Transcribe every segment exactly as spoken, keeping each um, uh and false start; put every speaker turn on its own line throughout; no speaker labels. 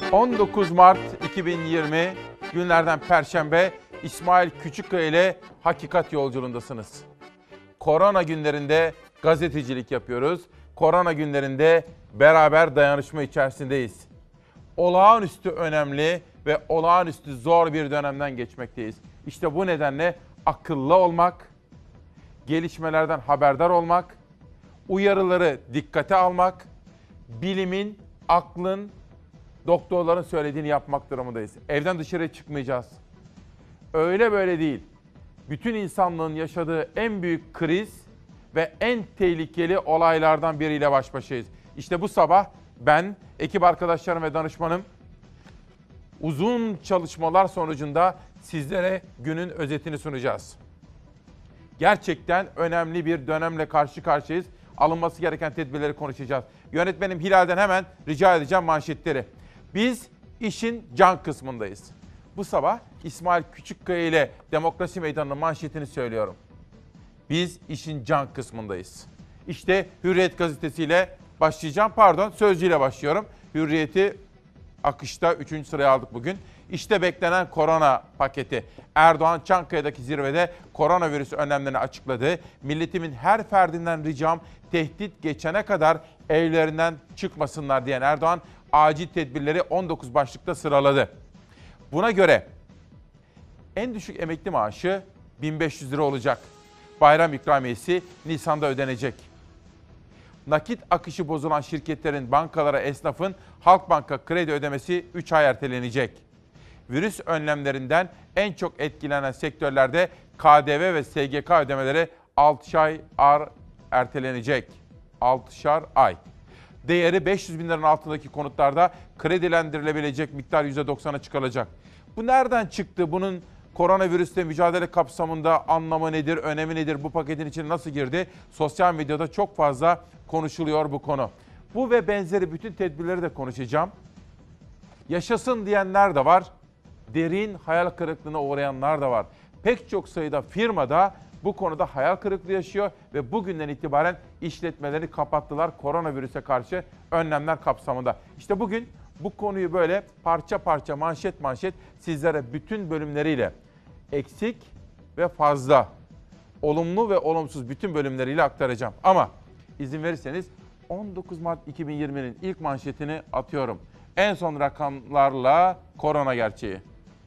on dokuz Mart iki bin yirmi günlerden Perşembe, İsmail Küçükkaya ile Hakikat Yolculuğundasınız. Korona günlerinde gazetecilik yapıyoruz. Korona günlerinde beraber dayanışma içerisindeyiz. Olağanüstü önemli ve olağanüstü zor bir dönemden geçmekteyiz. İşte bu nedenle akıllı olmak, gelişmelerden haberdar olmak, uyarıları dikkate almak, bilimin, aklın, doktorların söylediğini yapmak durumundayız. Evden dışarı çıkmayacağız. Öyle böyle değil. Bütün insanlığın yaşadığı en büyük kriz ve en tehlikeli olaylardan biriyle baş başayız. İşte bu sabah ben, ekip arkadaşlarım ve danışmanım uzun çalışmalar sonucunda sizlere günün özetini sunacağız. Gerçekten önemli bir dönemle karşı karşıyayız. Alınması gereken tedbirleri konuşacağız. Yönetmenim Hilal'den hemen rica edeceğim manşetleri. Biz işin can kısmındayız. Bu sabah İsmail Küçükkaya ile Demokrasi Meydanı'nın manşetini söylüyorum. Biz işin can kısmındayız. İşte Hürriyet gazetesiyle başlayacağım. Pardon, Sözcü ile başlıyorum. Hürriyet'i akışta üçüncü sıraya aldık bugün. İşte beklenen korona paketi. Erdoğan Çankaya'daki zirvede koronavirüs önlemlerini açıkladı. Milletimin her ferdinden ricam tehdit geçene kadar evlerinden çıkmasınlar diyen Erdoğan acil tedbirleri on dokuz başlıkta sıraladı. Buna göre en düşük emekli maaşı bin beş yüz lira olacak. Bayram ikramiyesi Nisan'da ödenecek. Nakit akışı bozulan şirketlerin bankalara, esnafın Halkbank'a kredi ödemesi üç ay ertelenecek. Virüs önlemlerinden en çok etkilenen sektörlerde K D V ve S G K ödemeleri altışar ay ertelenecek. altışar ay. Değeri beş yüz bin liranın altındaki konutlarda kredilendirilebilecek miktar yüzde doksana çıkarılacak. Bu nereden çıktı? Bunun koronavirüsle mücadele kapsamında anlamı nedir, önemi nedir? Bu paketin içine nasıl girdi? Sosyal medyada çok fazla konuşuluyor bu konu. Bu ve benzeri bütün tedbirleri de konuşacağım. Yaşasın diyenler de var. Derin hayal kırıklığına uğrayanlar da var. Pek çok sayıda firmada bu konuda hayal kırıklığı yaşıyor ve bugünden itibaren işletmeleri kapattılar koronavirüse karşı önlemler kapsamında. İşte bugün bu konuyu böyle parça parça, manşet manşet sizlere bütün bölümleriyle, eksik ve fazla, olumlu ve olumsuz bütün bölümleriyle aktaracağım. Ama izin verirseniz on dokuz Mart iki bin yirminin ilk manşetini atıyorum. En son rakamlarla korona gerçeği.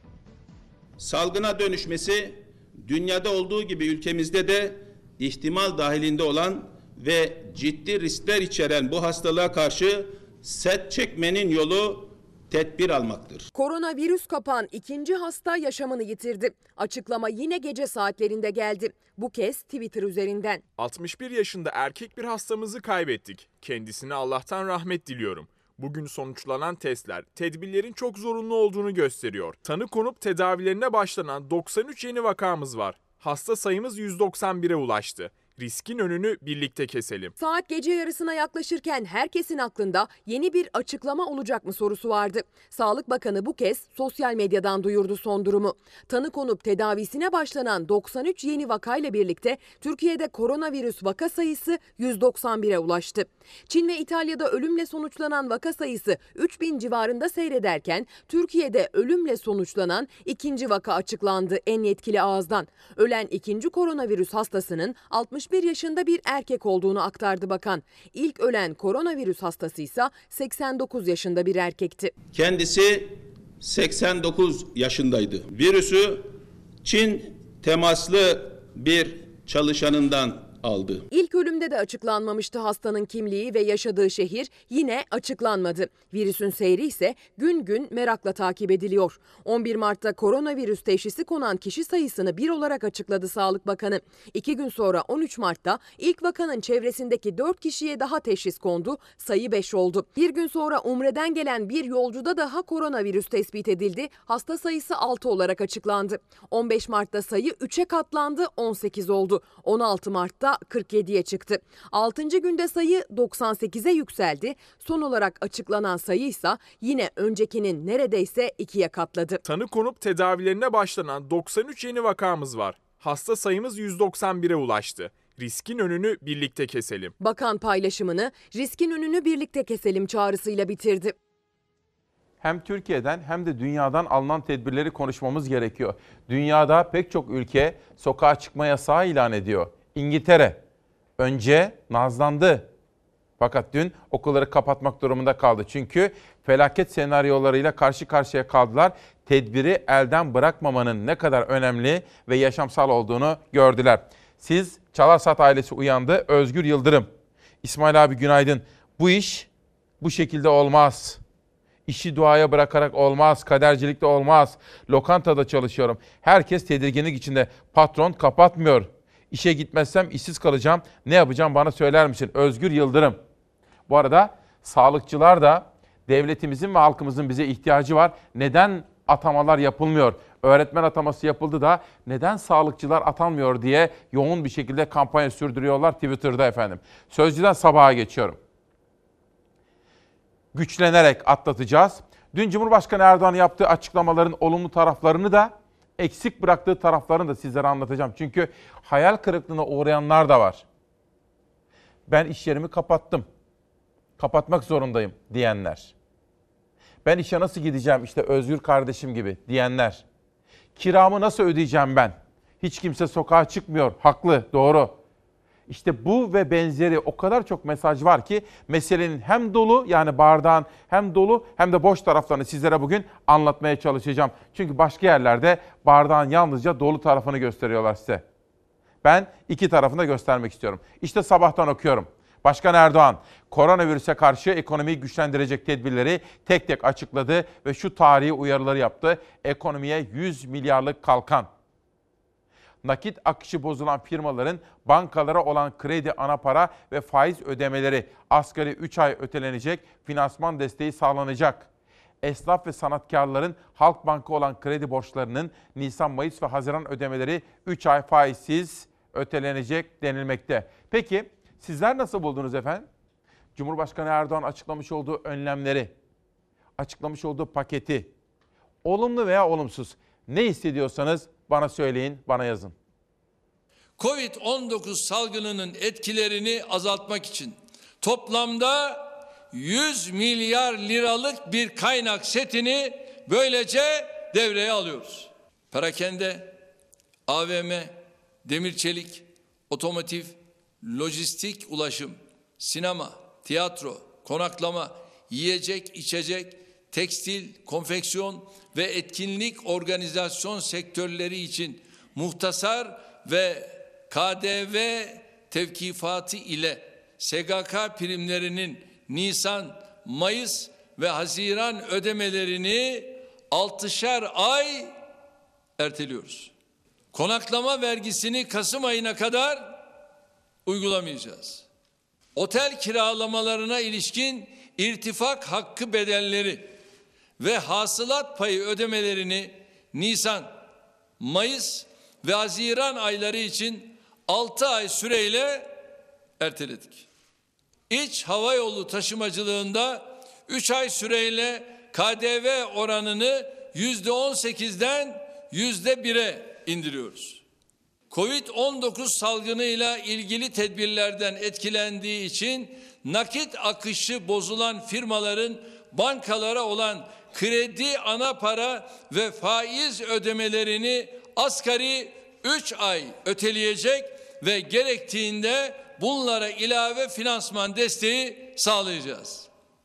Salgına dönüşmesi dünyada olduğu gibi ülkemizde de ihtimal dahilinde olan ve ciddi riskler içeren bu hastalığa karşı set çekmenin yolu tedbir almaktır.
Koronavirüs kapan ikinci hasta yaşamını yitirdi. Açıklama yine gece saatlerinde geldi. Bu kez Twitter üzerinden.
altmış bir yaşında erkek bir hastamızı kaybettik. Kendisine Allah'tan rahmet diliyorum. Bugün sonuçlanan testler tedbirlerin çok zorunlu olduğunu gösteriyor. Tanı konup tedavilerine başlanan doksan üç yeni vakamız var. Hasta sayımız yüz doksan bire ulaştı. Riskin önünü birlikte keselim.
Saat gece yarısına yaklaşırken herkesin aklında yeni bir açıklama olacak mı sorusu vardı. Sağlık Bakanı bu kez sosyal medyadan duyurdu son durumu. Tanı konup tedavisine başlanan doksan üç yeni vakayla birlikte Türkiye'de koronavirüs vaka sayısı yüz doksan bire ulaştı. Çin ve İtalya'da ölümle sonuçlanan vaka sayısı üç bin civarında seyrederken Türkiye'de ölümle sonuçlanan ikinci vaka açıklandı en yetkili ağızdan. Ölen ikinci koronavirüs hastasının altmış bir yaşında bir erkek olduğunu aktardı bakan. İlk ölen koronavirüs hastası ise seksen dokuz yaşında bir erkekti.
Kendisi seksen dokuz yaşındaydı. Virüsü Çin temaslı bir çalışanından aldı.
İlk ölümde de açıklanmamıştı hastanın kimliği ve yaşadığı şehir, yine açıklanmadı. Virüsün seyri ise gün gün merakla takip ediliyor. on bir Mart'ta koronavirüs teşhisi konan kişi sayısını bir olarak açıkladı Sağlık Bakanı. İki gün sonra on üç Mart'ta ilk vakanın çevresindeki dört kişiye daha teşhis kondu, sayı beş oldu. Bir gün sonra Umre'den gelen bir yolcuda daha koronavirüs tespit edildi, hasta sayısı altı olarak açıklandı. on beş Mart'ta sayı üçe katlandı, on sekiz oldu. on altı Mart'ta kırk yediye çıktı. altıncı günde sayı doksan sekize yükseldi. Son olarak açıklanan sayı ise yine öncekinin neredeyse ikiye katladı.
Tanı konup tedavilerine başlanan doksan üç yeni vakamız var. Hasta sayımız yüz doksan bire ulaştı. Riskin önünü birlikte keselim.
Bakan paylaşımını riskin önünü birlikte keselim çağrısıyla bitirdi.
hem Türkiye'den hem de dünyadan alınan tedbirleri konuşmamız gerekiyor. Dünyada pek çok ülke sokağa çıkma yasağı ilan ediyor. İngiltere önce nazlandı. Fakat dün okulları kapatmak durumunda kaldı. Çünkü felaket senaryolarıyla karşı karşıya kaldılar. Tedbiri elden bırakmamanın ne kadar önemli ve yaşamsal olduğunu gördüler. Siz Çalarsat ailesi uyandı. Özgür Yıldırım. İsmail abi günaydın. Bu iş bu şekilde olmaz. İşi duaya bırakarak olmaz. Kadercilikte olmaz. Lokantada çalışıyorum. Herkes tedirginlik içinde. Patron kapatmıyor. İşe gitmezsem işsiz kalacağım. Ne yapacağım bana söyler misin? Özgür Yıldırım. Bu arada sağlıkçılar da devletimizin ve halkımızın bize ihtiyacı var. Neden atamalar yapılmıyor? Öğretmen ataması yapıldı da neden sağlıkçılar atanmıyor diye yoğun bir şekilde kampanya sürdürüyorlar Twitter'da efendim. Sözcüden Sabah'a geçiyorum. Güçlenerek atlatacağız. Dün Cumhurbaşkanı Erdoğan yaptığı açıklamaların olumlu taraflarını da eksik bıraktığı taraflarını da sizlere anlatacağım. Çünkü hayal kırıklığına uğrayanlar da var. Ben iş yerimi kapattım. Kapatmak zorundayım diyenler. Ben işe nasıl gideceğim işte Özgür kardeşim gibi diyenler. Kiramı nasıl ödeyeceğim ben? Hiç kimse sokağa çıkmıyor. Haklı, doğru. İşte bu ve benzeri o kadar çok mesaj var ki meselenin hem dolu yani bardağın hem dolu hem de boş taraflarını sizlere bugün anlatmaya çalışacağım. Çünkü başka yerlerde bardağın yalnızca dolu tarafını gösteriyorlar size. Ben iki tarafını da göstermek istiyorum. İşte sabahtan okuyorum. Başkan Erdoğan, koronavirüse karşı ekonomiyi güçlendirecek tedbirleri tek tek açıkladı ve şu tarihi uyarıları yaptı. Ekonomiye yüz milyarlık kalkan. Nakit akışı bozulan firmaların bankalara olan kredi, anapara ve faiz ödemeleri asgari üç ay ötelenecek, finansman desteği sağlanacak. Esnaf ve sanatkarların Halkbank'a olan kredi borçlarının Nisan, Mayıs ve Haziran ödemeleri üç ay faizsiz ötelenecek denilmekte. Peki sizler nasıl buldunuz efendim? Cumhurbaşkanı Erdoğan açıklamış olduğu önlemleri, açıklamış olduğu paketi, olumlu veya olumsuz ne hissediyorsanız bana söyleyin, bana yazın.
kovid on dokuz salgınının etkilerini azaltmak için toplamda yüz milyar liralık bir kaynak setini böylece devreye alıyoruz. Perakende, A V M, demir çelik, otomotiv, lojistik ulaşım, sinema, tiyatro, konaklama, yiyecek, içecek, tekstil, konfeksiyon ve etkinlik organizasyon sektörleri için muhtasar ve K D V tevkifatı ile S G K primlerinin Nisan, Mayıs ve Haziran ödemelerini altışar ay erteliyoruz. Konaklama vergisini Kasım ayına kadar uygulamayacağız. Otel kiralamalarına ilişkin irtifak hakkı bedelleri ve hasılat payı ödemelerini Nisan, Mayıs ve Haziran ayları için altı ay süreyle erteledik. İç havayolu taşımacılığında üç ay süreyle K D V oranını yüzde on sekizden yüzde bire indiriyoruz. kovid on dokuz salgınıyla ilgili tedbirlerden etkilendiği için nakit akışı bozulan firmaların bankalara olan kredi, ana para ve faiz ödemelerini asgari üç ay öteleyecek ve gerektiğinde bunlara ilave finansman desteği sağlayacağız.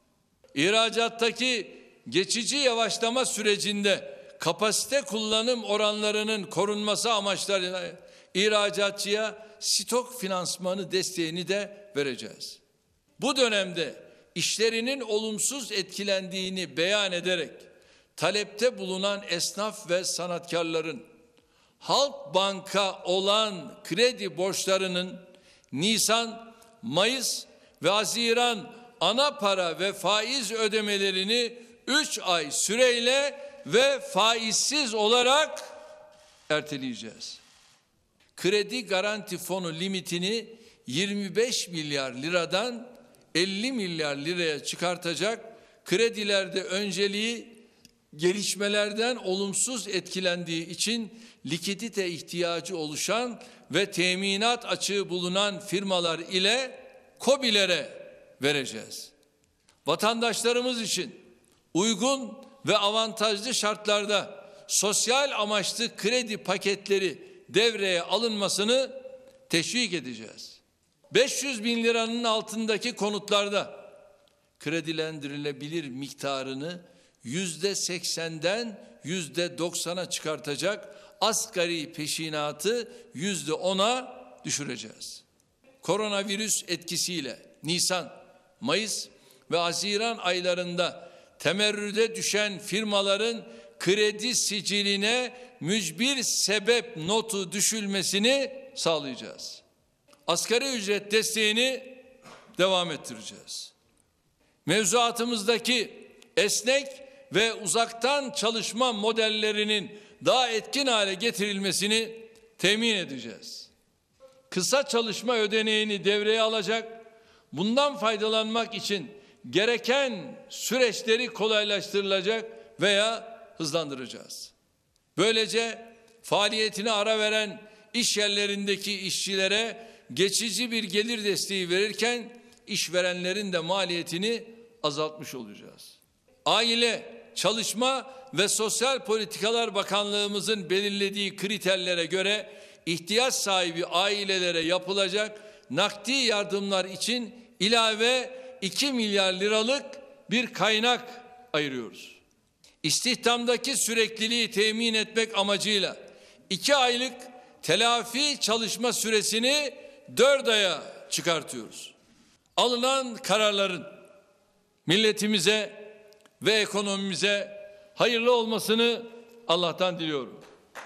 İhracattaki geçici yavaşlama sürecinde kapasite kullanım oranlarının korunması amaçlarıyla ihracatçıya stok finansmanı desteğini de vereceğiz. Bu dönemde işlerinin olumsuz etkilendiğini beyan ederek talepte bulunan esnaf ve sanatkarların Halkbank'a olan kredi borçlarının Nisan, Mayıs ve Haziran ana para ve faiz ödemelerini üç ay süreyle ve faizsiz olarak erteleyeceğiz. Kredi garanti fonu limitini yirmi beş milyar liradan elli milyar liraya çıkartacak, kredilerde önceliği gelişmelerden olumsuz etkilendiği için likidite ihtiyacı oluşan ve teminat açığı bulunan firmalar ile KOBİ'lere vereceğiz. Vatandaşlarımız için uygun ve avantajlı şartlarda sosyal amaçlı kredi paketleri devreye alınmasını teşvik edeceğiz. beş yüz bin liranın altındaki konutlarda kredilendirilebilir miktarını yüzde seksenden yüzde doksana çıkartacak, asgari peşinatı yüzde ona düşüreceğiz. Koronavirüs etkisiyle Nisan, Mayıs ve Haziran aylarında temerrüde düşen firmaların kredi siciline mücbir sebep notu düşülmesini sağlayacağız. Asgari ücret desteğini devam ettireceğiz. Mevzuatımızdaki esnek ve uzaktan çalışma modellerinin daha etkin hale getirilmesini temin edeceğiz. Kısa çalışma ödeneğini devreye alacak, bundan faydalanmak için gereken süreçleri kolaylaştırılacak veya hızlandıracağız. Böylece faaliyetine ara veren iş yerlerindeki işçilere geçici bir gelir desteği verirken işverenlerin de maliyetini azaltmış olacağız. Aile, Çalışma ve Sosyal Politikalar Bakanlığımızın belirlediği kriterlere göre ihtiyaç sahibi ailelere yapılacak nakdi yardımlar için ilave iki milyar liralık bir kaynak ayırıyoruz. İstihdamdaki sürekliliği temin etmek amacıyla iki aylık telafi çalışma süresini dört aya çıkartıyoruz. Alınan kararların milletimize ve ekonomimize hayırlı olmasını Allah'tan diliyorum.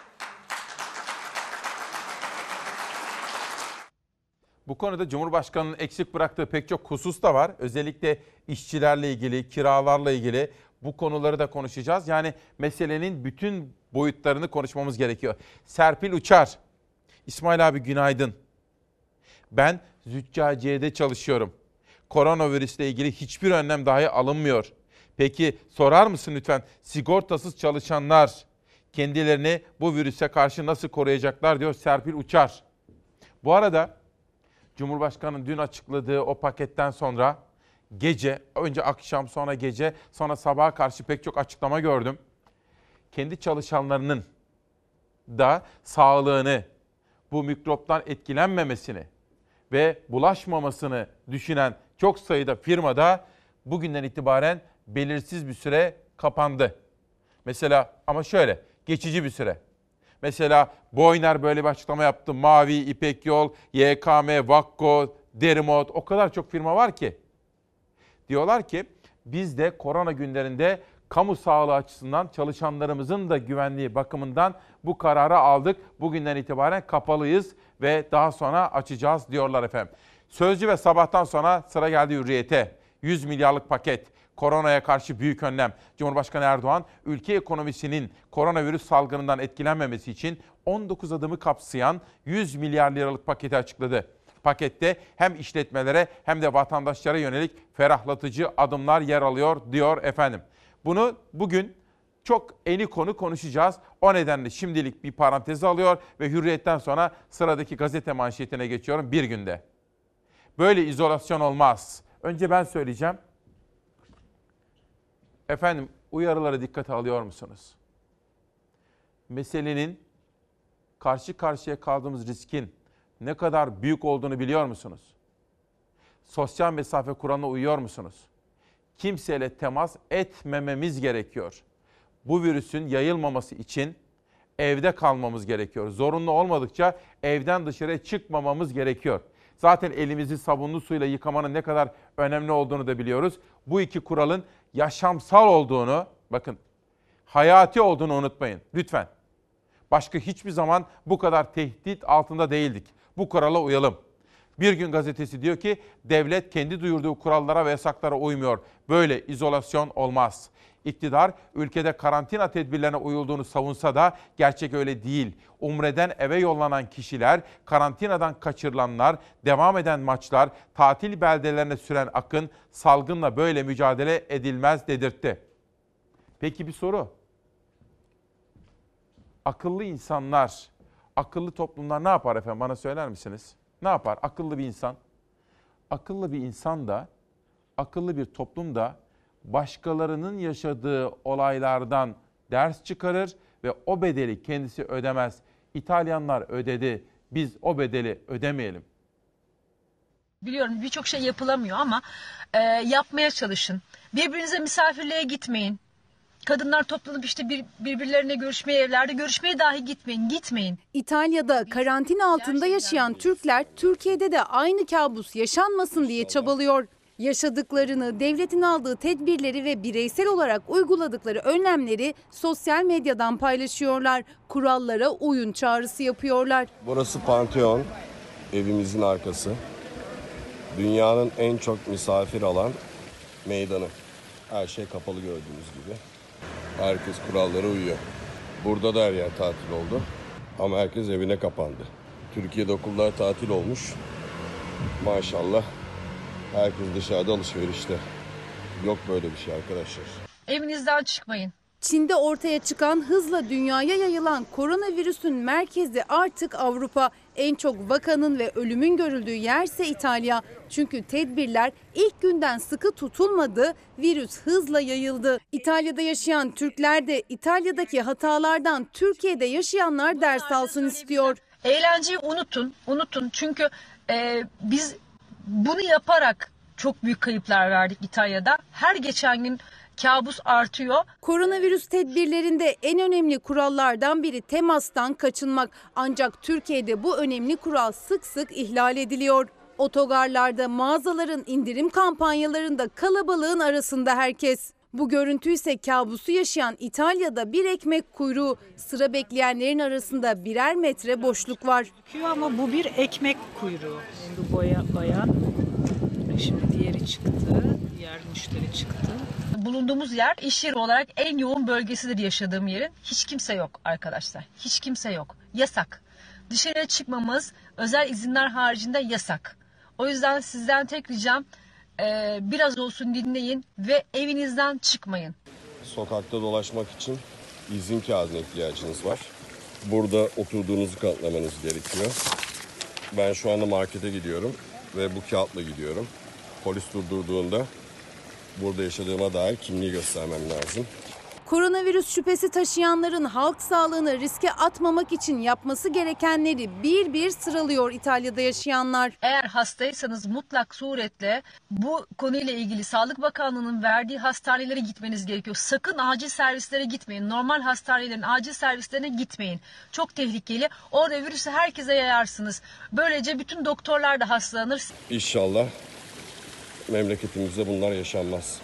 Bu konuda Cumhurbaşkanı'nın eksik bıraktığı pek çok husus da var. Özellikle işçilerle ilgili, kiralarla ilgili bu konuları da konuşacağız. Yani meselenin bütün boyutlarını konuşmamız gerekiyor. Serpil Uçar, İsmail abi günaydın. Ben züccaciye'de çalışıyorum. Koronavirüsle ilgili hiçbir önlem dahi alınmıyor. Peki sorar mısın lütfen, sigortasız çalışanlar kendilerini bu virüse karşı nasıl koruyacaklar diyor Serpil Uçar. Bu arada Cumhurbaşkanı'nın dün açıkladığı o paketten sonra gece, önce akşam sonra gece sonra sabaha karşı pek çok açıklama gördüm. Kendi çalışanlarının da sağlığını, bu mikroptan etkilenmemesini ve bulaşmamasını düşünen çok sayıda firmada bugünden itibaren belirsiz bir süre kapandı. Mesela ama şöyle, geçici bir süre. Mesela Boyner böyle bir açıklama yaptı. Mavi, İpek Yol, Y K M, Vakko, Derimot, o kadar çok firma var ki. Diyorlar ki biz de korona günlerinde kamu sağlığı açısından çalışanlarımızın da güvenliği bakımından bu kararı aldık. Bugünden itibaren kapalıyız ve daha sonra açacağız diyorlar efendim. Sözcü ve Sabah'tan sonra sıra geldi Hürriyet'e. yüz milyarlık paket. Koronaya karşı büyük önlem. Cumhurbaşkanı Erdoğan, ülke ekonomisinin koronavirüs salgınından etkilenmemesi için on dokuz adımı kapsayan yüz milyar liralık paketi açıkladı. Pakette hem işletmelere hem de vatandaşlara yönelik ferahlatıcı adımlar yer alıyor diyor efendim. Bunu bugün çok eni konu konuşacağız. O nedenle şimdilik bir paranteze alıyor ve Hürriyet'ten sonra sıradaki gazete manşetine geçiyorum bir günde. Böyle izolasyon olmaz. Önce ben söyleyeceğim. Efendim, uyarıları dikkate alıyor musunuz? Meselenin, karşı karşıya kaldığımız riskin ne kadar büyük olduğunu biliyor musunuz? Sosyal mesafe kuralına uyuyor musunuz? Kimseyle temas etmememiz gerekiyor. Bu virüsün yayılmaması için evde kalmamız gerekiyor. Zorunlu olmadıkça evden dışarıya çıkmamamız gerekiyor. Zaten elimizi sabunlu suyla yıkamanın ne kadar önemli olduğunu da biliyoruz. Bu iki kuralın yaşamsal olduğunu, bakın hayati olduğunu unutmayın lütfen. Başka hiçbir zaman bu kadar tehdit altında değildik. Bu kurala uyalım. Bir Gün Gazetesi diyor ki devlet kendi duyurduğu kurallara ve yasaklara uymuyor. Böyle izolasyon olmaz. İktidar ülkede karantina tedbirlerine uyulduğunu savunsa da gerçek öyle değil. Umre'den eve yollanan kişiler, karantinadan kaçırılanlar, devam eden maçlar, tatil beldelerine süren akın salgınla böyle mücadele edilmez dedirtti. Peki bir soru. Akıllı insanlar, akıllı toplumlar ne yapar efendim? Bana söyler misiniz? Ne yapar akıllı bir insan? Akıllı bir insan da, akıllı bir toplum da başkalarının yaşadığı olaylardan ders çıkarır ve o bedeli kendisi ödemez. İtalyanlar ödedi, biz o bedeli ödemeyelim.
Biliyorum birçok şey yapılamıyor ama e, yapmaya çalışın. Birbirinize misafirliğe gitmeyin. Kadınlar toplanıp işte bir, birbirlerine görüşmeye, evlerde görüşmeye dahi gitmeyin, gitmeyin.
İtalya'da karantina altında yaşayan Türkler Türkiye'de de aynı kabus yaşanmasın diye çabalıyor. Yaşadıklarını, devletin aldığı tedbirleri ve bireysel olarak uyguladıkları önlemleri sosyal medyadan paylaşıyorlar. Kurallara uyun çağrısı yapıyorlar.
Burası Pantheon, evimizin arkası. Dünyanın en çok misafir alan meydanı. Her şey kapalı gördüğünüz gibi. Herkes kurallara uyuyor. Burada da her yer tatil oldu ama herkes evine kapandı. Türkiye'de okullar tatil olmuş. Maşallah herkes dışarıda alışverişte. Yok böyle bir şey arkadaşlar.
Evinizden çıkmayın.
Çin'de ortaya çıkan hızla dünyaya yayılan koronavirüsün merkezi artık Avrupa. En çok vakanın ve ölümün görüldüğü yerse İtalya. Çünkü tedbirler ilk günden sıkı tutulmadı, virüs hızla yayıldı. İtalya'da yaşayan Türkler de İtalya'daki hatalardan Türkiye'de yaşayanlar ders alsın istiyor.
Eğlenceyi unutun, unutun. Çünkü e, biz bunu yaparak çok büyük kayıplar verdik İtalya'da. Her geçen gün kabus artıyor.
Koronavirüs tedbirlerinde en önemli kurallardan biri temastan kaçınmak. Ancak Türkiye'de bu önemli kural sık sık ihlal ediliyor. Otogarlarda, mağazaların indirim kampanyalarında kalabalığın arasında herkes. Bu görüntü ise kabusu yaşayan İtalya'da bir ekmek kuyruğu. Sıra bekleyenlerin arasında birer metre boşluk var.
Ama bu bir ekmek kuyruğu. Bu boya, bayan. Şimdi diğeri çıktı. Diğer müşteri çıktı.
Bulunduğumuz yer iş yeri olarak en yoğun bölgesidir yaşadığım yerin. Hiç kimse yok arkadaşlar. Hiç kimse yok. Yasak. Dışarıya çıkmamız özel izinler haricinde yasak. O yüzden sizden tek ricam e, biraz olsun dinleyin ve evinizden çıkmayın.
Sokakta dolaşmak için izin kağıdına ihtiyacınız var. Burada oturduğunuzu kanıtlamanız gerekiyor. Ben şu anda markete gidiyorum ve bu kağıtla gidiyorum. Polis durdurduğunda burada yaşadığıma dair kimliği göstermem lazım.
Koronavirüs şüphesi taşıyanların halk sağlığını riske atmamak için yapması gerekenleri bir bir sıralıyor İtalya'da yaşayanlar.
Eğer hastaysanız mutlak suretle bu konuyla ilgili Sağlık Bakanlığı'nın verdiği hastanelere gitmeniz gerekiyor. Sakın acil servislere gitmeyin. Normal hastanelerin acil servislerine gitmeyin. Çok tehlikeli. Orada virüsü herkese yayarsınız. Böylece bütün doktorlar da hastalanır.
İnşallah memleketimizde bunlar yaşanmaz.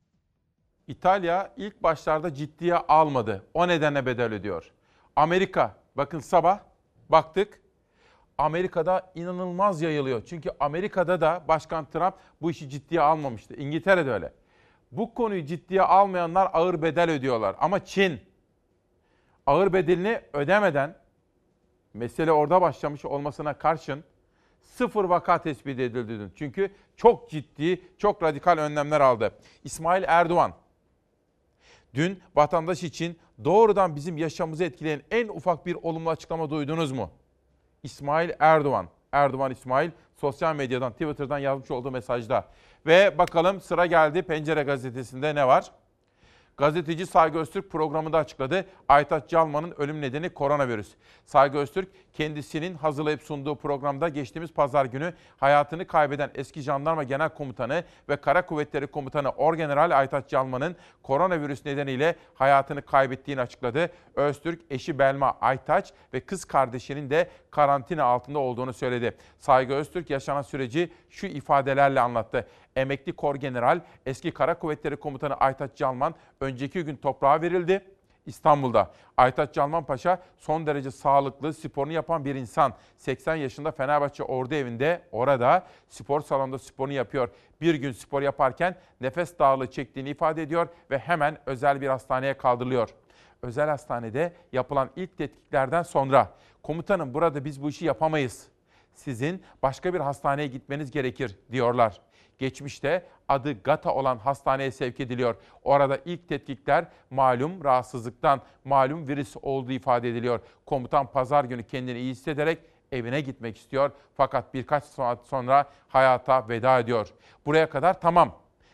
İtalya ilk başlarda ciddiye almadı. O nedenle bedel ödüyor. Amerika, bakın sabah baktık. Amerika'da inanılmaz yayılıyor. Çünkü Amerika'da da Başkan Trump bu işi ciddiye almamıştı. İngiltere'de öyle. Bu konuyu ciddiye almayanlar ağır bedel ödüyorlar. Ama Çin ağır bedelini ödemeden, mesele orada başlamış olmasına karşın sıfır vaka tespit edildi dün. Çünkü çok ciddi, çok radikal önlemler aldı. İsmail Erdoğan dün vatandaş için doğrudan bizim yaşamımızı etkileyen en ufak bir olumlu açıklama duydunuz mu? İsmail Erdoğan, Erdoğan İsmail sosyal medyadan, Twitter'dan yazmış olduğu mesajda. Ve bakalım sıra geldi Pencere Gazetesi'nde ne var? Gazeteci Saygı Öztürk programında açıkladı. Aytaç Calman'ın ölüm nedeni koronavirüs. Saygı Öztürk kendisinin hazırlayıp sunduğu programda geçtiğimiz pazar günü hayatını kaybeden eski Jandarma Genel Komutanı ve Kara Kuvvetleri Komutanı Orgeneral Aytaç Calman'ın koronavirüs nedeniyle hayatını kaybettiğini açıkladı. Öztürk eşi Belma Aytaç ve kız kardeşinin de karantina altında olduğunu söyledi. Saygı Öztürk yaşanan süreci şu ifadelerle anlattı. Emekli Korgeneral, eski Kara Kuvvetleri Komutanı Aytaç Calman önceki gün toprağa verildi. İstanbul'da. Aytaç Calman Paşa son derece sağlıklı, sporunu yapan bir insan. seksen yaşında Fenerbahçe Ordu Evi'nde orada spor salonunda sporunu yapıyor. Bir gün spor yaparken nefes darlığı çektiğini ifade ediyor ve hemen özel bir hastaneye kaldırılıyor. Özel hastanede yapılan ilk tetkiklerden sonra komutanım burada biz bu işi yapamayız. Sizin başka bir hastaneye gitmeniz gerekir diyorlar. Geçmişte adı Gata olan hastaneye sevk ediliyor. Orada ilk tetkikler malum rahatsızlıktan, malum virüs olduğu ifade ediliyor. Komutan pazar günü kendini iyi hissederek evine gitmek istiyor. Fakat birkaç saat sonra hayata veda ediyor. Buraya kadar tamam.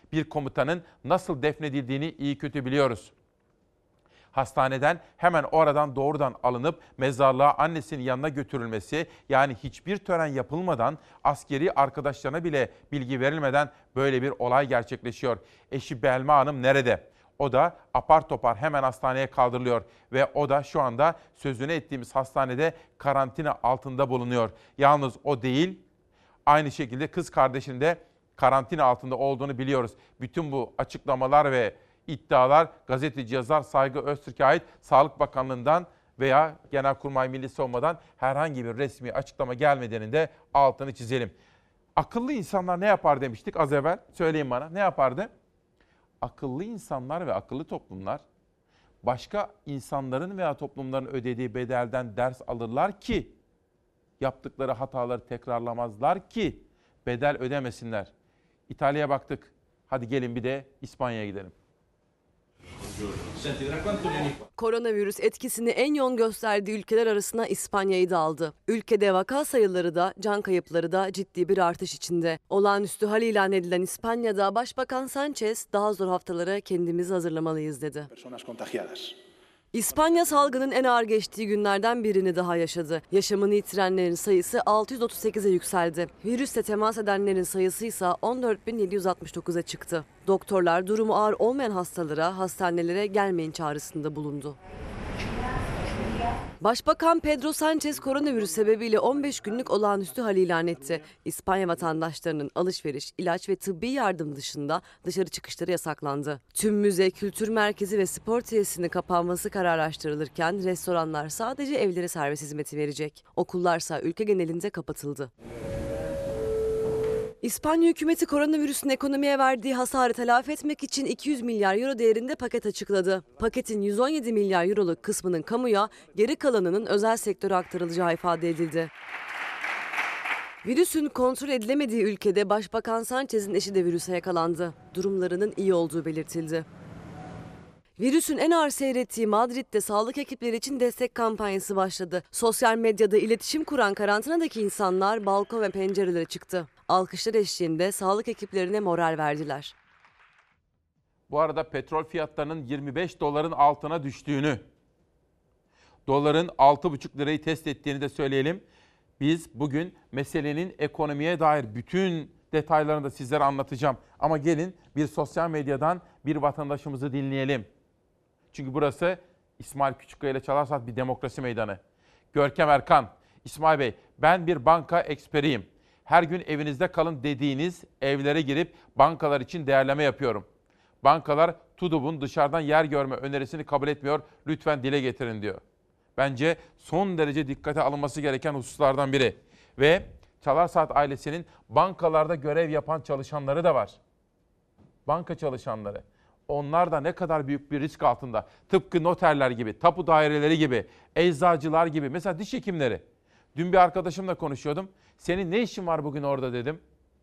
Bir komutanın nasıl defnedildiğini iyi kötü biliyoruz. Hastaneden hemen oradan doğrudan alınıp mezarlığa annesinin yanına götürülmesi, yani hiçbir tören yapılmadan, askeri arkadaşlarına bile bilgi verilmeden böyle bir olay gerçekleşiyor. Eşi Belma Hanım nerede? O da apar topar hemen hastaneye kaldırılıyor ve o da şu anda sözünü ettiğimiz hastanede karantina altında bulunuyor. Yalnız o değil, aynı şekilde kız kardeşinin de karantina altında olduğunu biliyoruz. Bütün bu açıklamalar ve iddialar gazeteci yazar Saygı Öztürk'e ait. Sağlık Bakanlığı'ndan veya Genelkurmay Milli Savunma'dan herhangi bir resmi açıklama gelmediğinin de altını çizelim. Akıllı insanlar ne yapar demiştik az evvel? Söyleyin bana, ne yapardı? Akıllı insanlar ve akıllı toplumlar başka insanların veya toplumların ödediği bedelden ders alırlar ki yaptıkları hataları tekrarlamazlar ki bedel ödemesinler. İtalya'ya baktık. Hadi gelin bir de İspanya'ya gidelim.
Koronavirüs etkisini en yoğun gösterdiği ülkeler arasına İspanya'yı da aldı. Ülkede vaka sayıları da can kayıpları da ciddi bir artış içinde. Olağanüstü hal ilan edilen İspanya'da Başbakan Sánchez daha zor haftalara kendimizi hazırlamalıyız dedi. İspanya salgının en ağır geçtiği günlerden birini daha yaşadı. Yaşamını yitirenlerin sayısı altı yüz otuz sekize yükseldi. Virüsle temas edenlerin sayısı ise on dört bin yedi yüz altmış dokuza çıktı. Doktorlar durumu ağır olmayan hastalara, hastanelere gelmeyin çağrısında bulundu. Başbakan Pedro Sánchez koronavirüs sebebiyle on beş günlük olağanüstü hal ilan etti. İspanya vatandaşlarının alışveriş, ilaç ve tıbbi yardım dışında dışarı çıkışları yasaklandı. Tüm müze, kültür merkezi ve spor tesisinin kapanması kararlaştırılırken restoranlar sadece evlere servis hizmeti verecek. Okullarsa ülke genelinde kapatıldı. İspanya hükümeti koronavirüsün ekonomiye verdiği hasarı telafi etmek için iki yüz milyar euro değerinde paket açıkladı. Paketin yüz on yedi milyar euroluk kısmının kamuya, geri kalanının özel sektöre aktarılacağı ifade edildi. Virüsün kontrol edilemediği ülkede Başbakan Sánchez'in eşi de virüse yakalandı. Durumlarının iyi olduğu belirtildi. Virüsün en ağır seyrettiği Madrid'de sağlık ekipleri için destek kampanyası başladı. Sosyal medyada iletişim kuran karantinadaki insanlar balkon ve pencerelere çıktı. Alkışlar eşliğinde sağlık ekiplerine moral verdiler.
Bu arada petrol fiyatlarının yirmi beş doların altına düştüğünü, doların altı buçuk lirayı test ettiğini de söyleyelim. Biz bugün meselenin ekonomiye dair bütün detaylarını da sizlere anlatacağım. Ama gelin bir sosyal medyadan bir vatandaşımızı dinleyelim. Çünkü burası İsmail Küçükkaya ile Çalar Saat bir demokrasi meydanı. Görkem Erkan, İsmail Bey, ben bir banka eksperiyim. Her gün evinizde kalın dediğiniz evlere girip bankalar için değerleme yapıyorum. Bankalar TUDUB'un dışarıdan yer görme önerisini kabul etmiyor. Lütfen dile getirin diyor. Bence son derece dikkate alınması gereken hususlardan biri. Ve Çalar Saat ailesinin bankalarda görev yapan çalışanları da var. Banka çalışanları. Onlar da ne kadar büyük bir risk altında. Tıpkı noterler gibi, tapu daireleri gibi, eczacılar gibi. Mesela diş hekimleri. Dün bir arkadaşımla konuşuyordum. Senin ne işin var bugün orada dedim.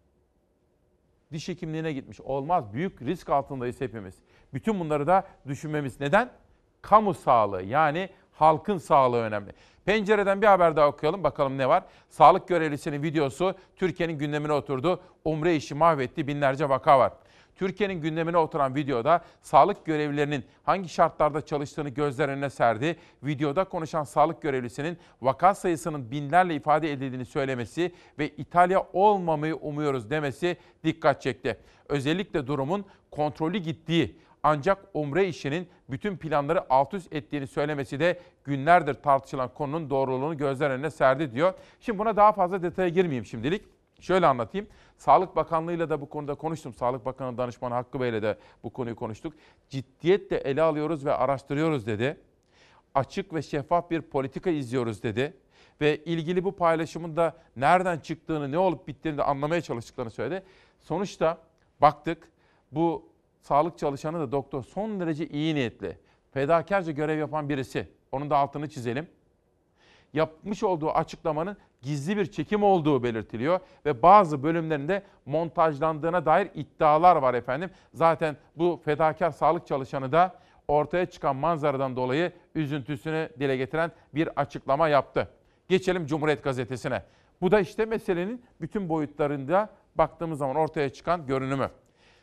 Diş hekimliğine gitmiş. Olmaz. Büyük risk altındayız hepimiz. Bütün bunları da düşünmemiz. Neden? Kamu sağlığı, yani halkın sağlığı önemli. Pencereden bir haber daha okuyalım. Bakalım ne var? Sağlık görevlisinin videosu Türkiye'nin gündemine oturdu. Umre işi mahvetti. Binlerce vaka var. Türkiye'nin gündemine oturan videoda sağlık görevlilerinin hangi şartlarda çalıştığını gözler önüne serdi. Videoda konuşan sağlık görevlisinin vaka sayısının binlerle ifade edildiğini söylemesi ve İtalya olmamayı umuyoruz demesi dikkat çekti. Özellikle durumun kontrollü gittiği, ancak umre işinin bütün planları alt üst ettiğini söylemesi de günlerdir tartışılan konunun doğruluğunu gözler önüne serdi diyor. Şimdi buna daha fazla detaya girmeyeyim şimdilik. Şöyle anlatayım. Sağlık Bakanlığı'yla da bu konuda konuştum. Sağlık Bakanı Danışmanı Hakkı Bey'le de bu konuyu konuştuk. Ciddiyetle ele alıyoruz ve araştırıyoruz dedi. Açık ve şeffaf bir politika izliyoruz dedi. Ve ilgili bu paylaşımın da nereden çıktığını, ne olup bittiğini de anlamaya çalıştıklarını söyledi. Sonuçta baktık, bu sağlık çalışanı da doktor son derece iyi niyetli, fedakarca görev yapan birisi. Onun da altını çizelim. Yapmış olduğu açıklamanın gizli bir çekim olduğu belirtiliyor ve bazı bölümlerinde montajlandığına dair iddialar var efendim. Zaten bu fedakar sağlık çalışanı da ortaya çıkan manzaradan dolayı üzüntüsünü dile getiren bir açıklama yaptı. Geçelim Cumhuriyet Gazetesi'ne. Bu da işte meselenin bütün boyutlarında baktığımız zaman ortaya çıkan görünümü.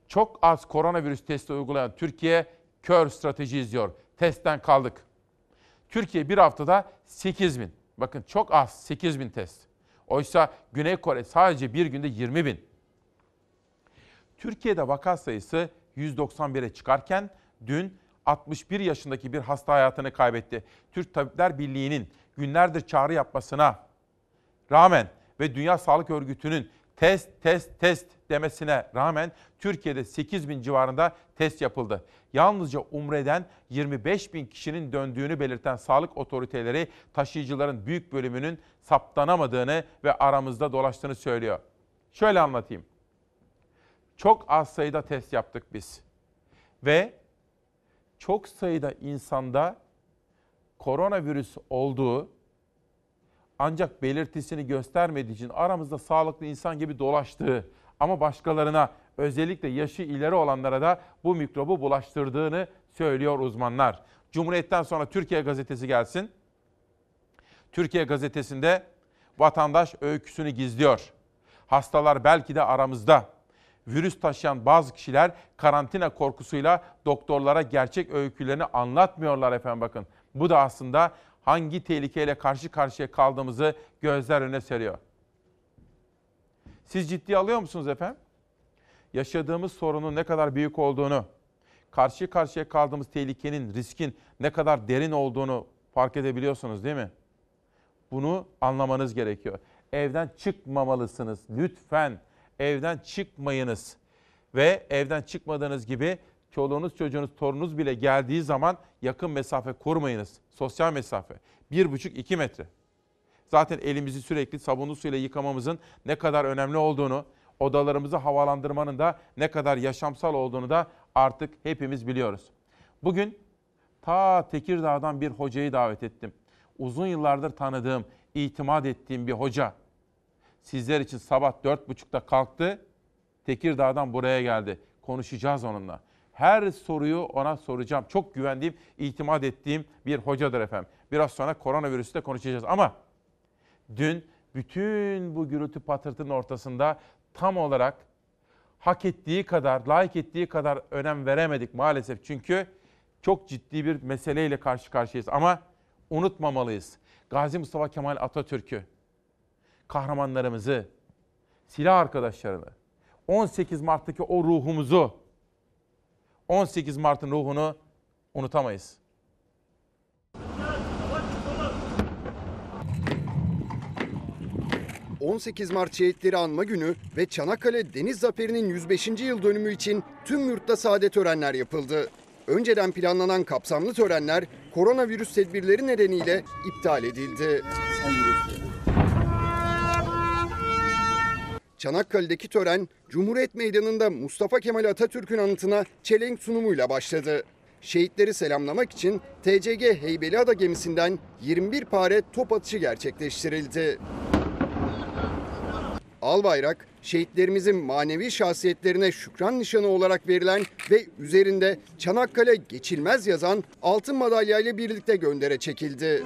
Çok az koronavirüs testi uygulayan Türkiye kör strateji izliyor. Testten kaldık. Türkiye bir haftada sekiz bin. Bakın çok az, sekiz bin test. Oysa Güney Kore sadece bir günde yirmi bin. Türkiye'de vaka sayısı yüz doksan bire çıkarken dün altmış bir yaşındaki bir hasta hayatını kaybetti. Türk Tabipler Birliği'nin günlerdir çağrı yapmasına rağmen ve Dünya Sağlık Örgütü'nün test, test, test demesine rağmen Türkiye'de sekiz bin civarında test yapıldı. Yalnızca Umre'den yirmi beş bin kişinin döndüğünü belirten sağlık otoriteleri taşıyıcıların büyük bölümünün saptanamadığını ve aramızda dolaştığını söylüyor. Şöyle anlatayım. Çok az sayıda test yaptık biz ve çok sayıda insanda koronavirüs olduğu ancak belirtisini göstermediği için aramızda sağlıklı insan gibi dolaştığı ama başkalarına özellikle yaşı ileri olanlara da bu mikrobu bulaştırdığını söylüyor uzmanlar. Cumhuriyet'ten sonra Türkiye Gazetesi gelsin. Türkiye Gazetesi'nde vatandaş öyküsünü gizliyor. Hastalar belki de aramızda. Virüs taşıyan bazı kişiler karantina korkusuyla doktorlara gerçek öykülerini anlatmıyorlar efendim bakın. Bu da aslında hangi tehlikeyle karşı karşıya kaldığımızı gözler önüne seriyor. Siz ciddiye alıyor musunuz efendim? Yaşadığımız sorunun ne kadar büyük olduğunu, karşı karşıya kaldığımız tehlikenin, riskin ne kadar derin olduğunu fark edebiliyorsunuz değil mi? Bunu anlamanız gerekiyor. Evden çıkmamalısınız. Lütfen evden çıkmayınız. Ve evden çıkmadığınız gibi çoluğunuz, çocuğunuz, torununuz bile geldiği zaman yakın mesafe kurmayınız. Sosyal mesafe. Bir buçuk iki metre. Zaten elimizi sürekli sabunlu suyla yıkamamızın ne kadar önemli olduğunu, odalarımızı havalandırmanın da ne kadar yaşamsal olduğunu da artık hepimiz biliyoruz. Bugün ta Tekirdağ'dan bir hocayı davet ettim. Uzun yıllardır tanıdığım, itimat ettiğim bir hoca. Sizler için sabah dört buçukta kalktı, Tekirdağ'dan buraya geldi. Konuşacağız onunla. Her soruyu ona soracağım. Çok güvendiğim, itimat ettiğim bir hocadır efendim. Biraz sonra koronavirüsü de konuşacağız ama dün bütün bu gürültü patırtının ortasında tam olarak hak ettiği kadar, layık ettiği kadar önem veremedik maalesef. Çünkü çok ciddi bir meseleyle karşı karşıyayız. Ama unutmamalıyız. Gazi Mustafa Kemal Atatürk'ü, kahramanlarımızı, silah arkadaşlarını, on sekiz Mart'taki o ruhumuzu, on sekiz Mart'ın ruhunu unutamayız.
on sekiz Mart Şehitleri Anma Günü ve Çanakkale Deniz Zaferi'nin yüz beşinci yıl dönümü için tüm yurtta sade törenler yapıldı. Önceden planlanan kapsamlı törenler koronavirüs tedbirleri nedeniyle iptal edildi. Çanakkale'deki tören Cumhuriyet Meydanı'nda Mustafa Kemal Atatürk'ün anıtına çelenk sunumuyla başladı. Şehitleri selamlamak için T C G Heybeliada gemisinden yirmi bir pare top atışı gerçekleştirildi. Albayrak, şehitlerimizin manevi şahsiyetlerine şükran nişanı olarak verilen ve üzerinde Çanakkale geçilmez yazan altın madalya ile birlikte göndere çekildi.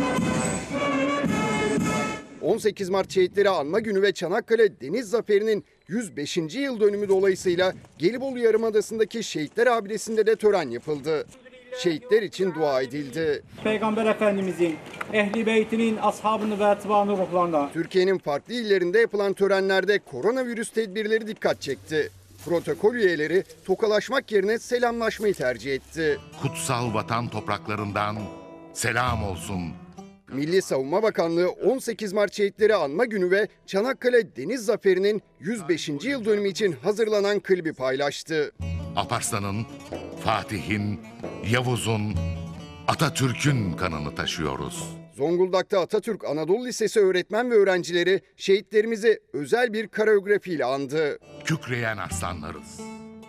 on sekiz Mart Şehitleri Anma Günü ve Çanakkale Deniz Zaferi'nin yüz beşinci yıl dönümü dolayısıyla Gelibolu Yarımadası'ndaki Şehitler Abidesi'nde de tören yapıldı. Şehitler için dua edildi.
Peygamber Efendimizin, Ehli Beytinin, ashabını ve etbaını ruhlarına. Türkiye'nin farklı illerinde yapılan törenlerde koronavirüs tedbirleri dikkat çekti. Protokol üyeleri tokalaşmak yerine selamlaşmayı tercih etti.
Kutsal vatan topraklarından selam olsun.
Milli Savunma Bakanlığı on sekiz Mart Şehitleri Anma Günü ve Çanakkale Deniz Zaferi'nin yüz beşinci yıl dönümü için hazırlanan klibi paylaştı.
Alparslan'ın, Fatih'in, Yavuz'un, Atatürk'ün kanını taşıyoruz.
Zonguldak'ta Atatürk Anadolu Lisesi öğretmen ve öğrencileri şehitlerimizi özel bir koreografiyle andı.
Kükreyen aslanlarız.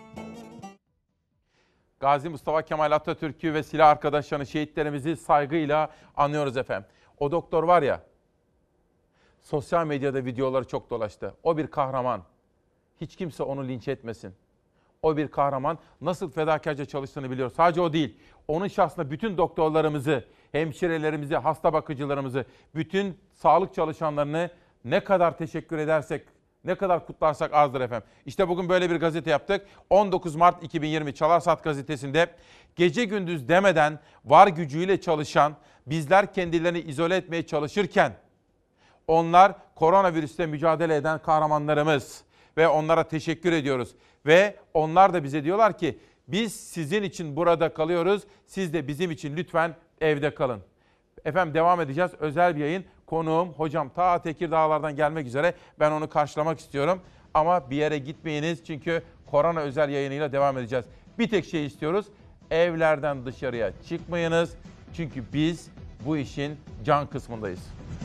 Gazi Mustafa Kemal Atatürk'ü ve silah arkadaşlarını, şehitlerimizi saygıyla anıyoruz efendim. O doktor var ya, sosyal medyada videoları çok dolaştı. O bir kahraman. Hiç kimse onu linç etmesin. O bir kahraman, nasıl fedakarca çalıştığını biliyor. Sadece o değil. Onun şahsında bütün doktorlarımızı, hemşirelerimizi, hasta bakıcılarımızı, bütün sağlık çalışanlarını ne kadar teşekkür edersek Ne kadar kutlarsak azdır efendim. İşte bugün böyle bir gazete yaptık. on dokuz Mart iki bin yirmi Çalarsat gazetesinde gece gündüz demeden var gücüyle çalışan, bizler kendilerini izole etmeye çalışırken onlar koronavirüsle mücadele eden kahramanlarımız ve onlara teşekkür ediyoruz. Ve onlar da bize diyorlar ki biz sizin için burada kalıyoruz, siz de bizim için lütfen evde kalın. Efendim devam edeceğiz. Özel bir yayın. Konuğum hocam ta Tekirdağlardan gelmek üzere. Ben onu karşılamak istiyorum. Ama bir yere gitmeyiniz çünkü korona özel yayınıyla devam edeceğiz. Bir tek şey istiyoruz. Evlerden dışarıya çıkmayınız. Çünkü biz bu işin can kısmındayız.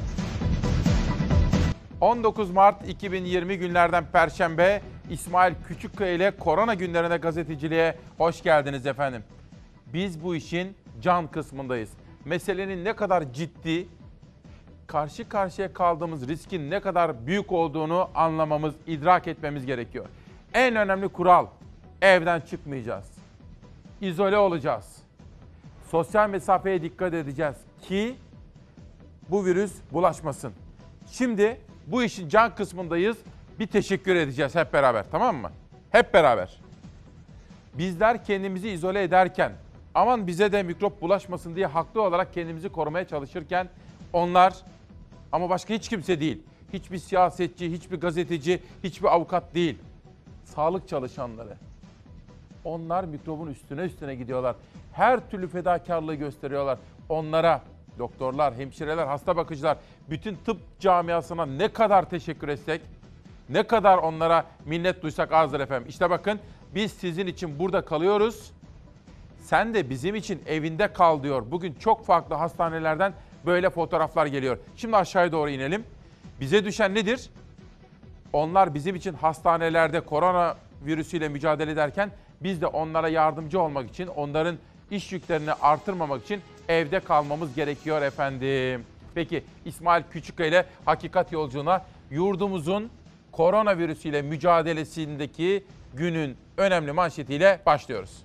on dokuz Mart iki bin yirmi günlerden Perşembe, İsmail Küçükkaya ile korona günlerine gazeteciliğe hoş geldiniz efendim. Biz bu işin can kısmındayız. Meselenin ne kadar ciddi, karşı karşıya kaldığımız riskin ne kadar büyük olduğunu anlamamız, idrak etmemiz gerekiyor. En önemli kural, evden çıkmayacağız. İzole olacağız. Sosyal mesafeye dikkat edeceğiz ki bu virüs bulaşmasın. Şimdi bu işin can kısmındayız. Bir teşekkür edeceğiz hep beraber, tamam mı? Hep beraber. Bizler kendimizi izole ederken, aman bize de mikrop bulaşmasın diye haklı olarak kendimizi korumaya çalışırken onlar, ama başka hiç kimse değil, hiçbir siyasetçi, hiçbir gazeteci, hiçbir avukat değil, sağlık çalışanları. Onlar mikrobun üstüne üstüne gidiyorlar. Her türlü fedakarlığı gösteriyorlar. Onlara doktorlar, hemşireler, hasta bakıcılar, bütün tıp camiasına ne kadar teşekkür etsek, ne kadar onlara minnet duysak azdır efendim. İşte bakın biz sizin için burada kalıyoruz. Sen de bizim için evinde kal diyor. Bugün çok farklı hastanelerden böyle fotoğraflar geliyor. Şimdi aşağıya doğru inelim. Bize düşen nedir? Onlar bizim için hastanelerde korona virüsüyle mücadele ederken biz de onlara yardımcı olmak için, onların iş yüklerini artırmamak için evde kalmamız gerekiyor efendim. Peki İsmail Küçükkaya ile Hakikat Yolculuğuna yurdumuzun koronavirüsüyle mücadelesindeki günün önemli manşetiyle başlıyoruz.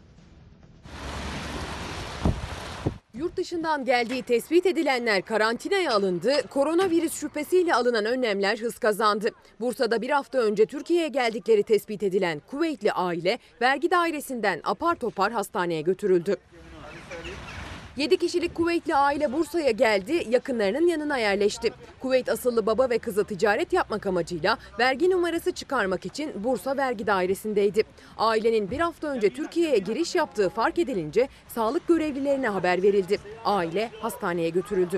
Yurt dışından geldiği tespit edilenler karantinaya alındı. Koronavirüs şüphesiyle alınan önlemler hız kazandı. Bursa'da bir hafta önce Türkiye'ye geldikleri tespit edilen Kuveytli aile vergi dairesinden apar topar hastaneye götürüldü. yedi kişilik Kuveytli aile Bursa'ya geldi, yakınlarının yanına yerleşti. Kuveyt asıllı baba ve kızı ticaret yapmak amacıyla vergi numarası çıkarmak için Bursa Vergi Dairesi'ndeydi. Ailenin bir hafta önce Türkiye'ye giriş yaptığı fark edilince sağlık görevlilerine haber verildi. Aile hastaneye götürüldü.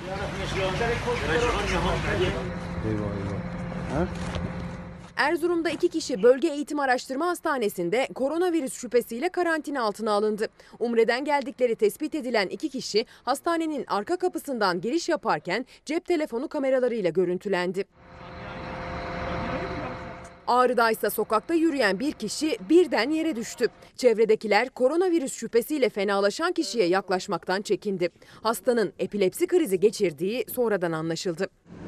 Erzurum'da iki kişi Bölge Eğitim Araştırma Hastanesi'nde koronavirüs şüphesiyle karantina altına alındı. Umre'den geldikleri tespit edilen iki kişi hastanenin arka kapısından giriş yaparken cep telefonu kameralarıyla görüntülendi. Ağrı'da ise sokakta yürüyen bir kişi birden yere düştü. Çevredekiler koronavirüs şüphesiyle fenalaşan kişiye yaklaşmaktan çekindi. Hastanın epilepsi krizi geçirdiği sonradan anlaşıldı.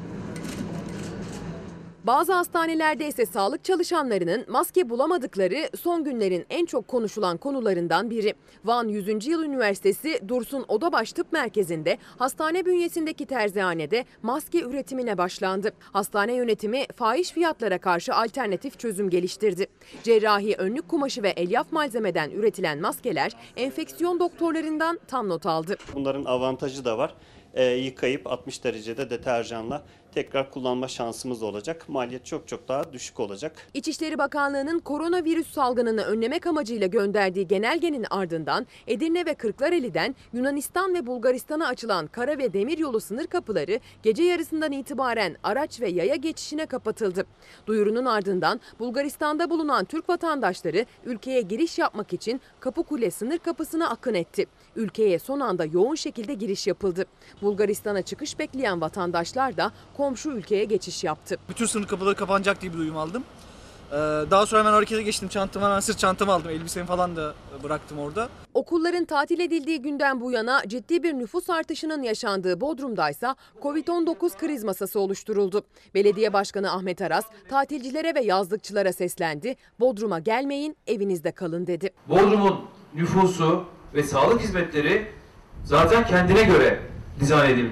Bazı hastanelerde ise sağlık çalışanlarının maske bulamadıkları son günlerin en çok konuşulan konularından biri. Van yüzüncü Yıl Üniversitesi Dursun Odabaş Tıp Merkezi'nde hastane bünyesindeki terzihanede maske üretimine başlandı. Hastane yönetimi fahiş fiyatlara karşı alternatif çözüm geliştirdi. Cerrahi önlük kumaşı ve elyaf malzemeden üretilen maskeler enfeksiyon doktorlarından tam not aldı.
Bunların avantajı da var. E, yıkayıp altmış derecede deterjanla tekrar kullanma şansımız olacak. Maliyet çok çok daha düşük olacak.
İçişleri Bakanlığı'nın koronavirüs salgınını önlemek amacıyla gönderdiği genelgenin ardından Edirne ve Kırklareli'den Yunanistan ve Bulgaristan'a açılan kara ve demiryolu sınır kapıları gece yarısından itibaren araç ve yaya geçişine kapatıldı. Duyurunun ardından Bulgaristan'da bulunan Türk vatandaşları ülkeye giriş yapmak için Kapıkule sınır kapısına akın etti. Ülkeye son anda yoğun şekilde giriş yapıldı. Bulgaristan'a çıkış bekleyen vatandaşlar da komşu ülkeye geçiş yaptı.
Bütün sınır kapıları kapanacak diye bir duyum aldım. Ee, daha sonra hemen harekete geçtim. Çantamı hemen sırt çantamı aldım. Elbisemi falan da bıraktım orada.
Okulların tatil edildiği günden bu yana ciddi bir nüfus artışının yaşandığı Bodrum'daysa kovid on dokuz kriz masası oluşturuldu. Belediye Başkanı Ahmet Aras tatilcilere ve yazlıkçılara seslendi. Bodrum'a gelmeyin, evinizde kalın dedi.
Bodrum'un nüfusu ve sağlık hizmetleri zaten kendine göre dizayn edilmiş.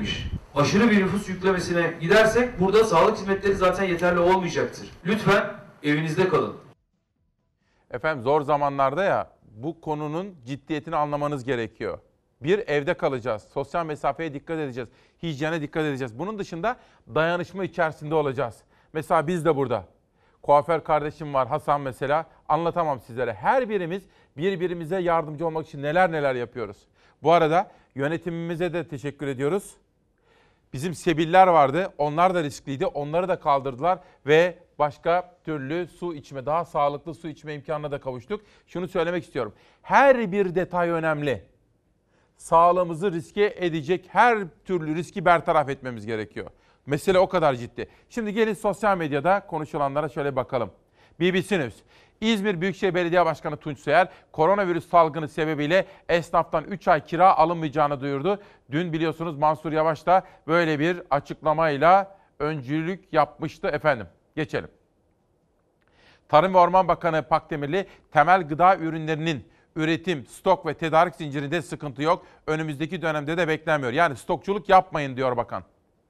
aşırı bir nüfus yüklemesine gidersek burada sağlık hizmetleri zaten yeterli olmayacaktır. Lütfen evinizde kalın.
Efendim zor zamanlarda ya bu konunun ciddiyetini anlamanız gerekiyor. Bir, evde kalacağız. Sosyal mesafeye dikkat edeceğiz. Hijyene dikkat edeceğiz. Bunun dışında dayanışma içerisinde olacağız. Mesela biz de burada. Kuaför kardeşim var, Hasan mesela. Anlatamam sizlere. Her birimiz birbirimize yardımcı olmak için neler neler yapıyoruz. Bu arada yönetimimize de teşekkür ediyoruz. Bizim sebiller vardı. Onlar da riskliydi. Onları da kaldırdılar ve başka türlü su içme, daha sağlıklı su içme imkanına da kavuştuk. Şunu söylemek istiyorum. Her bir detay önemli. Sağlığımızı riske edecek her türlü riski bertaraf etmemiz gerekiyor. Mesele o kadar ciddi. Şimdi gelin sosyal medyada konuşulanlara şöyle bakalım. B B C News. İzmir Büyükşehir Belediye Başkanı Tunç Soyer, koronavirüs salgını sebebiyle esnaftan üç ay kira alınmayacağını duyurdu. Dün biliyorsunuz Mansur Yavaş da böyle bir açıklamayla öncülük yapmıştı efendim. Geçelim. Tarım ve Orman Bakanı Pakdemirli, temel gıda ürünlerinin üretim, stok ve tedarik zincirinde sıkıntı yok. Önümüzdeki dönemde de beklenmiyor. Yani stokçuluk yapmayın diyor bakan.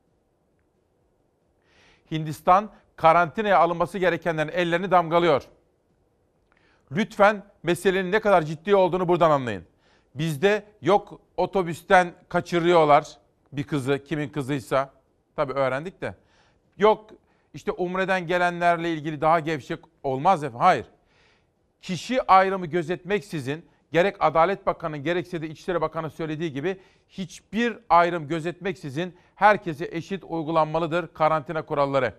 Hindistan karantinaya alınması gerekenlerin ellerini damgalıyor. Lütfen meselenin ne kadar ciddi olduğunu buradan anlayın. Bizde yok otobüsten kaçırıyorlar bir kızı, kimin kızıysa. Tabii öğrendik de. Yok işte Umre'den gelenlerle ilgili daha gevşek olmaz efendim. Hayır. Kişi ayrımı gözetmeksizin gerek Adalet Bakanı gerekse de İçişleri Bakanı söylediği gibi hiçbir ayrım gözetmeksizin herkese eşit uygulanmalıdır karantina kuralları.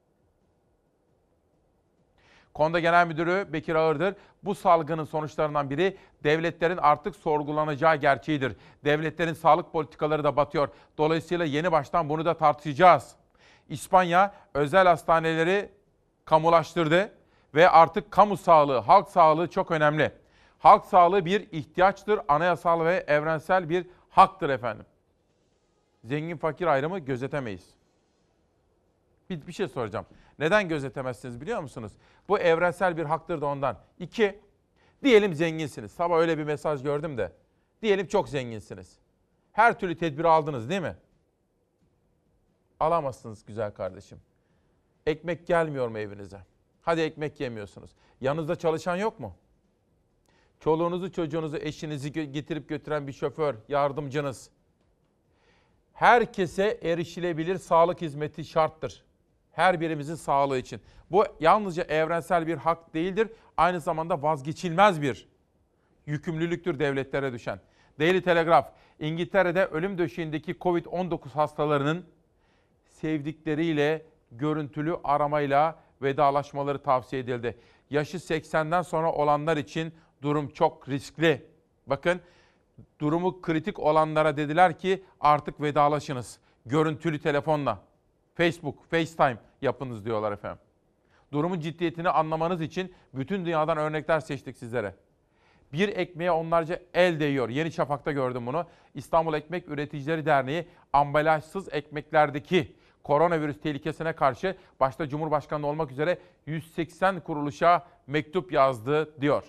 KONDA Genel Müdürü Bekir Ağırdır, bu salgının sonuçlarından biri devletlerin artık sorgulanacağı gerçeğidir. Devletlerin sağlık politikaları da batıyor. Dolayısıyla yeni baştan bunu da tartışacağız. İspanya özel hastaneleri kamulaştırdı ve artık kamu sağlığı, halk sağlığı çok önemli. Halk sağlığı bir ihtiyaçtır, anayasal ve evrensel bir haktır efendim. Zengin fakir ayrımı gözetemeyiz. Bir, bir şey soracağım. Neden gözetemezsiniz biliyor musunuz? Bu evrensel bir haktır da ondan. İki, diyelim zenginsiniz. Sabah öyle bir mesaj gördüm de. Diyelim çok zenginsiniz. Her türlü tedbiri aldınız değil mi? Alamazsınız güzel kardeşim. Ekmek gelmiyor mu evinize? Hadi ekmek yemiyorsunuz. Yanınızda çalışan yok mu? Çoluğunuzu, çocuğunuzu, eşinizi getirip götüren bir şoför, yardımcınız. Herkese erişilebilir sağlık hizmeti şarttır. Her birimizin sağlığı için. Bu yalnızca evrensel bir hak değildir. Aynı zamanda vazgeçilmez bir yükümlülüktür devletlere düşen. Daily Telegraph, İngiltere'de ölüm döşeğindeki kovid on dokuz hastalarının sevdikleriyle görüntülü aramayla vedalaşmaları tavsiye edildi. Yaşı seksenden sonra olanlar için durum çok riskli. Bakın, durumu kritik olanlara dediler ki artık vedalaşınız. Görüntülü telefonla, Facebook, FaceTime yapınız diyorlar efendim. Durumun ciddiyetini anlamanız için bütün dünyadan örnekler seçtik sizlere. Bir ekmeğe onlarca el değiyor. Yeni Şafak'ta gördüm bunu. İstanbul Ekmek Üreticileri Derneği ambalajsız ekmeklerdeki koronavirüs tehlikesine karşı başta Cumhurbaşkanı olmak üzere yüz seksen kuruluşa mektup yazdı diyor.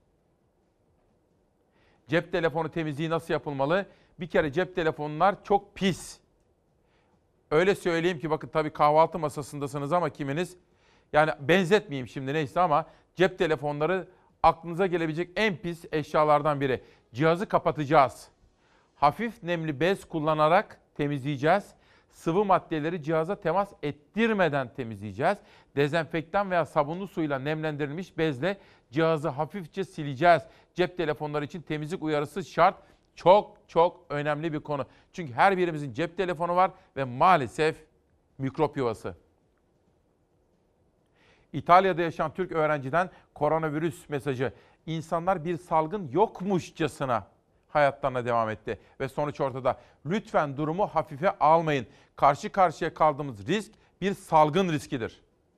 Cep telefonu temizliği nasıl yapılmalı? Bir kere cep telefonlar çok pis. Öyle söyleyeyim ki bakın tabii kahvaltı masasındasınız ama kiminiz, yani benzetmeyeyim şimdi neyse ama cep telefonları aklınıza gelebilecek en pis eşyalardan biri. Cihazı kapatacağız. Hafif nemli bez kullanarak temizleyeceğiz. Sıvı maddeleri cihaza temas ettirmeden temizleyeceğiz. Dezenfektan veya sabunlu suyla nemlendirilmiş bezle cihazı hafifçe sileceğiz. Cep telefonları için temizlik uyarısı şart. Çok çok önemli bir konu. Çünkü her birimizin cep telefonu var ve maalesef mikrop yuvası. İtalya'da yaşayan Türk öğrenciden koronavirüs mesajı. İnsanlar bir salgın yokmuşçasına hayatlarına devam etti. Ve sonuç ortada. Lütfen durumu hafife almayın. Karşı karşıya kaldığımız risk bir salgın riskidir.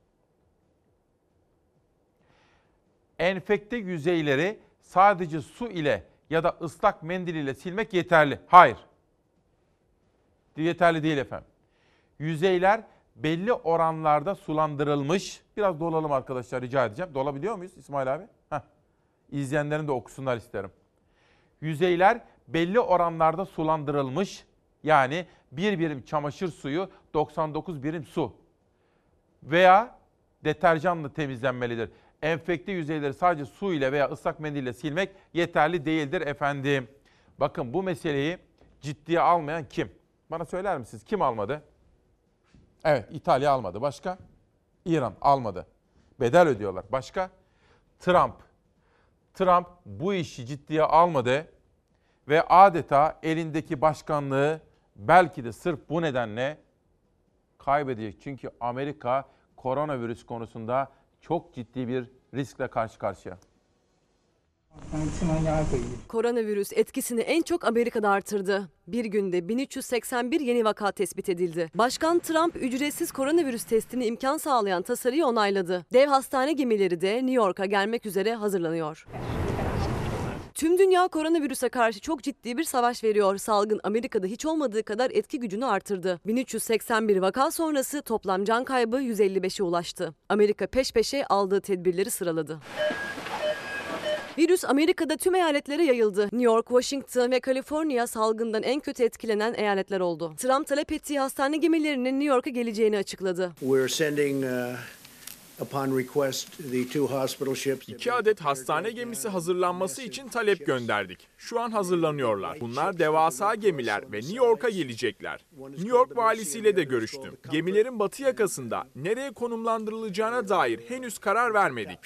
Enfekte yüzeyleri sadece su ile ya da ıslak mendil ile silmek yeterli. Hayır. Yeterli değil efendim. Yüzeyler belli oranlarda sulandırılmış. Biraz dolalım arkadaşlar, rica edeceğim. Dolabiliyor muyuz İsmail abi? Heh. İzleyenlerin de okusunlar isterim. Yüzeyler belli oranlarda sulandırılmış Yani bir birim çamaşır suyu doksan dokuz birim su. Veya deterjanla temizlenmelidir. Enfekte yüzeyleri sadece su ile veya ıslak mendille silmek yeterli değildir efendim. Bakın bu meseleyi ciddiye almayan kim? Bana söyler misiniz? Kim almadı? Evet, İtalya almadı. Başka? İran almadı. Bedel ödüyorlar. Başka? Trump. Trump bu işi ciddiye almadı ve adeta elindeki başkanlığı belki de sırf bu nedenle kaybedecek. Çünkü Amerika koronavirüs konusunda çok ciddi bir riskle karşı karşıya.
Koronavirüs etkisini en çok Amerika'da artırdı. Bir günde bin üç yüz seksen bir yeni vaka tespit edildi. Başkan Trump ücretsiz koronavirüs testini imkan sağlayan tasarıyı onayladı. Dev hastane gemileri de New York'a gelmek üzere hazırlanıyor. Tüm dünya koronavirüse karşı çok ciddi bir savaş veriyor. Salgın Amerika'da hiç olmadığı kadar etki gücünü artırdı. bin üç yüz seksen bir vaka sonrası toplam can kaybı yüz elli beşe ulaştı. Amerika peş peşe aldığı tedbirleri sıraladı. Virüs Amerika'da tüm eyaletlere yayıldı. New York, Washington ve Kaliforniya salgından en kötü etkilenen eyaletler oldu. Trump talep ettiği hastane gemilerinin New York'a geleceğini açıkladı.
We're sending uh... Upon request, the two hospital ships...
İki adet hastane gemisi hazırlanması için talep gönderdik. Şu an hazırlanıyorlar. Bunlar devasa gemiler ve New York'a gelecekler. New York valisiyle de görüştüm. Gemilerin batı yakasında nereye konumlandırılacağına dair henüz karar vermedik.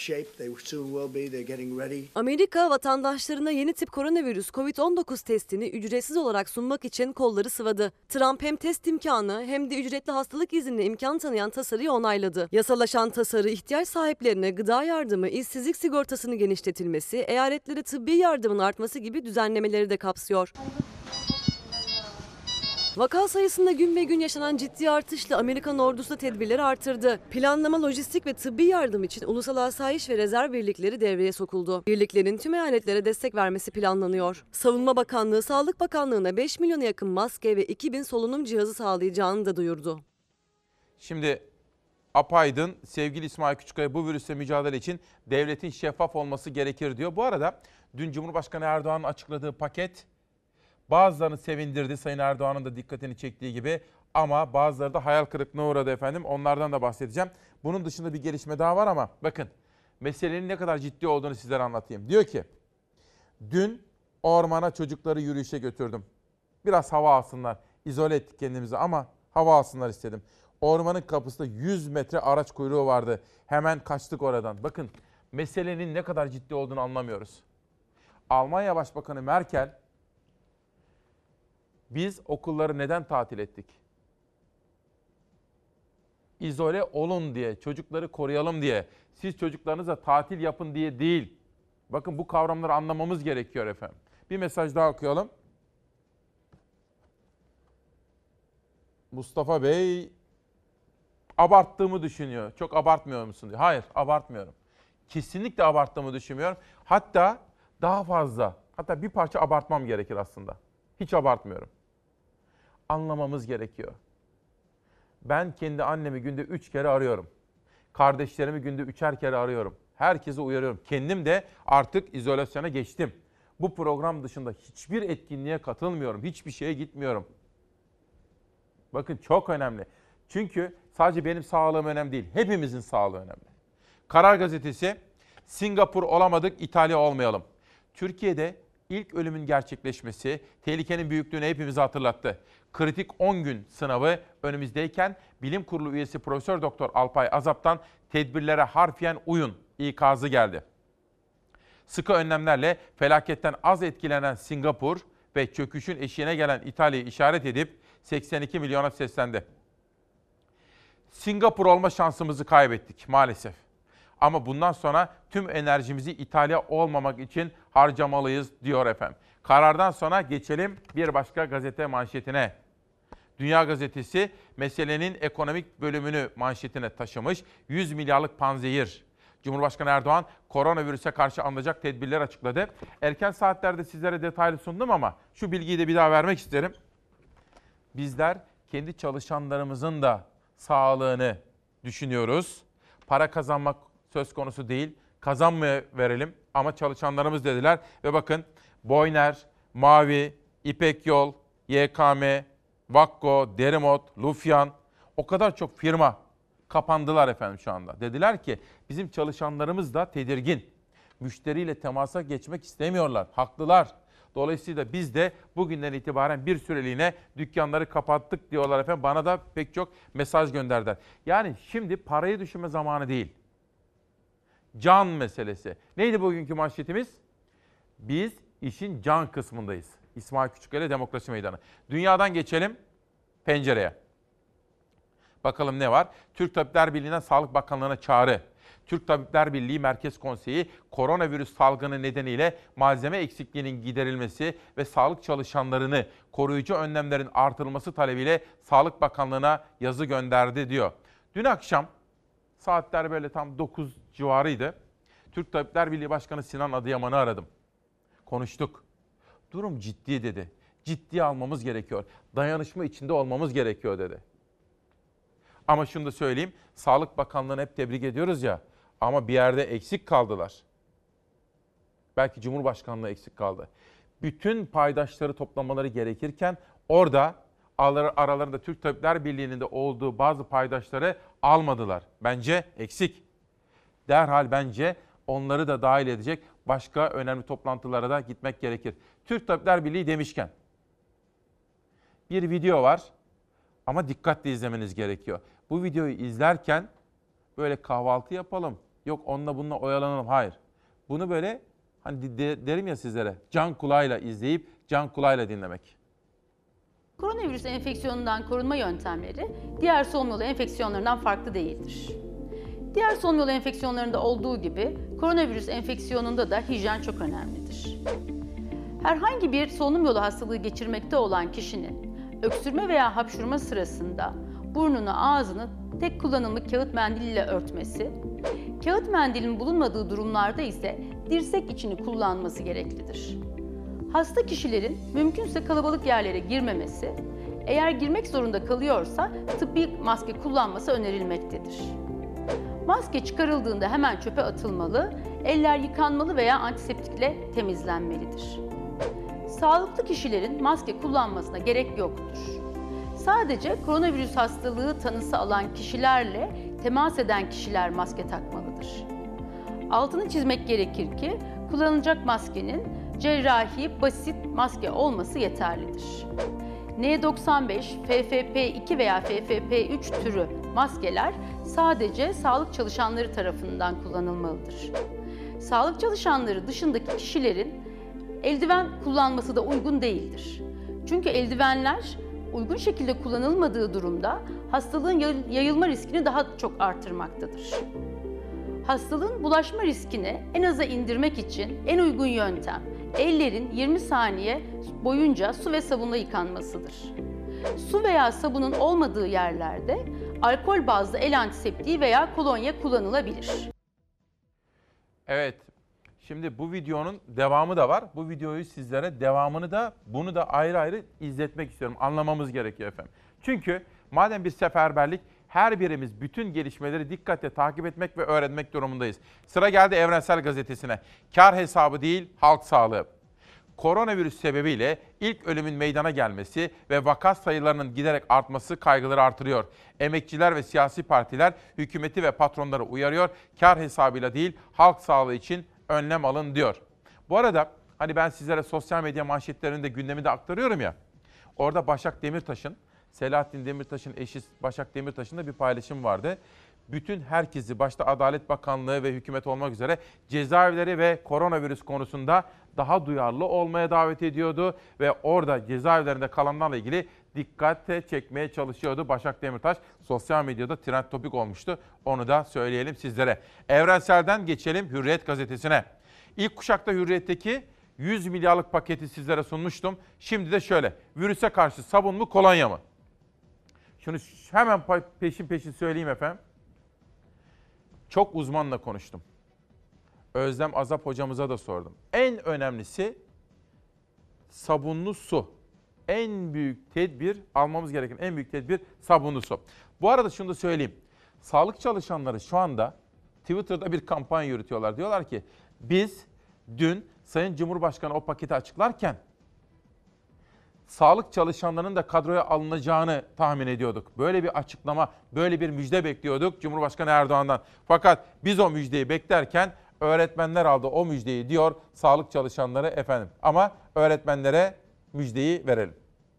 Amerika vatandaşlarına yeni tip koronavirüs kovid on dokuz testini ücretsiz olarak sunmak için kolları sıvadı. Trump hem test imkanı hem de ücretli hastalık iznine imkan tanıyan tasarıyı onayladı. Yasalaşan tasarı ihtiyaç sahiplerine gıda yardımı, işsizlik sigortasını genişletilmesi, eyaletlere tıbbi yardımın artması gibi düzenlemeleri de kapsıyor. Vaka sayısında gün be gün yaşanan ciddi artışla Amerikan ordusu da tedbirleri artırdı. Planlama, lojistik ve tıbbi yardım için ulusal asayiş ve rezerv birlikleri devreye sokuldu. Birliklerin tüm eyaletlere destek vermesi planlanıyor. Savunma Bakanlığı, Sağlık Bakanlığı'na beş milyona yakın maske ve iki bin solunum cihazı sağlayacağını da duyurdu.
Şimdi apaydın sevgili İsmail Küçükkaya bu virüsle mücadele için devletin şeffaf olması gerekir diyor. Bu arada dün Cumhurbaşkanı Erdoğan'ın açıkladığı paket bazılarını sevindirdi. Sayın Erdoğan'ın da dikkatini çektiği gibi ama bazıları da hayal kırıklığına uğradı efendim. Onlardan da bahsedeceğim. Bunun dışında bir gelişme daha var ama bakın meselenin ne kadar ciddi olduğunu sizlere anlatayım. Diyor ki dün ormana çocukları yürüyüşe götürdüm. Biraz hava alsınlar. İzole ettik kendimizi ama hava alsınlar istedim. Ormanın kapısında yüz metre araç kuyruğu vardı. Hemen kaçtık oradan. Bakın meselenin ne kadar ciddi olduğunu anlamıyoruz. Almanya Başbakanı Merkel, biz okulları neden tatil ettik? İzole olun diye, çocukları koruyalım diye, siz çocuklarınıza tatil yapın diye değil. Bakın bu kavramları anlamamız gerekiyor efendim. Bir mesaj daha okuyalım. Mustafa Bey abarttığımı düşünüyor. Çok abartmıyor musun diyor. Hayır, abartmıyorum. Kesinlikle abarttığımı düşünmüyorum. Hatta daha fazla, hatta bir parça abartmam gerekir aslında. Hiç abartmıyorum. Anlamamız gerekiyor. Ben kendi annemi günde üç kere arıyorum. Kardeşlerimi günde üçer kere arıyorum. Herkese uyarıyorum. Kendim de artık izolasyona geçtim. Bu program dışında hiçbir etkinliğe katılmıyorum. Hiçbir şeye gitmiyorum. Bakın çok önemli. Çünkü sadece benim sağlığım önemli değil. Hepimizin sağlığı önemli. Karar Gazetesi, Singapur olamadık, İtalya olmayalım. Türkiye'de ilk ölümün gerçekleşmesi tehlikenin büyüklüğünü hepimize hatırlattı. Kritik on gün sınavı önümüzdeyken Bilim Kurulu üyesi Profesör Doktor Alpay Azap'tan tedbirlere harfiyen uyun ikazı geldi. Sıkı önlemlerle felaketten az etkilenen Singapur ve çöküşün eşiğine gelen İtalya'yı işaret edip seksen iki milyona seslendi. Singapur olma şansımızı kaybettik maalesef. Ama bundan sonra tüm enerjimizi İtalya olmamak için harcamalıyız diyor efendim. Karardan sonra geçelim bir başka gazete manşetine. Dünya Gazetesi meselenin ekonomik bölümünü manşetine taşımış. yüz milyarlık panzehir. Cumhurbaşkanı Erdoğan koronavirüse karşı alınacak tedbirler açıkladı. Erken saatlerde sizlere detaylı sundum ama şu bilgiyi de bir daha vermek isterim. Bizler kendi çalışanlarımızın da sağlığını düşünüyoruz. Para kazanmak söz konusu değil. Kazanmaya verelim ama çalışanlarımız dediler. Ve bakın Boyner, Mavi, İpek Yol, Y K M, Vakko, Derimot, Lufyan, o kadar çok firma kapandılar efendim şu anda. Dediler ki bizim çalışanlarımız da tedirgin. Müşteriyle temasa geçmek istemiyorlar. Haklılar. Dolayısıyla biz de bugünden itibaren bir süreliğine dükkanları kapattık diyorlar efendim. Bana da pek çok mesaj gönderdiler. Yani şimdi parayı düşünme zamanı değil. Can meselesi. Neydi bugünkü manşetimiz? Biz işin can kısmındayız. İsmail Küçükkaya Demokrasi Meydanı. Dünyadan geçelim pencereye. Bakalım ne var? Türk Tabipler Birliği'nden Sağlık Bakanlığı'na çağrı. Türk Tabipler Birliği Merkez Konseyi koronavirüs salgını nedeniyle malzeme eksikliğinin giderilmesi ve sağlık çalışanlarını koruyucu önlemlerin artırılması talebiyle Sağlık Bakanlığı'na yazı gönderdi diyor. Dün akşam saatler böyle tam dokuz civarıydı. Türk Tabipler Birliği Başkanı Sinan Adıyaman'ı aradım. Konuştuk. Durum ciddi dedi. Ciddiye almamız gerekiyor. Dayanışma içinde olmamız gerekiyor dedi. Ama şunu da söyleyeyim. Sağlık Bakanlığı'nı hep tebrik ediyoruz ya. Ama bir yerde eksik kaldılar. Belki Cumhurbaşkanlığı eksik kaldı. Bütün paydaşları toplamaları gerekirken orada aralarında Türk Tabipler Birliği'nin de olduğu bazı paydaşları almadılar. Bence eksik. Derhal bence onları da dahil edecek başka önemli toplantılara da gitmek gerekir. Türk Tabipler Birliği demişken bir video var ama dikkatli izlemeniz gerekiyor. Bu videoyu izlerken böyle kahvaltı yapalım, yok onunla bununla oyalanalım. Hayır. Bunu böyle hani de, derim ya sizlere, can kulağıyla izleyip can kulağıyla dinlemek.
Koronavirüs enfeksiyonundan korunma yöntemleri diğer solunum yolu enfeksiyonlarından farklı değildir. Diğer solunum yolu enfeksiyonlarında olduğu gibi koronavirüs enfeksiyonunda da hijyen çok önemlidir. Herhangi bir solunum yolu hastalığı geçirmekte olan kişinin öksürme veya hapşurma sırasında burnunu, ağzını tek kullanımlık kağıt mendil ile örtmesi, kağıt mendilin bulunmadığı durumlarda ise dirsek içini kullanması gereklidir. Hasta kişilerin mümkünse kalabalık yerlere girmemesi, eğer girmek zorunda kalıyorsa tıbbi maske kullanması önerilmektedir. Maske çıkarıldığında hemen çöpe atılmalı, eller yıkanmalı veya antiseptikle temizlenmelidir. Sağlıklı kişilerin maske kullanmasına gerek yoktur. Sadece koronavirüs hastalığı tanısı alan kişilerle temas eden kişiler maske takmalıdır. Altını çizmek gerekir ki kullanılacak maskenin cerrahi basit maske olması yeterlidir. N doksan beş, F F P iki veya F F P üç türü maskeler sadece sağlık çalışanları tarafından kullanılmalıdır. Sağlık çalışanları dışındaki kişilerin eldiven kullanması da uygun değildir. Çünkü eldivenler uygun şekilde kullanılmadığı durumda hastalığın yayılma riskini daha çok artırmaktadır. Hastalığın bulaşma riskini en aza indirmek için en uygun yöntem ellerin yirmi saniye boyunca su ve sabunla yıkanmasıdır. Su veya sabunun olmadığı yerlerde alkol bazlı el antiseptiği veya kolonya kullanılabilir.
Evet, şimdi bu videonun devamı da var. Bu videoyu sizlere devamını da bunu da ayrı ayrı izletmek istiyorum. Anlamamız gerekiyor efendim. Çünkü madem bir seferberlik, her birimiz bütün gelişmeleri dikkatle takip etmek ve öğrenmek durumundayız. Sıra geldi Evrensel Gazetesi'ne. Kar hesabı değil, halk sağlığı. Koronavirüs sebebiyle ilk ölümün meydana gelmesi ve vaka sayılarının giderek artması kaygıları artırıyor. Emekçiler ve siyasi partiler hükümeti ve patronları uyarıyor. Kar hesabıyla değil, halk sağlığı için önlem alın diyor. Bu arada hani ben sizlere sosyal medya manşetlerini de gündeminde aktarıyorum ya. Orada Başak Demirtaş'ın, Selahattin Demirtaş'ın eşi Başak Demirtaş'ın da bir paylaşım vardı. Bütün herkesi başta Adalet Bakanlığı ve hükümet olmak üzere cezaevleri ve koronavirüs konusunda daha duyarlı olmaya davet ediyordu. Ve orada cezaevlerinde kalanlarla ilgili dikkate çekmeye çalışıyordu Başak Demirtaş. Sosyal medyada trend topik olmuştu. Onu da söyleyelim sizlere. Evrensel'den geçelim Hürriyet gazetesine. İlk kuşakta Hürriyet'teki yüz milyarlık paketi sizlere sunmuştum. Şimdi de şöyle, virüse karşı sabun mu kolonya mı? Şunu hemen peşin peşin söyleyeyim efendim. Çok uzmanla konuştum. Özlem Azap hocamıza da sordum. En önemlisi sabunlu su. En büyük tedbir, almamız gereken en büyük tedbir sabunlu su. Bu arada şunu da söyleyeyim. Sağlık çalışanları şu anda Twitter'da bir kampanya yürütüyorlar. Diyorlar ki biz dün Sayın Cumhurbaşkanı o paketi açıklarken sağlık çalışanlarının da kadroya alınacağını tahmin ediyorduk. Böyle bir açıklama, böyle bir müjde bekliyorduk Cumhurbaşkanı Erdoğan'dan. Fakat biz o müjdeyi beklerken öğretmenler aldı o müjdeyi diyor sağlık çalışanları efendim. Ama öğretmenlere müjdeyi verelim.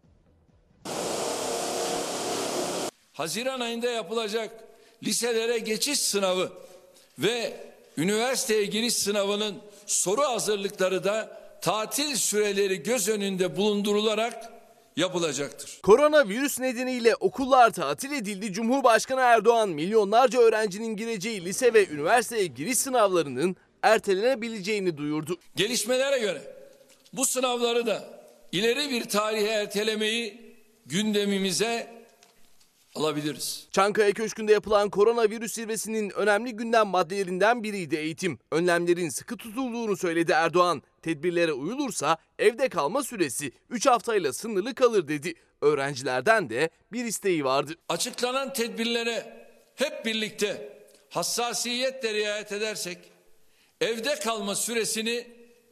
Haziran ayında yapılacak liselere geçiş sınavı ve üniversiteye giriş sınavının soru hazırlıkları da tatil süreleri göz önünde bulundurularak yapılacaktır.
Koronavirüs nedeniyle okullar tatil edildi. Cumhurbaşkanı Erdoğan milyonlarca öğrencinin gireceği lise ve üniversiteye giriş sınavlarının ertelenebileceğini duyurdu.
Gelişmelere göre bu sınavları da ileri bir tarihe ertelemeyi gündemimize alabiliriz.
Çankaya Köşkü'nde yapılan koronavirüs zirvesinin önemli gündem maddelerinden biriydi eğitim. Önlemlerin sıkı tutulduğunu söyledi Erdoğan. Tedbirlere uyulursa evde kalma süresi üç haftayla sınırlı kalır dedi. Öğrencilerden de bir isteği vardı.
Açıklanan tedbirlere hep birlikte hassasiyetle riayet edersek evde kalma süresini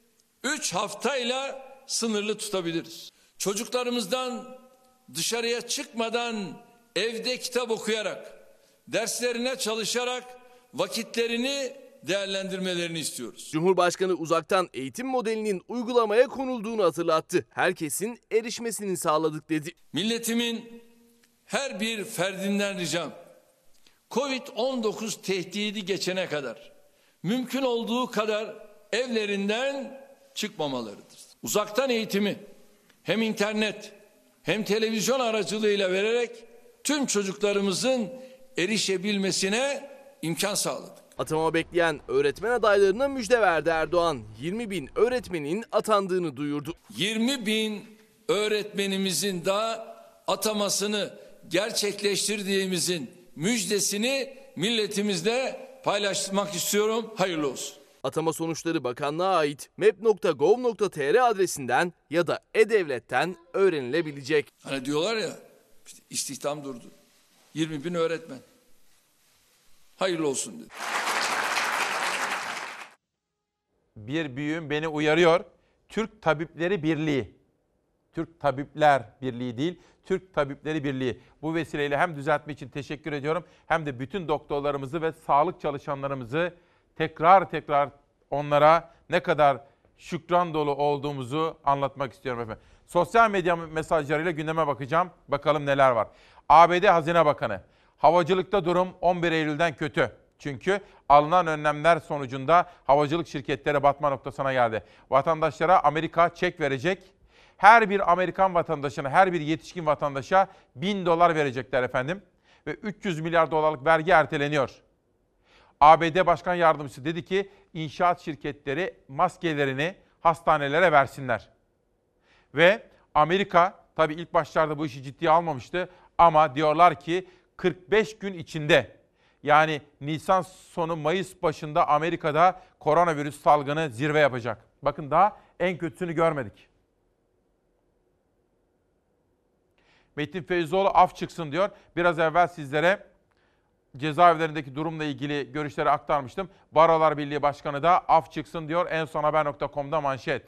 üç haftayla sınırlı tutabiliriz. Çocuklarımızdan dışarıya çıkmadan evde kitap okuyarak, derslerine çalışarak vakitlerini değerlendirmelerini istiyoruz.
Cumhurbaşkanı uzaktan eğitim modelinin uygulamaya konulduğunu hatırlattı. Herkesin erişmesini sağladık dedi.
Milletimin her bir ferdinden ricam, kovid on dokuz tehdidi geçene kadar mümkün olduğu kadar evlerinden çıkmamalarıdır. Uzaktan eğitimi hem internet hem televizyon aracılığıyla vererek tüm çocuklarımızın erişebilmesine imkan sağladık.
Atama bekleyen öğretmen adaylarına müjde verdi Erdoğan. yirmi bin öğretmenin atandığını duyurdu.
yirmi bin öğretmenimizin daha atamasını gerçekleştirdiğimizin müjdesini milletimizle paylaşmak istiyorum. Hayırlı olsun.
Atama sonuçları bakanlığa ait map nokta gov nokta tr adresinden ya da E-Devlet'ten öğrenilebilecek.
Hani diyorlar ya işte istihdam durdu. yirmi bin öğretmen. Hayırlı olsun dedi.
Bir büyüğüm beni uyarıyor. Türk Tabipleri Birliği. Türk Tabipler Birliği değil, Türk Tabipleri Birliği. Bu vesileyle hem düzeltme için teşekkür ediyorum hem de bütün doktorlarımızı ve sağlık çalışanlarımızı tekrar tekrar onlara ne kadar şükran dolu olduğumuzu anlatmak istiyorum efendim. Sosyal medya mesajlarıyla gündeme bakacağım. Bakalım neler var. A B D Hazine Bakanı, havacılıkta durum on bir Eylül'den kötü. Çünkü alınan önlemler sonucunda havacılık şirketleri batma noktasına geldi. Vatandaşlara Amerika çek verecek. Her bir Amerikan vatandaşına, her bir yetişkin vatandaşa bin dolar verecekler efendim. Ve üç yüz milyar dolarlık vergi erteleniyor. A B D Başkan Yardımcısı dedi ki inşaat şirketleri maskelerini hastanelere versinler. Ve Amerika tabii ilk başlarda bu işi ciddiye almamıştı ama diyorlar ki kırk beş gün içinde, yani Nisan sonu Mayıs başında Amerika'da koronavirüs salgını zirve yapacak. Bakın daha en kötüsünü görmedik. Metin Feyzoğlu af çıksın diyor. Biraz evvel sizlere cezaevlerindeki durumla ilgili görüşleri aktarmıştım. Barolar Birliği Başkanı da af çıksın diyor. en son haber nokta com'da manşet.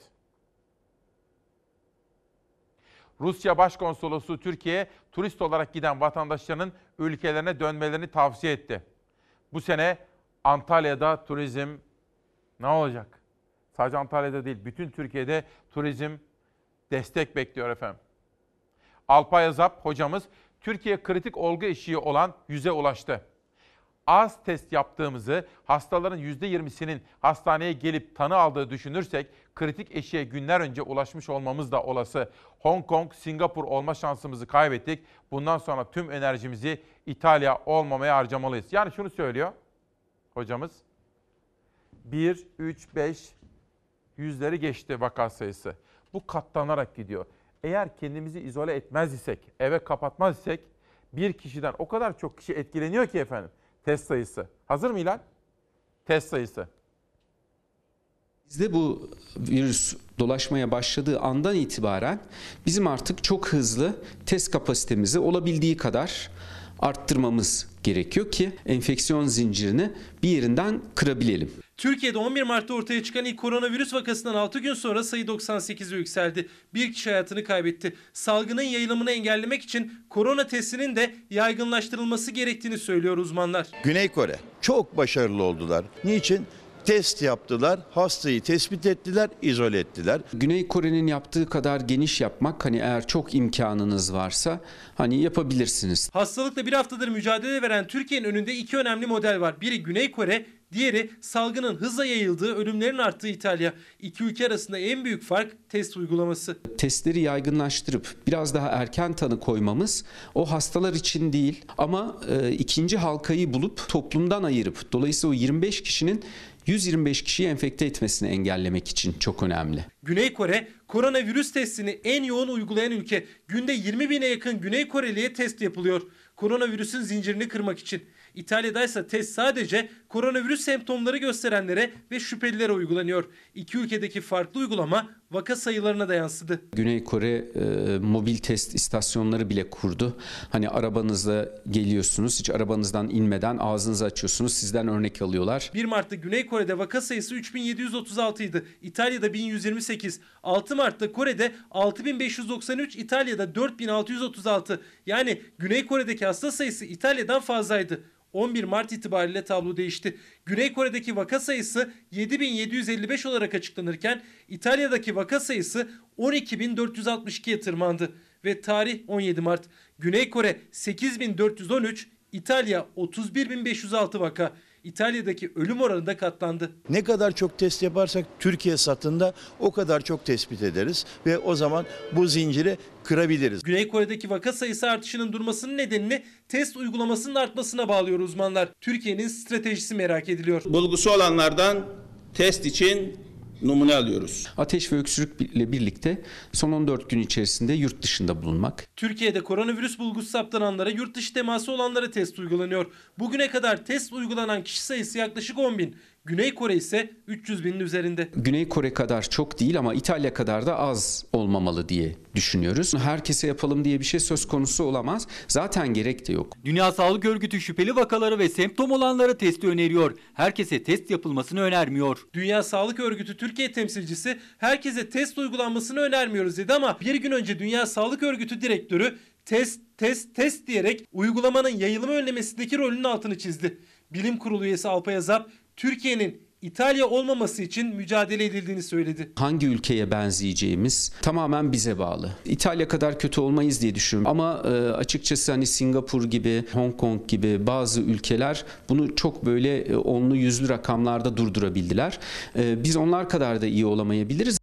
Rusya Başkonsolosu Türkiye'ye turist olarak giden vatandaşlarının ülkelerine dönmelerini tavsiye etti. Bu sene Antalya'da turizm ne olacak? Sadece Antalya'da değil, bütün Türkiye'de turizm destek bekliyor efendim. Alpay Azap hocamız, Türkiye kritik olgu eşiği olan yüze ulaştı. Az test yaptığımızı, hastaların yüzde yirmisinin hastaneye gelip tanı aldığı düşünürsek, kritik eşiğe günler önce ulaşmış olmamız da olası. Hong Kong, Singapur olma şansımızı kaybettik. Bundan sonra tüm enerjimizi İtalya olmamaya harcamalıyız. Yani şunu söylüyor hocamız. bir, üç, beş yüzleri geçti vaka sayısı. Bu katlanarak gidiyor. Eğer kendimizi izole etmez isek, eve kapatmaz isek bir kişiden o kadar çok kişi etkileniyor ki efendim. Test sayısı. Hazır mı İlhan? Test sayısı.
Bizde bu virüs dolaşmaya başladığı andan itibaren bizim artık çok hızlı test kapasitemizi olabildiği kadar arttırmamız gerekiyor ki enfeksiyon zincirini bir yerinden kırabilelim.
Türkiye'de on bir Mart'ta ortaya çıkan ilk koronavirüs vakasından altı gün sonra sayı doksan sekize yükseldi. Bir kişi hayatını kaybetti. Salgının yayılımını engellemek için korona testinin de yaygınlaştırılması gerektiğini söylüyor uzmanlar.
Güney Kore çok başarılı oldular. Niçin? Test yaptılar, hastayı tespit ettiler, izole ettiler.
Güney Kore'nin yaptığı kadar geniş yapmak, hani eğer çok imkanınız varsa hani yapabilirsiniz.
Hastalıkla bir haftadır mücadele veren Türkiye'nin önünde iki önemli model var. Biri Güney Kore, diğeri salgının hızla yayıldığı, ölümlerin arttığı İtalya. İki ülke arasında en büyük fark test uygulaması.
Testleri yaygınlaştırıp biraz daha erken tanı koymamız o hastalar için değil ama e, ikinci halkayı bulup toplumdan ayırıp dolayısıyla o yirmi beş kişinin yüz yirmi beş kişiyi enfekte etmesini engellemek için çok önemli.
Güney Kore koronavirüs testini en yoğun uygulayan ülke. Günde yirmi bine yakın Güney Koreliye test yapılıyor. Koronavirüsün zincirini kırmak için. İtalya'da ise test sadece koronavirüs semptomları gösterenlere ve şüphelilere uygulanıyor. İki ülkedeki farklı uygulama vaka sayılarına da yansıdı.
Güney Kore e, mobil test istasyonları bile kurdu. Hani arabanızla geliyorsunuz, hiç arabanızdan inmeden ağzınızı açıyorsunuz, sizden örnek alıyorlar.
bir Mart'ta Güney Kore'de vaka sayısı üç bin yedi yüz otuz altı idi. İtalya'da bin yüz yirmi sekiz. altı Mart'ta Kore'de altı bin beş yüz doksan üç, İtalya'da dört bin altı yüz otuz altı. Yani Güney Kore'deki hasta sayısı İtalya'dan fazlaydı. on bir Mart itibariyle tablo değişti. Güney Kore'deki vaka sayısı yedi bin yedi yüz elli beş olarak açıklanırken İtalya'daki vaka sayısı on iki bin dört yüz altmış ikiye tırmandı. Ve tarih on yedi Mart. Güney Kore sekiz bin dört yüz on üç, İtalya otuz bir bin beş yüz altı vaka. İtalya'daki ölüm oranı da katlandı.
Ne kadar çok test yaparsak Türkiye satında o kadar çok tespit ederiz ve o zaman bu zinciri kırabiliriz.
Güney Kore'deki vaka sayısı artışının durmasının nedenini test uygulamasının artmasına bağlıyor uzmanlar. Türkiye'nin stratejisi merak ediliyor.
Bulgusu olanlardan test için numune alıyoruz.
Ateş ve öksürükle birlikte son on dört gün içerisinde yurt dışında bulunmak.
Türkiye'de koronavirüs bulgusu saptananlara, yurt dışı teması olanlara test uygulanıyor. Bugüne kadar test uygulanan kişi sayısı yaklaşık on bin. Güney Kore ise üç yüz binin üzerinde.
Güney Kore kadar çok değil ama İtalya kadar da az olmamalı diye düşünüyoruz. Herkese yapalım diye bir şey söz konusu olamaz. Zaten gerek de yok.
Dünya Sağlık Örgütü şüpheli vakaları ve semptom olanlara testi öneriyor. Herkese test yapılmasını önermiyor.
Dünya Sağlık Örgütü Türkiye temsilcisi herkese test uygulanmasını önermiyoruz dedi ama bir gün önce Dünya Sağlık Örgütü direktörü test, test, test diyerek uygulamanın yayılımı önlemesindeki rolünün altını çizdi. Bilim Kurulu üyesi Alpay Azap, Türkiye'nin İtalya olmaması için mücadele edildiğini söyledi.
Hangi ülkeye benzeyeceğimiz tamamen bize bağlı. İtalya kadar kötü olmayız diye düşünüyorum. Ama e, açıkçası hani Singapur gibi, Hong Kong gibi bazı ülkeler bunu çok böyle e, onlu yüzlü rakamlarda durdurabildiler. E, biz onlar kadar da iyi olamayabiliriz.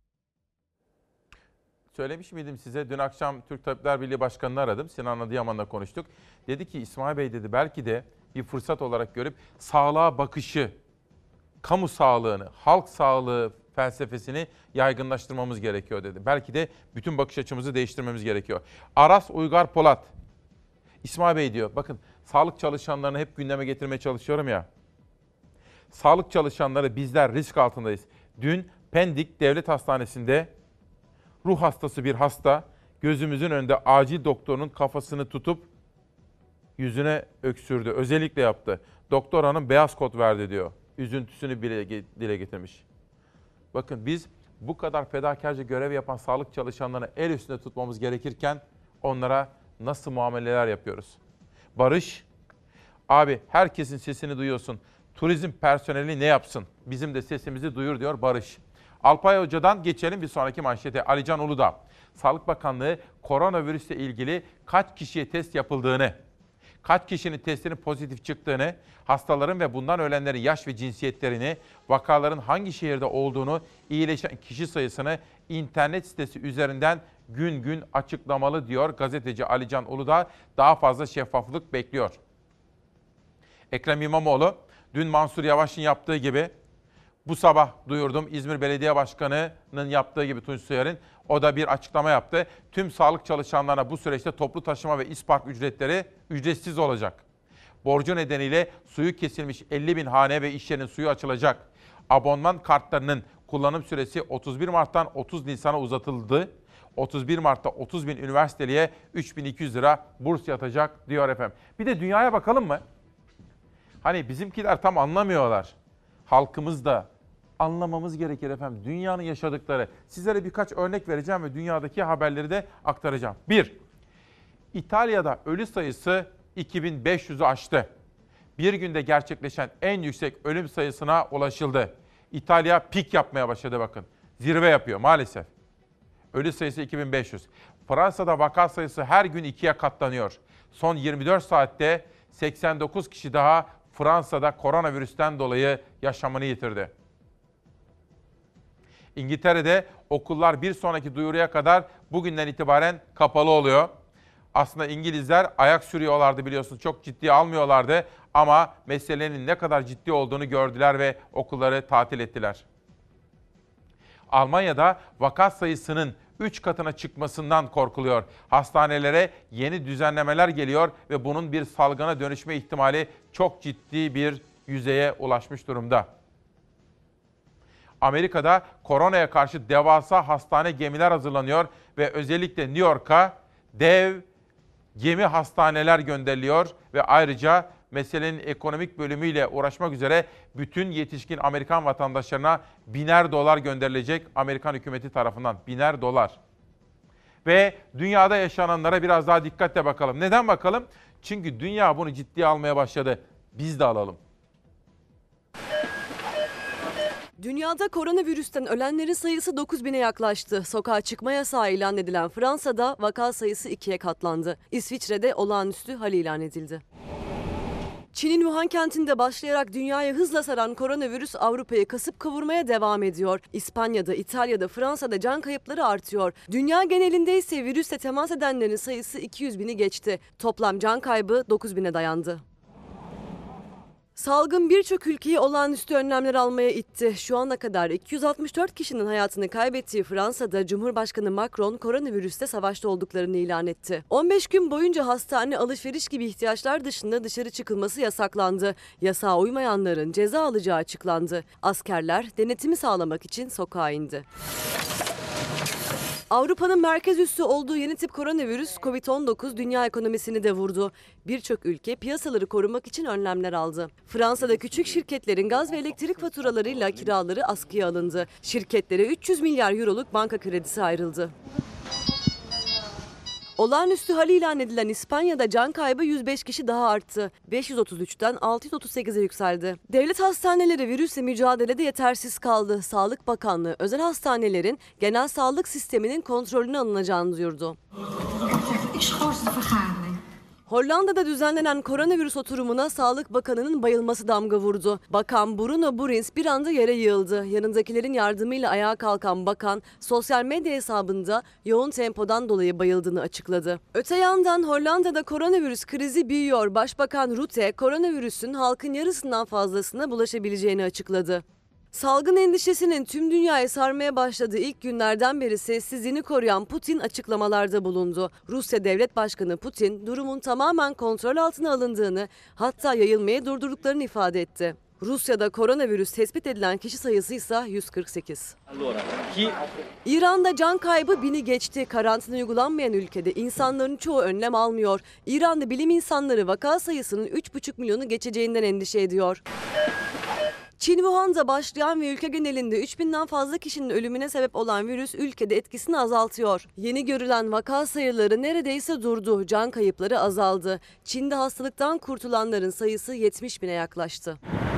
Söylemiş miydim size? Dün akşam Türk Tabipler Birliği Başkanı'nı aradım. Sinan Adıyaman'la konuştuk. Dedi ki İsmail Bey dedi belki de bir fırsat olarak görüp sağlığa bakışı, kamu sağlığını, halk sağlığı felsefesini yaygınlaştırmamız gerekiyor dedi. Belki de bütün bakış açımızı değiştirmemiz gerekiyor. Aras Uygar Polat, İsmail Bey diyor, bakın sağlık çalışanlarını hep gündeme getirmeye çalışıyorum ya. Sağlık çalışanları bizler risk altındayız. Dün Pendik Devlet Hastanesi'nde ruh hastası bir hasta gözümüzün önünde acil doktorunun kafasını tutup yüzüne öksürdü. Özellikle yaptı. Doktor hanım beyaz kod verdi diyor. Üzüntüsünü bile dile getirmiş. Bakın biz bu kadar fedakarca görev yapan sağlık çalışanlarını el üstünde tutmamız gerekirken onlara nasıl muameleler yapıyoruz? Barış, abi herkesin sesini duyuyorsun. Turizm personeli ne yapsın? Bizim de sesimizi duyur diyor Barış. Alpay Hoca'dan geçelim bir sonraki manşete. Alican Uludağ, Sağlık Bakanlığı koronavirüsle ilgili kaç kişiye test yapıldığını, kaç kişinin testinin pozitif çıktığını, hastaların ve bundan ölenlerin yaş ve cinsiyetlerini, vakaların hangi şehirde olduğunu, iyileşen kişi sayısını internet sitesi üzerinden gün gün açıklamalı diyor gazeteci Alican Uludağ. Daha fazla şeffaflık bekliyor. Ekrem İmamoğlu, dün Mansur Yavaş'ın yaptığı gibi, bu sabah duyurdum İzmir Belediye Başkanı'nın yaptığı gibi Tunç Soyer'in, o da bir açıklama yaptı. Tüm sağlık çalışanlarına bu süreçte toplu taşıma ve ispark ücretleri ücretsiz olacak. Borcu nedeniyle suyu kesilmiş elli bin hane ve iş yerinin suyu açılacak. Abonman kartlarının kullanım süresi otuz bir Mart'tan otuz Nisan'a uzatıldı. otuz bir Mart'ta otuz bin üniversiteliye üç bin iki yüz lira burs yatacak diyor efendim. Bir de dünyaya bakalım mı? Hani bizimkiler tam anlamıyorlar. halkımız da anlamamız gerekir efendim. Dünyanın yaşadıkları. Sizlere birkaç örnek vereceğim ve dünyadaki haberleri de aktaracağım. Bir, İtalya'da ölü sayısı iki bin beş yüzü aştı. Bir günde gerçekleşen en yüksek ölüm sayısına ulaşıldı. İtalya pik yapmaya başladı bakın. Zirve yapıyor maalesef. Ölü sayısı iki bin beş yüz. Fransa'da vaka sayısı her gün ikiye katlanıyor. Son yirmi dört saatte seksen dokuz kişi daha Fransa'da koronavirüsten dolayı yaşamını yitirdi. İngiltere'de okullar bir sonraki duyuruya kadar bugünden itibaren kapalı oluyor. Aslında İngilizler ayak sürüyorlardı biliyorsunuz, çok ciddiye almıyorlardı ama meselenin ne kadar ciddi olduğunu gördüler ve okulları tatil ettiler. Almanya'da vaka sayısının üç katına çıkmasından korkuluyor. Hastanelere yeni düzenlemeler geliyor ve bunun bir salgına dönüşme ihtimali çok ciddi bir yüzeye ulaşmış durumda. Amerika'da koronaya karşı devasa hastane gemiler hazırlanıyor ve özellikle New York'a dev gemi hastaneler gönderiliyor ve ayrıca meselenin ekonomik bölümüyle uğraşmak üzere bütün yetişkin Amerikan vatandaşlarına biner dolar gönderilecek Amerikan hükümeti tarafından. Biner dolar. Ve dünyada yaşananlara biraz daha dikkatle bakalım. Neden bakalım? Çünkü dünya bunu ciddiye almaya başladı. Biz de alalım.
Dünyada koronavirüsten ölenlerin sayısı dokuz bine yaklaştı. Sokağa çıkma yasağı ilan edilen Fransa'da vaka sayısı ikiye katlandı. İsviçre'de olağanüstü hal ilan edildi. Çin'in Wuhan kentinde başlayarak dünyayı hızla saran koronavirüs Avrupa'yı kasıp kavurmaya devam ediyor. İspanya'da, İtalya'da, Fransa'da can kayıpları artıyor. Dünya genelinde ise virüsle temas edenlerin sayısı iki yüz bini geçti. Toplam can kaybı dokuz bine dayandı. Salgın birçok ülkeyi olağanüstü önlemler almaya itti. Şu ana kadar iki yüz altmış dört kişinin hayatını kaybettiği Fransa'da Cumhurbaşkanı Macron koronavirüste savaşta olduklarını ilan etti. on beş gün boyunca hastane, alışveriş gibi ihtiyaçlar dışında dışarı çıkılması yasaklandı. Yasağa uymayanların ceza alacağı açıklandı. Askerler denetimi sağlamak için sokağa indi. Avrupa'nın merkez üssü olduğu yeni tip koronavirüs kovid on dokuz dünya ekonomisini de vurdu. Birçok ülke piyasaları korumak için önlemler aldı. Fransa'da küçük şirketlerin gaz ve elektrik faturalarıyla kiraları askıya alındı. Şirketlere üç yüz milyar euroluk banka kredisi ayrıldı. Olağanüstü hal ilan edilen İspanya'da can kaybı yüz beş kişi daha arttı. beş yüz otuz üçten altı yüz otuz sekize yükseldi. Devlet hastaneleri virüsle mücadelede yetersiz kaldı. Sağlık Bakanlığı özel hastanelerin genel sağlık sisteminin kontrolüne alınacağını duyurdu. Hollanda'da düzenlenen koronavirüs oturumuna Sağlık Bakanı'nın bayılması damga vurdu. Bakan Bruno Bourins bir anda yere yığıldı. Yanındakilerin yardımıyla ayağa kalkan bakan sosyal medya hesabında yoğun tempodan dolayı bayıldığını açıkladı. Öte yandan Hollanda'da koronavirüs krizi büyüyor. Başbakan Rutte koronavirüsün halkın yarısından fazlasına bulaşabileceğini açıkladı. Salgın endişesinin tüm dünyayı sarmaya başladığı ilk günlerden beri sessizliğini koruyan Putin açıklamalarda bulundu. Rusya Devlet Başkanı Putin durumun tamamen kontrol altına alındığını, hatta yayılmaya durdurduklarını ifade etti. Rusya'da koronavirüs tespit edilen kişi sayısı ise yüz kırk sekiz. İran'da can kaybı bini geçti. Karantina uygulanmayan ülkede insanların çoğu önlem almıyor. İran'da bilim insanları vaka sayısının üç buçuk milyonu geçeceğinden endişe ediyor. Çin Wuhan'da başlayan ve ülke genelinde üç binden fazla kişinin ölümüne sebep olan virüs ülkede etkisini azaltıyor. Yeni görülen vaka sayıları neredeyse durdu, can kayıpları azaldı. Çin'de hastalıktan kurtulanların sayısı yetmiş bine yaklaştı.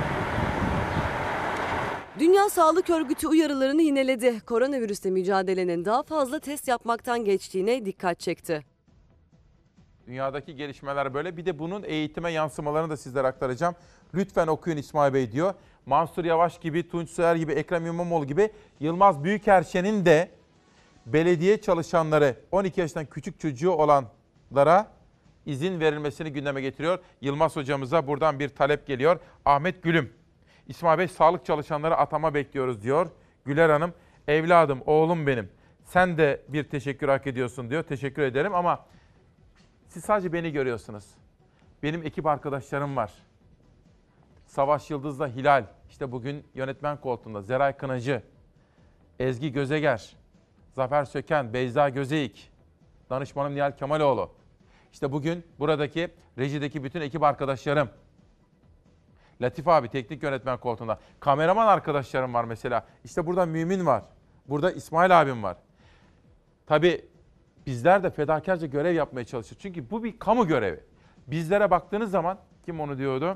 Dünya Sağlık Örgütü uyarılarını yineledi. Koronavirüsle mücadelenin daha fazla test yapmaktan geçtiğine dikkat çekti.
Dünyadaki gelişmeler böyle. Bir de bunun eğitime yansımalarını da sizlere aktaracağım. Lütfen okuyun İsmail Bey diyor. Mansur Yavaş gibi, Tunç Soyer gibi, Ekrem İmamoğlu gibi Yılmaz Büyükerşen'in de belediye çalışanları on iki yaştan küçük çocuğu olanlara izin verilmesini gündeme getiriyor. Yılmaz hocamıza buradan bir talep geliyor. Ahmet Gülüm, İsmail Bey sağlık çalışanları atama bekliyoruz diyor. Güler Hanım, evladım, oğlum benim. Sen de bir teşekkür hak ediyorsun diyor. Teşekkür ederim ama siz sadece beni görüyorsunuz. Benim ekip arkadaşlarım var. Savaş Yıldız'la Hilal, işte bugün yönetmen koltuğunda Zeray Kınacı, Ezgi Gözeger, Zafer Söken, Beyza Gözeyik, danışmanım Nihal Kemaloğlu. İşte bugün buradaki rejideki bütün ekip arkadaşlarım. Latif abi teknik yönetmen koltuğunda. Kameraman arkadaşlarım var mesela. İşte burada Mümin var. Burada İsmail abim var. Tabii bizler de fedakarca görev yapmaya çalışıyoruz. Çünkü bu bir kamu görevi. Bizlere baktığınız zaman, kim onu diyordu?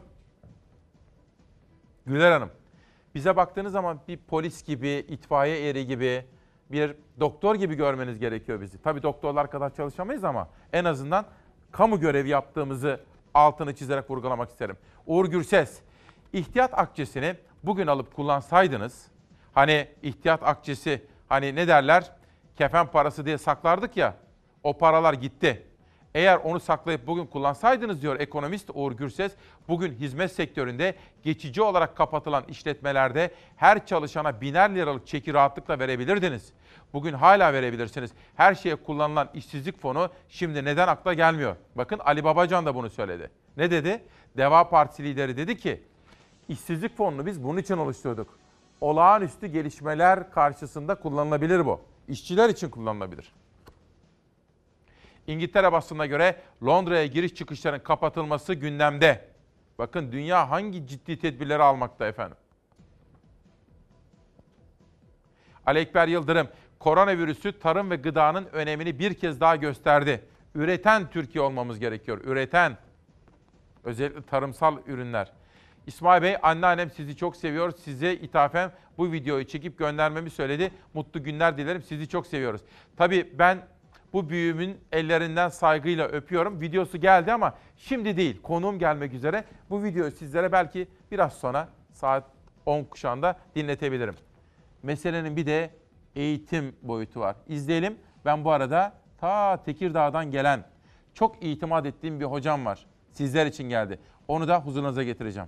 Güler Hanım. Bize baktığınız zaman bir polis gibi, itfaiye eri gibi, bir doktor gibi görmeniz gerekiyor bizi. Tabii doktorlar kadar çalışamayız ama en azından kamu görevi yaptığımızı altını çizerek vurgulamak isterim. Uğur Gürses, ihtiyat akçesini bugün alıp kullansaydınız, hani ihtiyat akçesi, hani ne derler, kefen parası diye saklardık ya, o paralar gitti. Eğer onu saklayıp bugün kullansaydınız diyor ekonomist Uğur Gürses, bugün hizmet sektöründe geçici olarak kapatılan işletmelerde her çalışana biner liralık çeki rahatlıkla verebilirdiniz. Bugün hala verebilirsiniz. Her şeye kullanılan işsizlik fonu şimdi neden akla gelmiyor? Bakın Ali Babacan da bunu söyledi. Ne dedi? Deva Partisi lideri dedi ki, işsizlik fonunu biz bunun için oluşturduk. Olağanüstü gelişmeler karşısında kullanılabilir bu. İşçiler için kullanılabilir. İngiltere basınına göre Londra'ya giriş çıkışların kapatılması gündemde. Bakın dünya hangi ciddi tedbirleri almakta efendim. Ali Ekber Yıldırım, koronavirüsü tarım ve gıdanın önemini bir kez daha gösterdi. Üreten Türkiye olmamız gerekiyor. Üreten. Özellikle tarımsal ürünler. İsmail Bey, anneannem sizi çok seviyor. Size ithafen bu videoyu çekip göndermemi söyledi. Mutlu günler dilerim. Sizi çok seviyoruz. Tabii ben bu büyüğümün ellerinden saygıyla öpüyorum. Videosu geldi ama şimdi değil. Konuğum gelmek üzere. Bu videoyu sizlere belki biraz sonra saat on kuşağında dinletebilirim. Meselenin bir de eğitim boyutu var. İzleyelim. Ben bu arada ta Tekirdağ'dan gelen, çok itimat ettiğim bir hocam var. Sizler için geldi. Onu da huzurunuza getireceğim.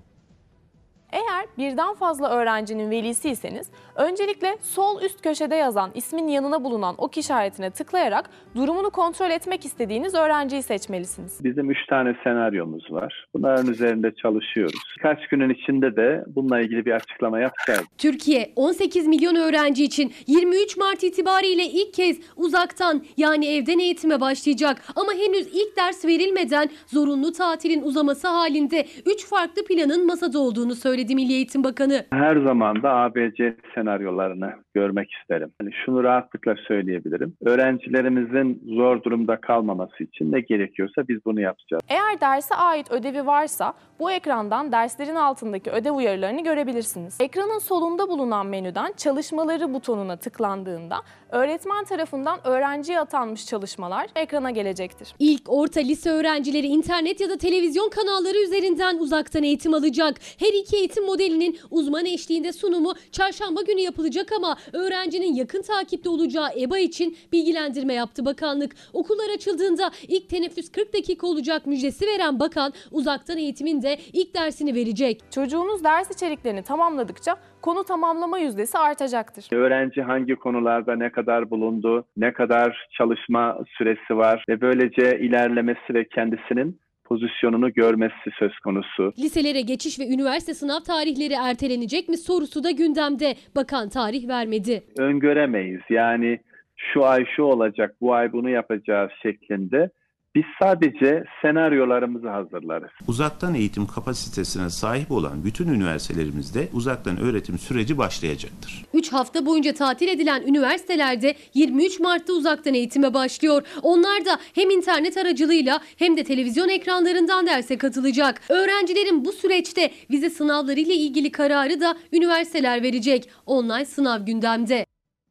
Eğer birden fazla öğrencinin velisiyseniz öncelikle sol üst köşede yazan ismin yanına bulunan ok işaretine tıklayarak durumunu kontrol etmek istediğiniz öğrenciyi seçmelisiniz.
Bizim üç tane senaryomuz var. Bunların üzerinde çalışıyoruz. Birkaç günün içinde de bununla ilgili bir açıklama yapacağız.
Türkiye on sekiz milyon öğrenci için yirmi üç Mart itibariyle ilk kez uzaktan yani evden eğitime başlayacak. Ama henüz ilk ders verilmeden zorunlu tatilin uzaması halinde üç farklı planın masada olduğunu söyledi Milli Eğitim Bakanı.
Her zaman da A B C senaryolarını görmek isterim. Yani şunu rahatlıkla söyleyebilirim. Öğrencilerimizin zor durumda kalmaması için ne gerekiyorsa biz bunu yapacağız.
Eğer derse ait ödevi varsa bu ekrandan derslerin altındaki ödev uyarılarını görebilirsiniz. Ekranın solunda bulunan menüden çalışmaları butonuna tıklandığında öğretmen tarafından öğrenciye atanmış çalışmalar ekrana gelecektir.
İlk orta lise öğrencileri internet ya da televizyon kanalları üzerinden uzaktan eğitim alacak. Her iki eğitim modelinin uzman eşliğinde sunumu çarşamba günü yapılacak ama öğrencinin yakın takipte olacağı E B A için bilgilendirme yaptı bakanlık. Okullar açıldığında ilk teneffüs kırk dakika olacak müjdesi veren bakan uzaktan eğitimin de ilk dersini verecek.
Çocuğunuz ders içeriklerini tamamladıkça konu tamamlama yüzdesi artacaktır.
Öğrenci hangi konularda ne kadar bulundu, ne kadar çalışma süresi var ve böylece ilerlemesi ve kendisinin pozisyonunu görmesi söz konusu.
Liselere geçiş ve üniversite sınav tarihleri ertelenecek mi sorusu da gündemde. Bakan tarih vermedi.
Öngöremeyiz. Yani şu ay şu olacak, bu ay bunu yapacağız şeklinde. Biz sadece senaryolarımızı hazırlarız.
Uzaktan eğitim kapasitesine sahip olan bütün üniversitelerimizde uzaktan öğretim süreci başlayacaktır.
üç hafta boyunca tatil edilen üniversitelerde yirmi üç Mart'ta uzaktan eğitime başlıyor. Onlar da hem internet aracılığıyla hem de televizyon ekranlarından derse katılacak. Öğrencilerin bu süreçte vize sınavları ile ilgili kararı da üniversiteler verecek. Online sınav gündemde.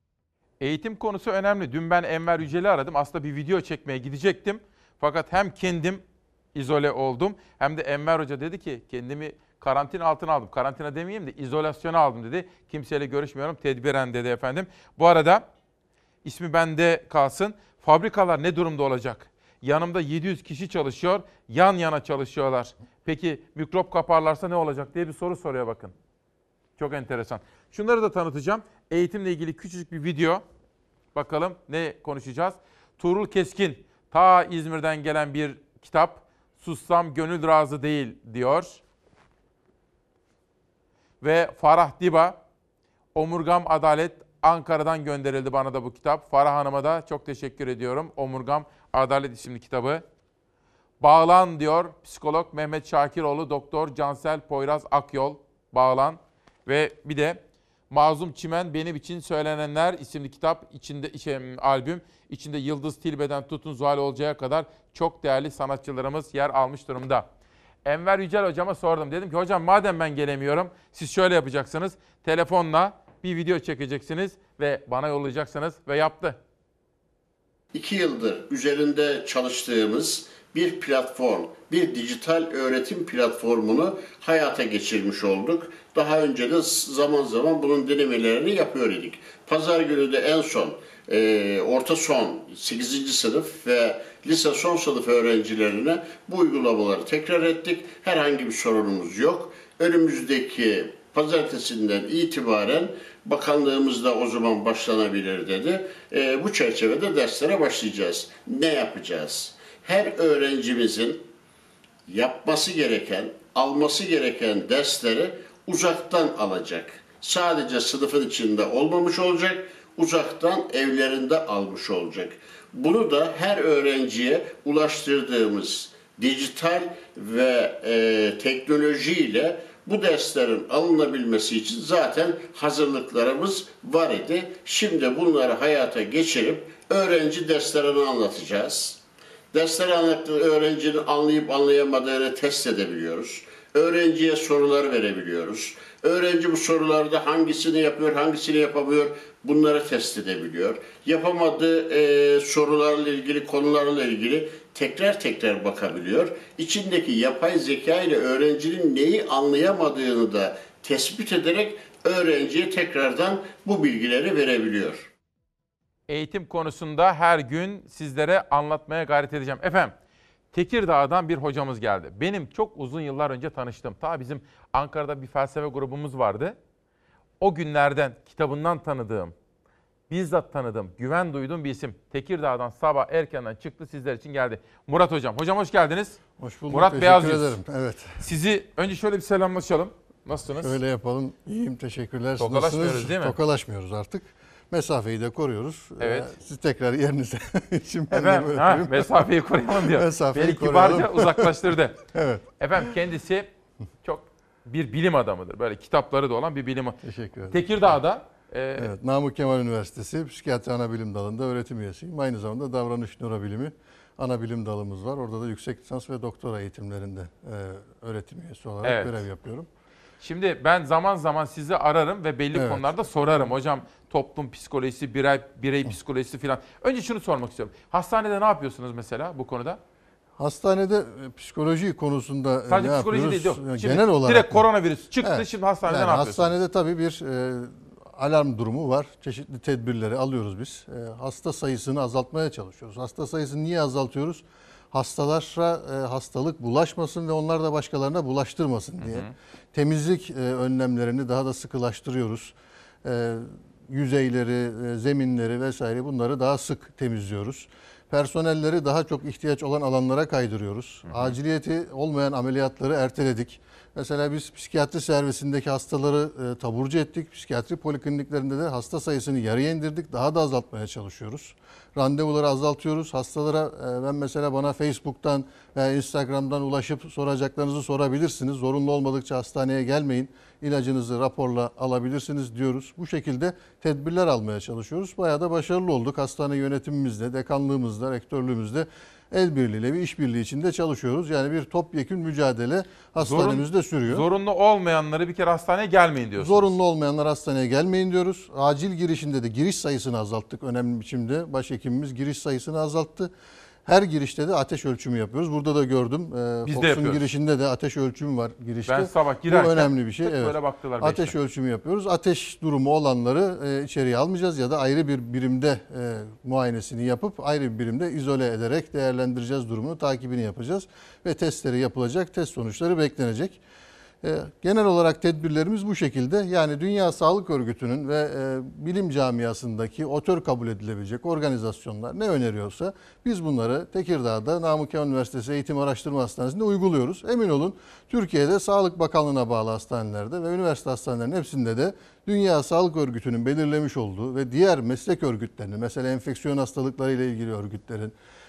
Eğitim konusu önemli. Dün ben Enver Yücel'i aradım. Aslında bir video çekmeye gidecektim. Fakat hem kendim izole oldum hem de Enver Hoca dedi ki kendimi karantina altına aldım. Karantina demeyeyim de izolasyona aldım dedi. Kimseyle görüşmüyorum, tedbiren dedi efendim. Bu arada ismi bende kalsın. Fabrikalar ne durumda olacak? Yanımda yedi yüz kişi çalışıyor, yan yana çalışıyorlar. Peki mikrop kaparlarsa ne olacak diye bir soru soruyor bakın. Çok enteresan. Şunları da tanıtacağım. Eğitimle ilgili küçücük bir video. Bakalım ne konuşacağız? Tuğrul Keskin. Ta İzmir'den gelen bir kitap. Sussam gönül razı değil diyor. Ve Farah Diba, Omurgam Adalet, Ankara'dan gönderildi bana da bu kitap. Farah Hanım'a da çok teşekkür ediyorum. Omurgam Adalet isimli kitabı. Bağlan diyor psikolog Mehmet Şakiroğlu, Doktor Cansel Poyraz Akyol. Bağlan. Ve bir de Mazlum Çimen Benim İçin Söylenenler isimli kitap, içinde şey, albüm. İçinde Yıldız Tilbe'den tutun Zuhal Olcay'a kadar çok değerli sanatçılarımız yer almış durumda. Enver Yücel hocama sordum. Dedim ki hocam madem ben gelemiyorum siz şöyle yapacaksınız. Telefonla bir video çekeceksiniz ve bana yollayacaksınız ve yaptı.
İki yıldır üzerinde çalıştığımız bir platform, bir dijital öğretim platformunu hayata geçirmiş olduk. Daha önce de zaman zaman bunun denemelerini yapıyor idik. Pazar günü de en son e, orta son sekizinci sınıf ve lise son sınıf öğrencilerine bu uygulamaları tekrar ettik. Herhangi bir sorunumuz yok. Önümüzdeki pazartesinden itibaren bakanlığımız da o zaman başlanabilir dedi. E, bu çerçevede derslere başlayacağız. Ne yapacağız? Her öğrencimizin yapması gereken, alması gereken dersleri uzaktan alacak. Sadece sınıfın içinde olmamış olacak, uzaktan evlerinde almış olacak. Bunu da her öğrenciye ulaştırdığımız dijital ve e, teknolojiyle bu derslerin alınabilmesi için zaten hazırlıklarımız var idi. Şimdi bunları hayata geçirip öğrenci derslerini anlatacağız. Dersleri anlattığı öğrencinin anlayıp anlayamadığını test edebiliyoruz. Öğrenciye sorular verebiliyoruz. Öğrenci bu sorularda hangisini yapıyor, hangisini yapamıyor bunları test edebiliyor. Yapamadığı e, sorularla ilgili, konularla ilgili tekrar tekrar bakabiliyor. İçindeki yapay zeka ile öğrencinin neyi anlayamadığını da tespit ederek öğrenciye tekrardan bu bilgileri verebiliyor.
Eğitim konusunda her gün sizlere anlatmaya gayret edeceğim. Efendim, Tekirdağ'dan bir hocamız geldi. Benim çok uzun yıllar önce tanıştım. Ta bizim Ankara'da bir felsefe grubumuz vardı. O günlerden kitabından tanıdığım, bizzat tanıdığım, güven duyduğum bir isim. Tekirdağ'dan sabah erkenden çıktı, sizler için geldi. Murat Hocam. Hocam hoş geldiniz.
Hoş bulduk.
Murat
Teşekkür
Beyaz
ederim. Evet.
Sizi önce şöyle bir selamlaşalım. Nasılsınız?
Şöyle yapalım. İyiyim, teşekkürler.
Tokalaşmıyoruz
Nasılsınız?
değil mi?
Tokalaşmıyoruz artık. Mesafeyi de koruyoruz.
Evet.
Ee, siz tekrar yerinize. Şimdi ben
Efendim,
de
ha, mesafeyi koruyalım diyor.
Mesafeyi
Beni
koruyalım.
kibarca uzaklaştırdı.
Evet.
Efendim kendisi çok bir bilim adamıdır. Böyle kitapları da olan bir bilim adamı.
Teşekkür ederim.
Tekirdağ'da. E,
Evet, Namık Kemal Üniversitesi Psikiyatri Anabilim Dalı'nda öğretim üyesiyim. Aynı zamanda davranış nörobilimi anabilim dalımız var. Orada da yüksek lisans ve doktora eğitimlerinde e, öğretim üyesi olarak
Evet.
görev yapıyorum.
Şimdi ben zaman zaman sizi ararım ve belli
Evet.
konularda sorarım. Hocam toplum psikolojisi, birey, birey psikolojisi falan. Önce şunu sormak istiyorum. Hastanede ne yapıyorsunuz mesela bu konuda?
Hastanede e, psikoloji konusunda e,
Sadece
ne
psikoloji
yapıyoruz?
değil, yok.
Yani
Şimdi
genel olarak
direkt
mı?
koronavirüs çıktı,
Evet.
şimdi hastanede
Yani
ne yapıyorsunuz?
Hastanede tabii bir e, alarm durumu var. Çeşitli tedbirleri alıyoruz biz. E, hasta sayısını azaltmaya çalışıyoruz. Hasta sayısını niye azaltıyoruz? Hastalara e, hastalık bulaşmasın ve onlar da başkalarına bulaştırmasın diye. Hı hı. Temizlik e, önlemlerini daha da sıkılaştırıyoruz. E, yüzeyleri, e, zeminleri vesaire bunları daha sık temizliyoruz. Personelleri daha çok ihtiyaç olan alanlara kaydırıyoruz. Hı hı. Aciliyeti olmayan ameliyatları erteledik. Mesela biz psikiyatri servisindeki hastaları e, taburcu ettik. Psikiyatri polikliniklerinde de hasta sayısını yarıya indirdik. Daha da azaltmaya çalışıyoruz. Randevuları azaltıyoruz. Hastalara e, ben mesela bana Facebook'tan veya Instagram'dan ulaşıp soracaklarınızı sorabilirsiniz. Zorunlu olmadıkça hastaneye gelmeyin. İlacınızı raporla alabilirsiniz diyoruz. Bu şekilde tedbirler almaya çalışıyoruz. Bayağı da başarılı olduk. Hastane yönetimimizle, dekanlığımızla, rektörlüğümüzle el birliğiyle bir işbirliği içinde çalışıyoruz. Yani bir topyekün mücadele hastanemizde sürüyor.
Zorunlu olmayanları bir kere hastaneye gelmeyin diyorsunuz.
Zorunlu olmayanlar hastaneye gelmeyin diyoruz. Acil girişinde de giriş sayısını azalttık. Önemli biçimde başhekimimiz giriş sayısını azalttı. Her girişte de ateş ölçümü yapıyoruz. Burada da gördüm.
Biz
Fox'un
de yapıyoruz.
girişinde de ateş ölçümü var girişte.
Ben sabah girerken
bu önemli bir şey. Evet.
Böyle baktılar.
Ateş
beşte.
ölçümü yapıyoruz. Ateş durumu olanları e, içeriye almayacağız ya da ayrı bir birimde e, muayenesini yapıp ayrı bir birimde izole ederek değerlendireceğiz, durumunu takibini yapacağız ve testleri yapılacak. Test sonuçları beklenecek. Genel olarak tedbirlerimiz bu şekilde. Yani Dünya Sağlık Örgütü'nün ve bilim camiasındaki otör kabul edilebilecek organizasyonlar ne öneriyorsa biz bunları Tekirdağ'da Namık Kemal Üniversitesi Eğitim Araştırma Hastanesi'nde uyguluyoruz. Emin olun Türkiye'de Sağlık Bakanlığı'na bağlı hastanelerde ve üniversite hastanelerinin hepsinde de Dünya Sağlık Örgütü'nün belirlemiş olduğu ve diğer meslek örgütlerinin, mesela enfeksiyon hastalıkları ile ilgili örgütlerin,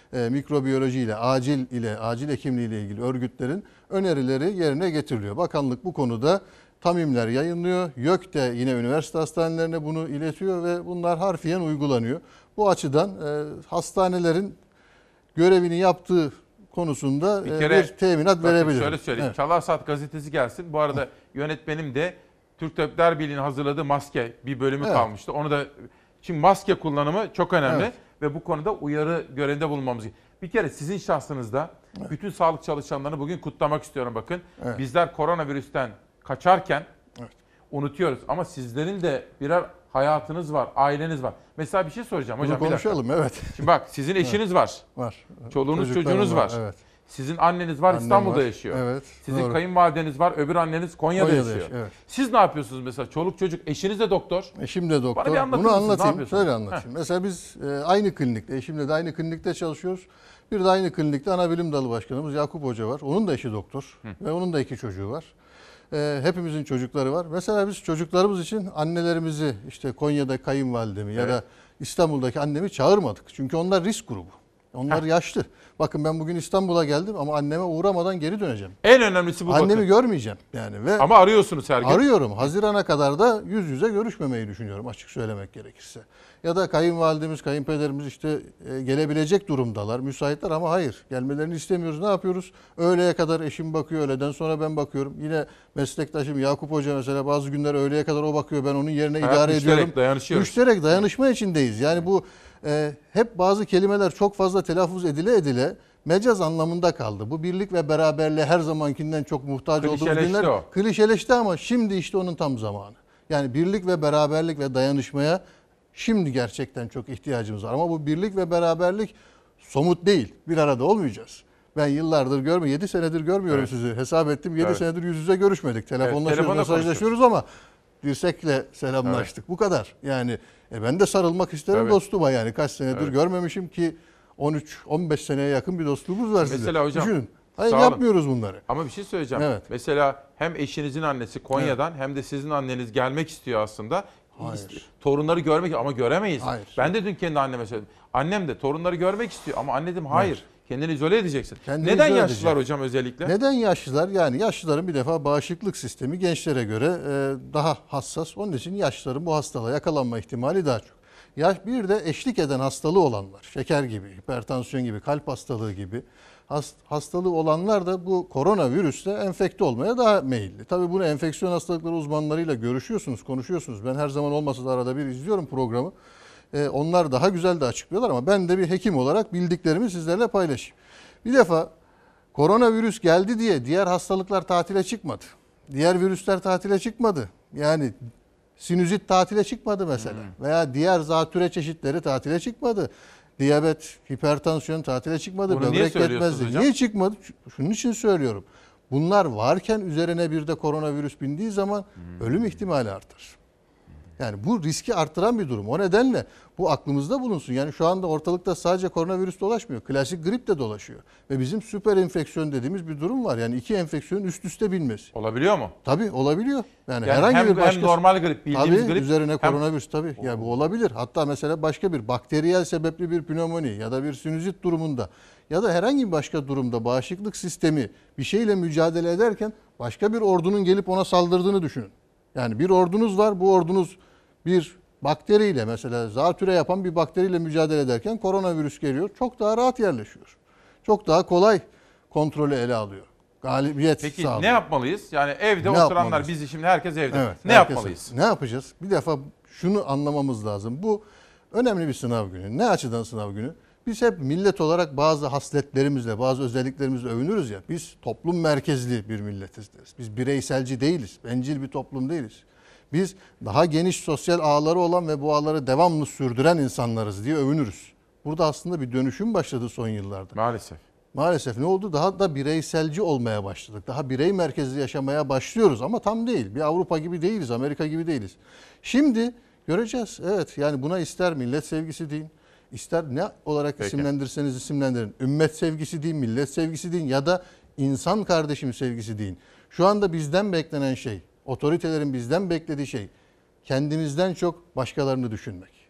e, mikrobiyoloji ile, acil ile, acil hekimliği ile ilgili örgütlerin önerileri yerine getiriliyor. Bakanlık bu konuda tamimler yayınlıyor. YÖK de yine üniversite hastanelerine bunu iletiyor ve bunlar harfiyen uygulanıyor. Bu açıdan e, hastanelerin görevini yaptığı konusunda bir, kere, bir teminat verebilirim.
Şöyle söyleyeyim. Evet. Çalar Saat gazetesi gelsin. Bu arada yönetmenim de Türk Tabipler Birliği'nin hazırladığı maske bir bölümü evet. kalmıştı. Onu da çünkü maske kullanımı çok önemli evet. ve bu konuda uyarı görevinde bulunmamız gerekiyor. Bir kere sizin şahsınızda evet. bütün sağlık çalışanlarını bugün kutlamak istiyorum bakın. Evet. Bizler koronavirüsten kaçarken evet. unutuyoruz ama sizlerin de birer hayatınız var, aileniz var. Mesela bir şey soracağım hocam.
Bunu konuşalım evet.
Şimdi bak sizin eşiniz evet. var.
Var.
Çoluğunuz çocuğunuz var. var. Evet. Sizin anneniz var, Annem İstanbul'da var. yaşıyor.
Evet.
Sizin
doğru.
kayınvalideniz var, öbür anneniz Konya'da, Konya'da yaşıyor. yaşıyor. Evet. Siz ne yapıyorsunuz mesela? Çoluk çocuk, eşiniz de doktor.
Eşim de doktor. Bana bir Bunu anlatayım, şöyle anlatayım. Heh. Mesela biz e, aynı klinikte, eşimle de aynı klinikte çalışıyoruz. Bir de aynı klinikte ana bilim dalı başkanımız Yakup Hoca var. Onun da eşi doktor Hı. ve onun da iki çocuğu var. E, hepimizin çocukları var. Mesela biz çocuklarımız için annelerimizi işte Konya'da kayınvalidemi evet. ya da İstanbul'daki annemi çağırmadık. Çünkü onlar risk grubu. Onlar Heh. yaşlı. Bakın ben bugün İstanbul'a geldim ama anneme uğramadan geri döneceğim.
En önemlisi bu.
Annemi
bakın.
görmeyeceğim yani ve
ama arıyorsunuz her gün.
Arıyorum. Hazirana kadar da yüz yüze görüşmemeyi düşünüyorum açık söylemek gerekirse. Ya da kayınvalidemiz, kayınpederimiz işte e, gelebilecek durumdalar, müsaitler ama hayır. Gelmelerini istemiyoruz. Ne yapıyoruz? Öğleye kadar eşim bakıyor, öğleden sonra ben bakıyorum. Yine meslektaşım Yakup Hoca mesela bazı günler öğleye kadar o bakıyor. Ben onun yerine Hayat idare müşterek, ediyorum.
Dayanışıyoruz.
Müşterek dayanışma içindeyiz. Yani bu e, hep bazı kelimeler çok fazla telaffuz edile edile mecaz anlamında kaldı. Bu birlik ve beraberliğe her zamankinden çok muhtaç olduğumuz günler o. klişeleşti ama şimdi işte onun tam zamanı. Yani birlik ve beraberlik ve dayanışmaya şimdi gerçekten çok ihtiyacımız var. Ama bu birlik ve beraberlik somut değil. Bir arada olmayacağız. Ben yıllardır görmüyorum, yedi senedir görmüyorum evet. sizi. Hesap ettim, yedi evet. senedir yüz yüze görüşmedik. Telefonlaşıyoruz, evet, mesajlaşıyoruz ama dirsekle selamlaştık. Evet. Bu kadar. Yani e ben de sarılmak isterim evet. dostuma yani. Kaç senedir evet. görmemişim ki on üç on beş seneye yakın bir dostluğumuz var size.
Mesela hocam.
Düşünün. Hayır yapmıyoruz bunları.
Ama bir şey söyleyeceğim. Evet. Mesela hem eşinizin annesi Konya'dan evet. hem de sizin anneniz gelmek istiyor aslında. Hayır. Torunları görmek ama göremeyiz. Hayır. Ben de dün kendi anneme söyledim. Annem de torunları görmek istiyor ama anne dedim hayır. hayır. Kendini izole edeceksin. Kendini Neden yaşlılar edecek. hocam özellikle?
Neden yaşlılar? Yani yaşlıların bir defa bağışıklık sistemi gençlere göre daha hassas. Onun için yaşlıların bu hastalığa yakalanma ihtimali daha çok. Yaş bir de eşlik eden hastalığı olanlar, şeker gibi, hipertansiyon gibi, kalp hastalığı gibi hastalığı olanlar da bu koronavirüsle enfekte olmaya daha meyilli. Tabii bunu enfeksiyon hastalıkları uzmanlarıyla görüşüyorsunuz, konuşuyorsunuz. Ben her zaman olmasa da arada bir izliyorum programı. Ee, onlar daha güzel de açıklıyorlar ama ben de bir hekim olarak bildiklerimi sizlerle paylaşayım. Bir defa koronavirüs geldi diye diğer hastalıklar tatile çıkmadı. Diğer virüsler tatile çıkmadı. Yani sinüzit tatile çıkmadı mesela. Hmm. Veya diğer zatüre çeşitleri tatile çıkmadı. Diyabet, hipertansiyon tatile çıkmadı.
Bunu
böbrek yetmezliği. Niye çıkmadı? Şunun için söylüyorum. Bunlar varken üzerine bir de koronavirüs bindiği zaman hmm. ölüm ihtimali artar. Yani bu riski arttıran bir durum. O nedenle bu aklımızda bulunsun. Yani şu anda ortalıkta sadece koronavirüs dolaşmıyor. Klasik grip de dolaşıyor. Ve bizim süper enfeksiyon dediğimiz bir durum var. Yani iki enfeksiyonun üst üste binmesi.
Olabiliyor mu?
Tabii olabiliyor. Yani,
yani
herhangi
hem,
bir başka...
Hem normal grip, bildiğimiz
tabii,
grip.
üzerine
hem...
koronavirüs tabii. Yani bu olabilir. Hatta mesela başka bir bakteriyel sebepli bir pnömoni ya da bir sinüzit durumunda ya da herhangi bir başka durumda bağışıklık sistemi bir şeyle mücadele ederken başka bir ordunun gelip ona saldırdığını düşünün. Yani bir ordunuz var. Bu ordunuz bir bakteriyle mesela zatüre yapan bir bakteriyle mücadele ederken koronavirüs geliyor. Çok daha rahat yerleşiyor. Çok daha kolay kontrolü ele alıyor. Galibiyet
Peki,
sağlıyor.
Peki ne yapmalıyız? Yani evde
ne
oturanlar bizi şimdi herkes evde.
Evet,
ne
herkes
yapmalıyız?
Ne yapacağız? Bir defa şunu anlamamız lazım. Bu önemli bir sınav günü. Ne açıdan sınav günü? Biz hep millet olarak bazı hasletlerimizle, bazı özelliklerimizle övünürüz ya. Biz toplum merkezli bir milletiz deriz. Biz bireyselci değiliz. Bencil bir toplum değiliz. Biz daha geniş sosyal ağları olan ve bu ağları devamlı sürdüren insanlarız diye övünürüz. Burada aslında bir dönüşüm başladı son yıllarda.
Maalesef.
Maalesef ne oldu? Daha da bireyselci olmaya başladık. Daha birey merkezli yaşamaya başlıyoruz ama tam değil. Bir Avrupa gibi değiliz, Amerika gibi değiliz. Şimdi göreceğiz. Evet yani buna ister millet sevgisi deyin, ister ne olarak Peki. isimlendirseniz isimlendirin. Ümmet sevgisi deyin, millet sevgisi deyin ya da insan kardeşim sevgisi deyin. Şu anda bizden beklenen şey, otoritelerin bizden beklediği şey kendimizden çok başkalarını düşünmek.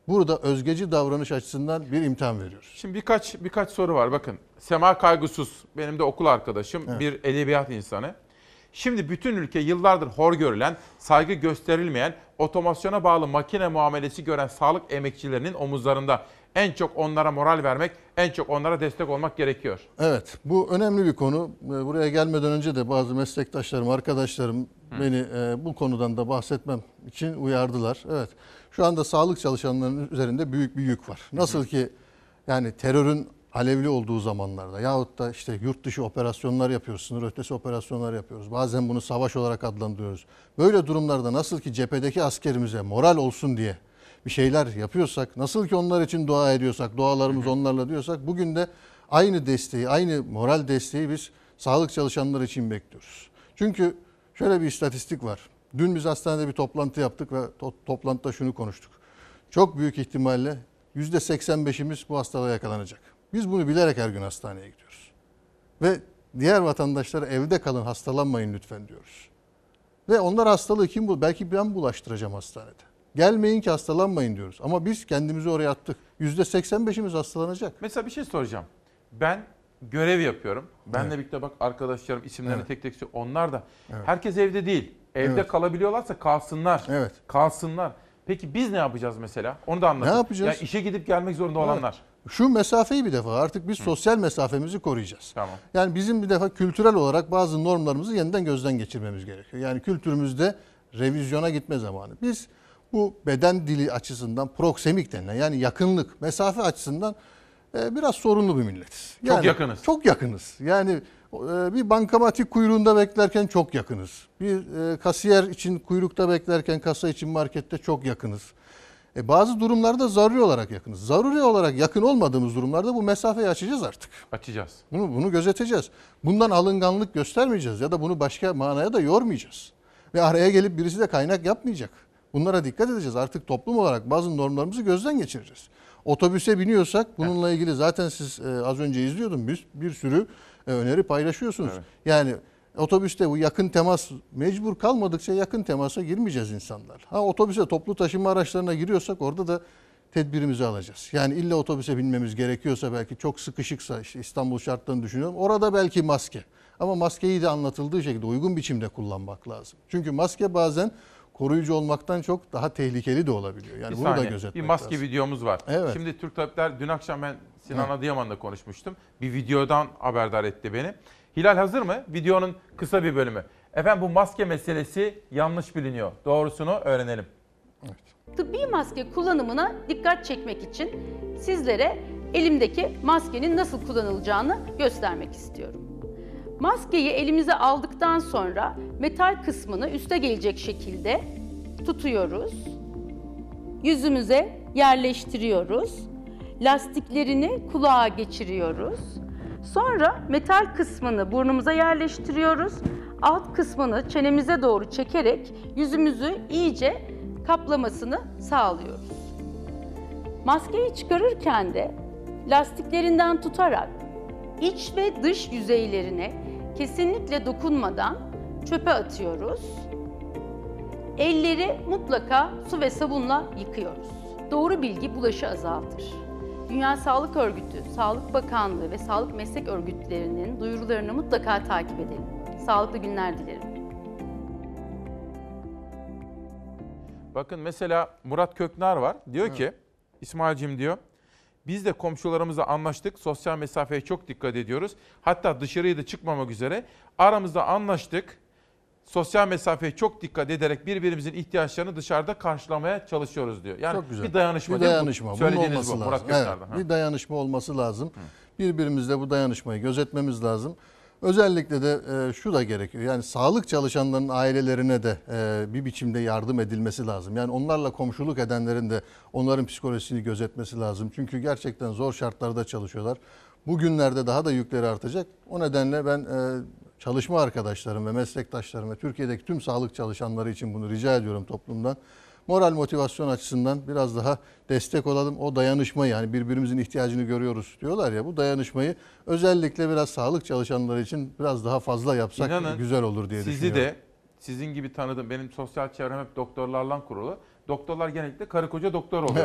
Burada özgeci davranış açısından bir imtihan veriyoruz.
Şimdi birkaç birkaç soru var. Bakın, Sema Kaygusuz benim de okul arkadaşım,
Evet.
bir edebiyat insanı. Şimdi bütün ülke yıllardır hor görülen, saygı gösterilmeyen, otomasyona bağlı makine muamelesi gören sağlık emekçilerinin omuzlarında. En çok onlara moral vermek, en çok onlara destek olmak gerekiyor.
Evet, bu önemli bir konu. Buraya gelmeden önce de bazı meslektaşlarım, arkadaşlarım Hı. beni bu konudan da bahsetmem için uyardılar. Evet, şu anda sağlık çalışanlarının üzerinde büyük bir yük var. Nasıl Hı. ki yani terörün alevli olduğu zamanlarda yahut da işte yurt dışı operasyonlar yapıyoruz, sınır ötesi operasyonlar yapıyoruz. Bazen bunu savaş olarak adlandırıyoruz. Böyle durumlarda nasıl ki cephedeki askerimize moral olsun diye bir şeyler yapıyorsak, nasıl ki onlar için dua ediyorsak, dualarımız onlarla diyorsak, bugün de aynı desteği, aynı moral desteği biz sağlık çalışanları için bekliyoruz. Çünkü şöyle bir istatistik var. Dün biz hastanede bir toplantı yaptık ve to- toplantıda şunu konuştuk. Çok büyük ihtimalle yüzde seksen beşimiz bu hastalığa yakalanacak. Biz bunu bilerek her gün hastaneye gidiyoruz. Ve diğer vatandaşlara evde kalın, hastalanmayın lütfen diyoruz. Ve onlar hastalığı kim bul? Belki ben bulaştıracağım hastanede. Gelmeyin ki hastalanmayın diyoruz. Ama biz kendimizi oraya attık. yüzde seksen beşimiz hastalanacak.
Mesela bir şey soracağım. Ben görev yapıyorum. Benle
Evet.
birlikte bak arkadaşlarım isimlerini
Evet.
tek tek söylüyor. Onlar da
Evet.
herkes evde değil. Evde
Evet.
kalabiliyorlarsa kalsınlar.
Evet.
Kalsınlar. Peki biz ne yapacağız mesela? Onu da anlatın.
Ne yapacağız?
Yani işe gidip gelmek zorunda
Evet.
olanlar.
Şu mesafeyi bir defa artık biz sosyal mesafemizi koruyacağız.
Tamam.
Yani bizim bir defa kültürel olarak bazı normlarımızı yeniden gözden geçirmemiz gerekiyor. Yani kültürümüzde revizyona gitme zamanı. Biz bu beden dili açısından proksemik denilen yani yakınlık, mesafe açısından e, biraz sorunlu bir milletiz.
Çok
Yani,
yakınız.
Çok yakınız. Yani e, bir bankamatik kuyruğunda beklerken çok yakınız. Bir e, kasiyer için kuyrukta beklerken kasa için markette çok yakınız. E, bazı durumlarda zaruri olarak yakınız. Zaruri olarak yakın olmadığımız durumlarda bu mesafeyi açacağız artık.
Açacağız.
Bunu, bunu gözeteceğiz. Bundan alınganlık göstermeyeceğiz ya da bunu başka manaya da yormayacağız. Ve araya gelip birisi de kaynak yapmayacak. Bunlara dikkat edeceğiz. Artık toplum olarak bazı normlarımızı gözden geçireceğiz. Otobüse biniyorsak bununla ilgili zaten siz e, az önce izliyordum bir, bir sürü e, öneri paylaşıyorsunuz. Evet. Yani otobüste bu yakın temas mecbur kalmadıkça yakın temasa girmeyeceğiz insanlar. Ha otobüse toplu taşıma araçlarına giriyorsak orada da tedbirimizi alacağız. Yani illa otobüse binmemiz gerekiyorsa belki çok sıkışıksa işte İstanbul şartlarını düşünüyorum. Orada belki maske. Ama maskeyi de anlatıldığı şekilde uygun biçimde kullanmak lazım. Çünkü maske bazen koruyucu olmaktan çok daha tehlikeli de olabiliyor. Yani
bir
bunu
saniye,
da gözetmek
bir maske
lazım.
videomuz var.
Evet.
Şimdi Türk Tabipler, dün akşam ben Sinan
Evet.
Adıyaman'la konuşmuştum. Bir videodan haberdar etti beni. Hilal hazır mı? Videonun kısa bir bölümü. Efendim bu maske meselesi yanlış biliniyor. Doğrusunu öğrenelim.
Tıbbi maske kullanımına dikkat çekmek için sizlere elimdeki maskenin nasıl kullanılacağını göstermek istiyorum. Maskeyi elimize aldıktan sonra metal kısmını üste gelecek şekilde tutuyoruz. Yüzümüze yerleştiriyoruz. Lastiklerini kulağa geçiriyoruz. Sonra metal kısmını burnumuza yerleştiriyoruz. Alt kısmını çenemize doğru çekerek yüzümüzü iyice kaplamasını sağlıyoruz. Maskeyi çıkarırken de lastiklerinden tutarak iç ve dış yüzeylerine kesinlikle dokunmadan çöpe atıyoruz. Elleri mutlaka su ve sabunla yıkıyoruz. Doğru bilgi bulaşı azaltır. Dünya Sağlık Örgütü, Sağlık Bakanlığı ve sağlık meslek örgütlerinin duyurularını mutlaka takip edelim. Sağlıklı günler dilerim.
Bakın mesela Murat Köknar var. Diyor ki, İsmail'cim diyor, biz de komşularımızla anlaştık. Sosyal mesafeye çok dikkat ediyoruz. Hatta dışarıya da çıkmamak üzere aramızda anlaştık. Sosyal mesafeye çok dikkat ederek birbirimizin ihtiyaçlarını dışarıda karşılamaya çalışıyoruz diyor. Yani
Çok güzel.
bir dayanışma
bir
değil mi?
dayanışma.
Bu,
Bunun
söylediğiniz
olması
bu
lazım.
Murat Köknar'dan.
Evet, bir dayanışma olması lazım. Hı. Birbirimizle bu dayanışmayı gözetmemiz lazım. Özellikle de e, şu da gerekiyor. Yani sağlık çalışanlarının ailelerine de e, bir biçimde yardım edilmesi lazım. Yani onlarla komşuluk edenlerin de onların psikolojisini gözetmesi lazım. Çünkü gerçekten zor şartlarda çalışıyorlar. Bugünlerde daha da yükleri artacak. O nedenle ben e, çalışma arkadaşlarım ve meslektaşlarım ve Türkiye'deki tüm sağlık çalışanları için bunu rica ediyorum toplumdan. Moral motivasyon açısından biraz daha destek olalım. O dayanışmayı yani birbirimizin ihtiyacını görüyoruz diyorlar ya bu dayanışmayı özellikle biraz sağlık çalışanları için biraz daha fazla yapsak
İnanın,
güzel olur diye
sizi
düşünüyorum.
de sizin gibi tanıdığım benim sosyal çevrem hep doktorlarla kurulu. Doktorlar genellikle karı koca doktor oluyorlar.
Evet.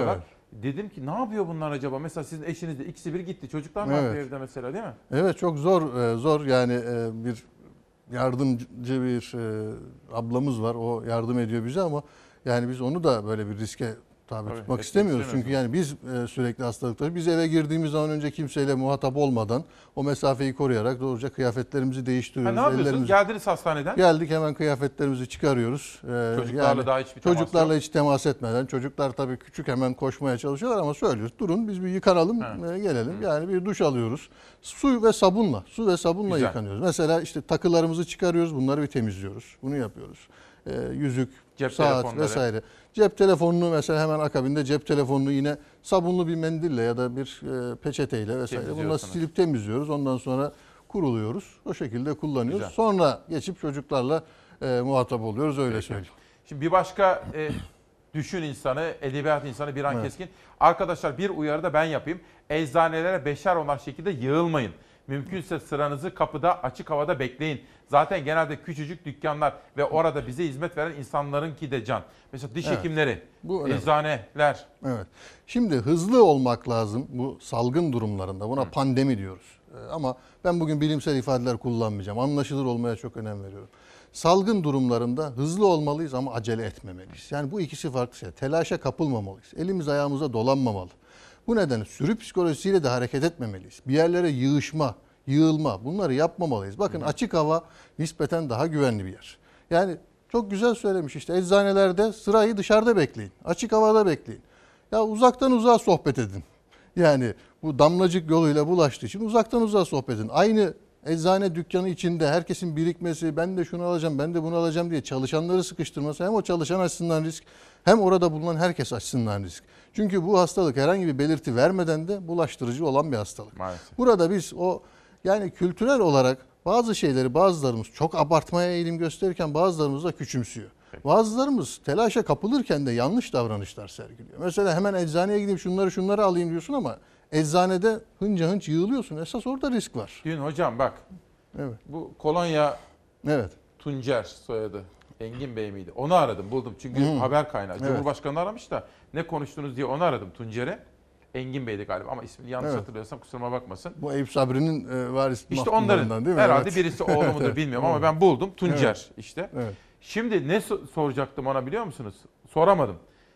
Dedim ki ne yapıyor bunlar acaba? Mesela sizin eşiniz de ikisi bir gitti. Çocuklar ne
Evet.
yapıyor evde mesela, değil mi?
Evet, çok zor zor yani bir yardımcı bir ablamız var. O yardım ediyor bize ama yani biz onu da böyle bir riske tabi
Tabii,
tutmak
etmek
istemiyoruz.
istemiyoruz.
Çünkü yani biz sürekli hastalıkları biz eve girdiğimiz zaman önce kimseyle muhatap olmadan o mesafeyi koruyarak doğruca kıyafetlerimizi değiştiriyoruz.
Ha, ne yapıyorsunuz?
Ellerimizi...
Geldiniz hastaneden.
Geldik, hemen kıyafetlerimizi çıkarıyoruz. Ee,
Çocuklarla
yani,
daha hiçbir temas
Çocuklarla
yok.
hiç temas etmeden. Çocuklar tabii küçük, hemen koşmaya çalışıyorlar ama söylüyoruz. Durun biz bir yıkanalım, e, gelelim. Yani bir duş alıyoruz. Su ve sabunla, su ve sabunla
Güzel.
yıkanıyoruz. Mesela işte takılarımızı çıkarıyoruz, bunları bir temizliyoruz. Bunu yapıyoruz. Ee, yüzük,
Cep
saat
telefonları.
vesaire. Cep telefonunu mesela hemen akabinde cep telefonunu yine sabunlu bir mendille ya da bir e, peçeteyle vesaire bunları
Temizliyorsunuz.
silip temizliyoruz. Ondan sonra kuruluyoruz. O şekilde kullanıyoruz.
Güzel.
Sonra geçip çocuklarla e, muhatap oluyoruz, öyle
Peki.
söyleyeyim.
Şimdi bir başka e, düşün insanı, edebiyat insanı bir an
Evet.
keskin. Arkadaşlar bir uyarı da ben yapayım. Eczanelere beşer onar şekilde yığılmayın. Mümkünse sıranızı kapıda açık havada bekleyin. Zaten genelde küçücük dükkanlar ve orada bize hizmet veren insanlarınki de can. Mesela diş
Evet.
hekimleri,
Bu önemli.
eczaneler.
Evet. Şimdi hızlı olmak lazım bu salgın durumlarında. Buna pandemi diyoruz. Ee, Ama ben bugün bilimsel ifadeler kullanmayacağım. Anlaşılır olmaya çok önem veriyorum. Salgın durumlarında hızlı olmalıyız ama acele etmemeliyiz. Yani bu ikisi farklı şey. Telaşa kapılmamalıyız. Elimiz ayağımıza dolanmamalı. Bu nedenle sürü psikolojisiyle de hareket etmemeliyiz. Bir yerlere yığışma, yığılma, bunları yapmamalıyız. Bakın, açık hava nispeten daha güvenli bir yer. Yani çok güzel söylemiş işte, eczanelerde sırayı dışarıda bekleyin. Açık havada bekleyin. Ya uzaktan uzağa sohbet edin. Yani bu damlacık yoluyla bulaştığı için uzaktan uzağa sohbet edin. Aynı eczane dükkanı içinde herkesin birikmesi, ben de şunu alacağım, ben de bunu alacağım diye çalışanları sıkıştırması hem o çalışan açısından risk, hem orada bulunan herkes açısından risk. Çünkü bu hastalık herhangi bir belirti vermeden de bulaştırıcı olan bir hastalık.
Maalesef.
Burada biz o yani kültürel olarak bazı şeyleri bazılarımız çok abartmaya eğilim gösterirken bazılarımız da küçümsüyor. Bazılarımız telaşa kapılırken de yanlış davranışlar sergiliyor. Mesela hemen eczaneye gideyim şunları şunları alayım diyorsun ama eczanede hınca hınç yığılıyorsun. Esas orada risk var.
Dün hocam bak,
Evet.
bu kolonya
Evet.
Tuncer soyadı. Engin Bey miydi? Onu aradım, buldum. Çünkü
Hı.
haber kaynağı.
Evet.
Cumhurbaşkanı aramış da ne konuştunuz diye onu aradım Tuncer'e. Engin Bey'di galiba ama ismini yanlış
Evet.
hatırlıyorsam kusuruma bakmasın.
Bu Eyüp Sabri'nin e, varis
İşte
mahkumlarından
onların
değil mi?
herhalde
Evet.
birisi oğlu mudur
Evet.
bilmiyorum ama
Evet.
ben buldum. Tuncer
Evet.
işte.
Evet.
Şimdi ne so- soracaktım ona biliyor musunuz? Soramadım.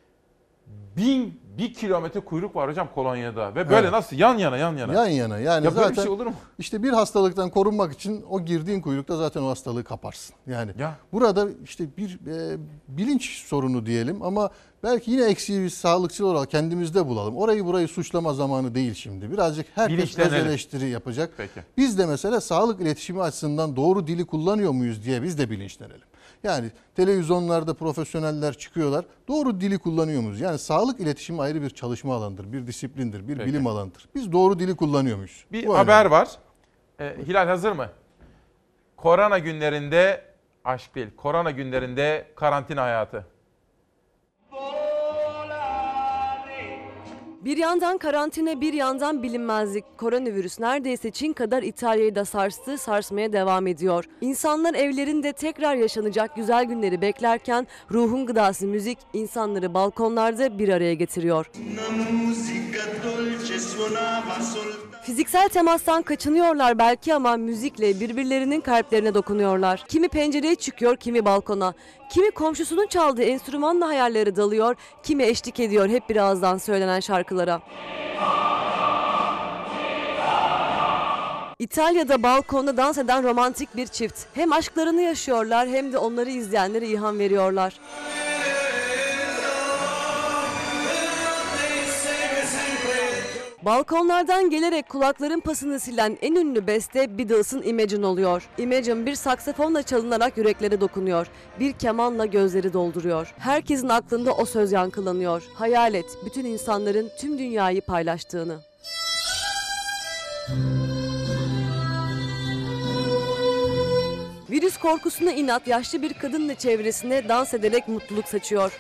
Bin, bir kilometre kuyruk var hocam kolonyada ve böyle
Evet.
nasıl yan yana yan yana.
Yan yana yani
Ya böyle bir
zaten
şey olur mu?
işte bir hastalıktan korunmak için o girdiğin kuyrukta zaten o hastalığı kaparsın. Yani
Ya.
burada işte bir e, bilinç sorunu diyelim ama belki yine eksiği biz sağlıkçı olarak kendimizde bulalım. Orayı burayı suçlama zamanı değil şimdi. Birazcık herkes öz
Bilinçlenelim.
eleştiri yapacak.
Peki.
Biz de mesela sağlık iletişimi açısından doğru dili kullanıyor muyuz diye biz de bilinçlenelim. Yani televizyonlarda profesyoneller çıkıyorlar. Doğru dili kullanıyor muyuz? Yani sağlık iletişimi ayrı bir çalışma alanıdır, bir disiplindir, bir
Peki.
bilim alanıdır. Biz doğru dili kullanıyor muyuz?
Bir
Bu
haber
önemli.
var. Ee, Hilal hazır mı? Korona günlerinde, aşk değil, korona günlerinde karantina hayatı.
Bir yandan karantina, bir yandan bilinmezlik. Koronavirüs neredeyse Çin kadar İtalya'yı da sarstı, sarsmaya devam ediyor. İnsanlar evlerinde tekrar yaşanacak güzel günleri beklerken ruhun gıdası müzik insanları balkonlarda bir araya getiriyor. Fiziksel temastan kaçınıyorlar belki ama müzikle birbirlerinin kalplerine dokunuyorlar. Kimi pencereye çıkıyor, kimi balkona. Kimi komşusunun çaldığı enstrümanla hayalleri dalıyor, kimi eşlik ediyor hep bir ağızdan söylenen şarkılara. İtalya'da balkonda dans eden romantik bir çift. Hem aşklarını yaşıyorlar hem de onları izleyenlere ilham veriyorlar. Balkonlardan gelerek kulakların pasını silen en ünlü beste Beatles'ın Imagine oluyor. Imagine bir saksafonla çalınarak yüreklere dokunuyor. Bir kemanla gözleri dolduruyor. Herkesin aklında o söz yankılanıyor. Hayal et bütün insanların tüm dünyayı paylaştığını. Virüs korkusuna inat yaşlı bir kadınla çevresine dans ederek mutluluk saçıyor.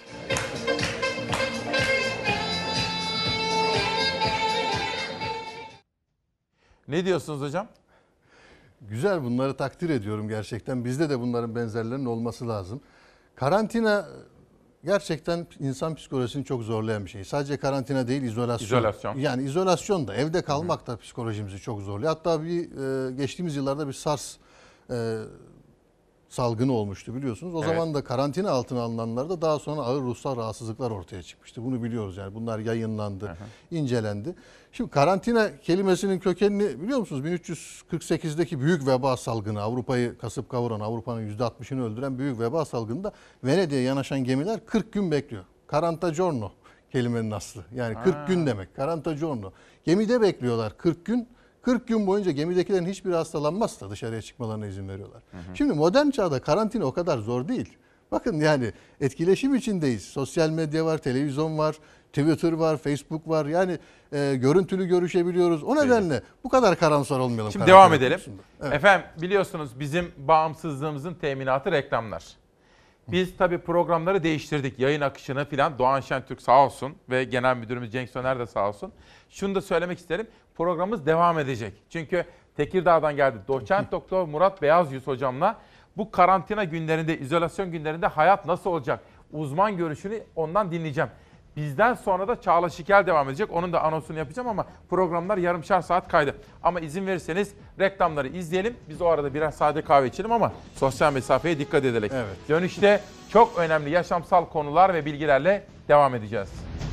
Ne diyorsunuz hocam?
Güzel, bunları takdir ediyorum gerçekten. Bizde de bunların benzerlerinin olması lazım. Karantina gerçekten insan psikolojisini çok zorlayan bir şey. Sadece karantina değil, izolasyon.
İzolasyon.
Yani izolasyon da, evde kalmak da psikolojimizi çok zorluyor. Hatta bir e, geçtiğimiz yıllarda bir SARS e, salgını olmuştu biliyorsunuz. O
Evet.
zaman da karantina altına alınanlarda daha sonra ağır ruhsal rahatsızlıklar ortaya çıkmıştı. Bunu biliyoruz yani. Bunlar yayınlandı,
Hı hı.
incelendi. Şimdi karantina kelimesinin kökenini biliyor musunuz? bin üç yüz kırk sekizdeki büyük veba salgını, Avrupa'yı kasıp kavuran, Avrupa'nın yüzde altmışını öldüren büyük veba salgınında Venedik'e yanaşan gemiler kırk gün bekliyor. Quarantagiorno kelimenin aslı. Yani kırk
Ha.
gün demek. Quarantagiorno. Gemide bekliyorlar kırk gün. kırk gün boyunca gemidekilerin hiçbiri hastalanmazsa dışarıya çıkmalarına izin veriyorlar.
Hı hı.
Şimdi modern çağda karantina o kadar zor değil. Bakın yani etkileşim içindeyiz. Sosyal medya var, televizyon var, Twitter var, Facebook var. Yani e, görüntülü görüşebiliyoruz. O nedenle bu kadar karamsar olmayalım.
Şimdi
karantina
devam edelim.
konusunda. Evet.
Efendim biliyorsunuz bizim bağımsızlığımızın teminatı reklamlar. Biz tabii programları değiştirdik. Yayın akışını filan. Doğan Şentürk sağ olsun ve genel müdürümüz Cenk Söner de sağ olsun. Şunu da söylemek isterim. Programımız devam edecek. Çünkü Tekirdağ'dan geldi. Doçent Doktor Murat Beyazyüz hocamla bu karantina günlerinde, izolasyon günlerinde hayat nasıl olacak? Uzman görüşünü ondan dinleyeceğim. Bizden sonra da Çağla Şikel devam edecek. Onun da anonsunu yapacağım ama programlar yarımşar saat kaydı. Ama izin verirseniz reklamları izleyelim. Biz o arada birer sade kahve içelim ama sosyal mesafeye dikkat edelim.
Evet.
Dönüşte çok önemli yaşamsal konular ve bilgilerle devam edeceğiz.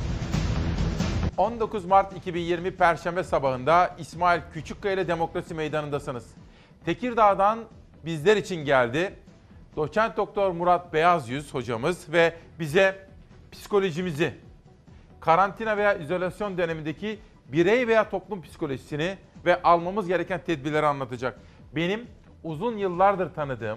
on dokuz Mart iki bin yirmi Perşembe sabahında İsmail Küçükkaya ile Demokrasi Meydanı'ndasınız. Tekirdağ'dan bizler için geldi. Doçent Doktor Murat Beyazyüz hocamız ve bize psikolojimizi, karantina veya izolasyon dönemindeki birey veya toplum psikolojisini ve almamız gereken tedbirleri anlatacak. Benim uzun yıllardır tanıdığım,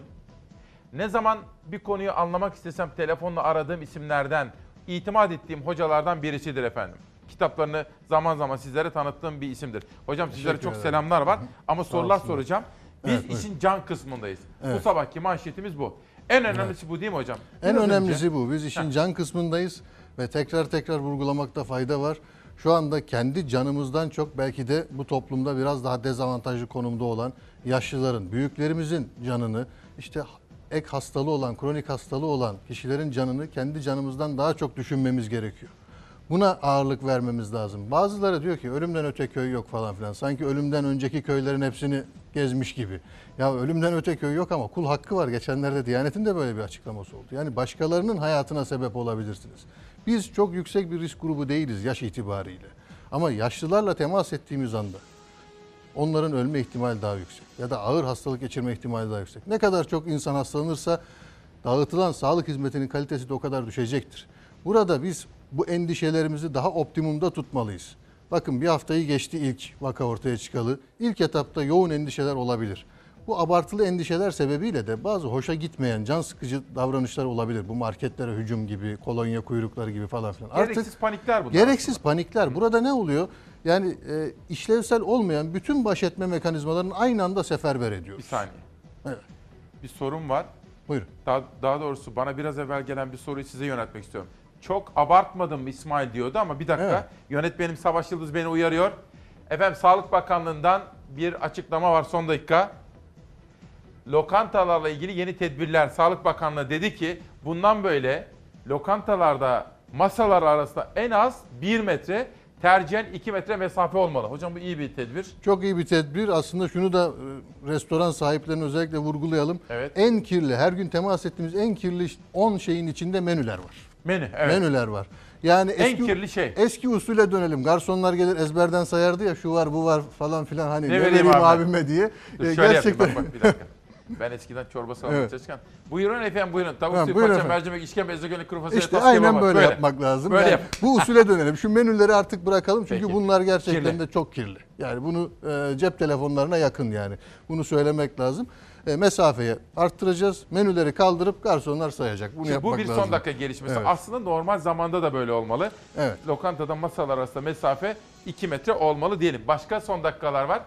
ne zaman bir konuyu anlamak istesem telefonla aradığım isimlerden, itimat ettiğim hocalardan birisidir efendim. Kitaplarını zaman zaman sizlere tanıttığım bir isimdir. Hocam sizlere çok
ederim.
selamlar var ama
Sağ
sorular
olsunlar.
soracağım. Biz
Evet,
işin can kısmındayız.
Evet.
Bu sabahki manşetimiz bu. En önemlisi bu değil mi hocam?
En
Biraz
önemlisi
önce-
bu. Biz işin
Heh.
can kısmındayız ve tekrar tekrar vurgulamakta fayda var. Şu anda kendi canımızdan çok belki de bu toplumda biraz daha dezavantajlı konumda olan yaşlıların, büyüklerimizin canını, işte ek hastalığı olan, kronik hastalığı olan kişilerin canını kendi canımızdan daha çok düşünmemiz gerekiyor. Buna ağırlık vermemiz lazım. Bazıları diyor ki ölümden öte köy yok falan filan. Sanki ölümden önceki köylerin hepsini gezmiş gibi. Ya ölümden öte köy yok ama kul hakkı var. Geçenlerde Diyanet'in de böyle bir açıklaması oldu. Yani başkalarının hayatına sebep olabilirsiniz. Biz çok yüksek bir risk grubu değiliz yaş itibariyle. Ama yaşlılarla temas ettiğimiz anda onların ölme ihtimali daha yüksek. Ya da ağır hastalık geçirme ihtimali daha yüksek. Ne kadar çok insan hastalanırsa dağıtılan sağlık hizmetinin kalitesi de o kadar düşecektir. Burada biz bu endişelerimizi daha optimumda tutmalıyız. Bakın bir haftayı geçti ilk vaka ortaya çıkalı. İlk etapta yoğun endişeler olabilir. Bu abartılı endişeler sebebiyle de bazı hoşa gitmeyen can sıkıcı davranışlar olabilir. Bu marketlere hücum gibi, kolonya kuyrukları gibi falan filan.
Gereksiz panikler bunlar.
Gereksiz panikler. Burada ne oluyor? Yani e, işlevsel olmayan bütün baş etme mekanizmalarını aynı anda seferber ediyoruz.
Bir saniye.
Evet.
Bir sorum var.
Buyurun.
Daha, daha doğrusu bana biraz evvel gelen bir soruyu size yöneltmek istiyorum. Çok abartmadım mı İsmail diyordu ama bir dakika.
Evet.
Yönetmenim Savaş Yıldız beni uyarıyor. Efendim Sağlık Bakanlığı'ndan bir açıklama var son dakika. Lokantalarla ilgili yeni tedbirler. Sağlık Bakanlığı dedi ki bundan böyle lokantalarda masalar arasında en az bir metre, tercihen iki metre mesafe olmalı. Hocam bu iyi bir tedbir.
Çok iyi bir tedbir. Aslında şunu da e, restoran sahiplerine özellikle vurgulayalım.
Evet.
En kirli, her gün temas ettiğimiz en kirli on şeyin içinde menüler var.
Menü, evet.
Menüler var. Yani
En
eski,
kirli şey.
Eski usule dönelim. Garsonlar gelir ezberden sayardı ya şu var bu var falan filan hani
Ne
ne,
vereyim
vereyim
abi?
abime diye.
Dur,
E,
şöyle yapayım, bak, bak, bir dakika. Ben eskiden çorba salonu
Evet.
çalışırken. Buyurun efendim buyurun. Tavuk
Ha,
suyu,
buyurun
paça,
efendim.
mercimek, işkembe, ezogelin, kuru fasulye,
İşte
tas
aynen
kebabı.
böyle, yapmak lazım.
Böyle
Yani
yap.
bu usule dönelim. Şu menüleri artık bırakalım çünkü
Peki.
bunlar gerçekten
Kirli.
de çok kirli. Yani bunu e, cep telefonlarına yakın yani. Bunu söylemek lazım. E, mesafeyi arttıracağız. Menüleri kaldırıp garsonlar sayacak. Bunu
Şimdi
yapmak
bu bir
lazım.
son dakika gelişmesi.
Evet.
Aslında normal zamanda da böyle olmalı.
Evet.
Lokantada masalar arasında mesafe iki metre olmalı diyelim. Başka son dakikalar var.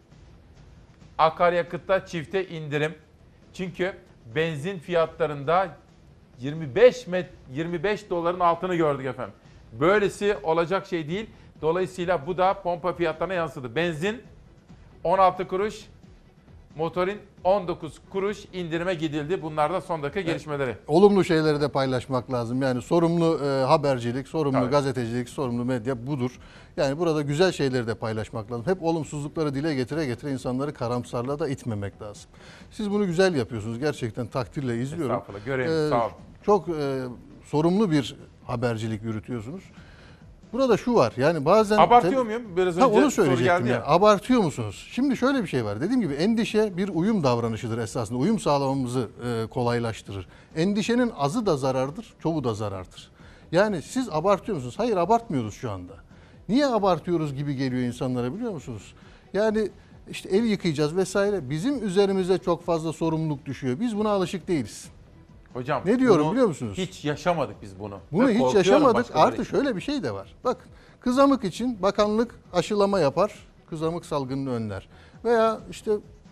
Akaryakıtta çifte indirim. Çünkü benzin fiyatlarında yirmi beş met, yirmi beş doların altını gördük efendim. Böylesi olacak şey değil. Dolayısıyla bu da pompa fiyatlarına yansıdı. Benzin on altı kuruş, Motorin on dokuz kuruş indirime gidildi. Bunlar da son dakika gelişmeleri.
Olumlu şeyleri de paylaşmak lazım. Yani sorumlu e, habercilik, sorumlu
Tabii.
gazetecilik, sorumlu medya budur. Yani burada güzel şeyleri de paylaşmak lazım. Hep olumsuzlukları dile getire getire insanları karamsarlığa da itmemek lazım. Siz bunu güzel yapıyorsunuz. Gerçekten takdirle izliyorum.
Estağfurullah. Görevimiz, sağ olun.
Çok e, sorumlu bir habercilik yürütüyorsunuz. Burada şu var, yani bazen...
Abartıyor muyum? Biraz önce
ha, onu
soru
söyleyecektim
geldi
ya.
ya.
Abartıyor musunuz? Şimdi şöyle bir şey var. Dediğim gibi endişe bir uyum davranışıdır esasında. Uyum sağlamamızı e, kolaylaştırır. Endişenin azı da zarardır, çoğu da zarardır. Yani siz abartıyor musunuz? Hayır, abartmıyoruz şu anda. Niye abartıyoruz gibi geliyor insanlara, biliyor musunuz? Yani işte ev yıkayacağız vesaire. Bizim üzerimize çok fazla sorumluluk düşüyor. Biz buna alışık değiliz.
Hocam
ne diyorum
bunu
biliyor musunuz?
Hiç yaşamadık biz bunu.
Bunu
Ve
hiç
korkuyorum
yaşamadık.
başkaları
Artı
için.
şöyle bir şey de var. Bakın, kızamık için bakanlık aşılama yapar, kızamık salgınını önler. Veya işte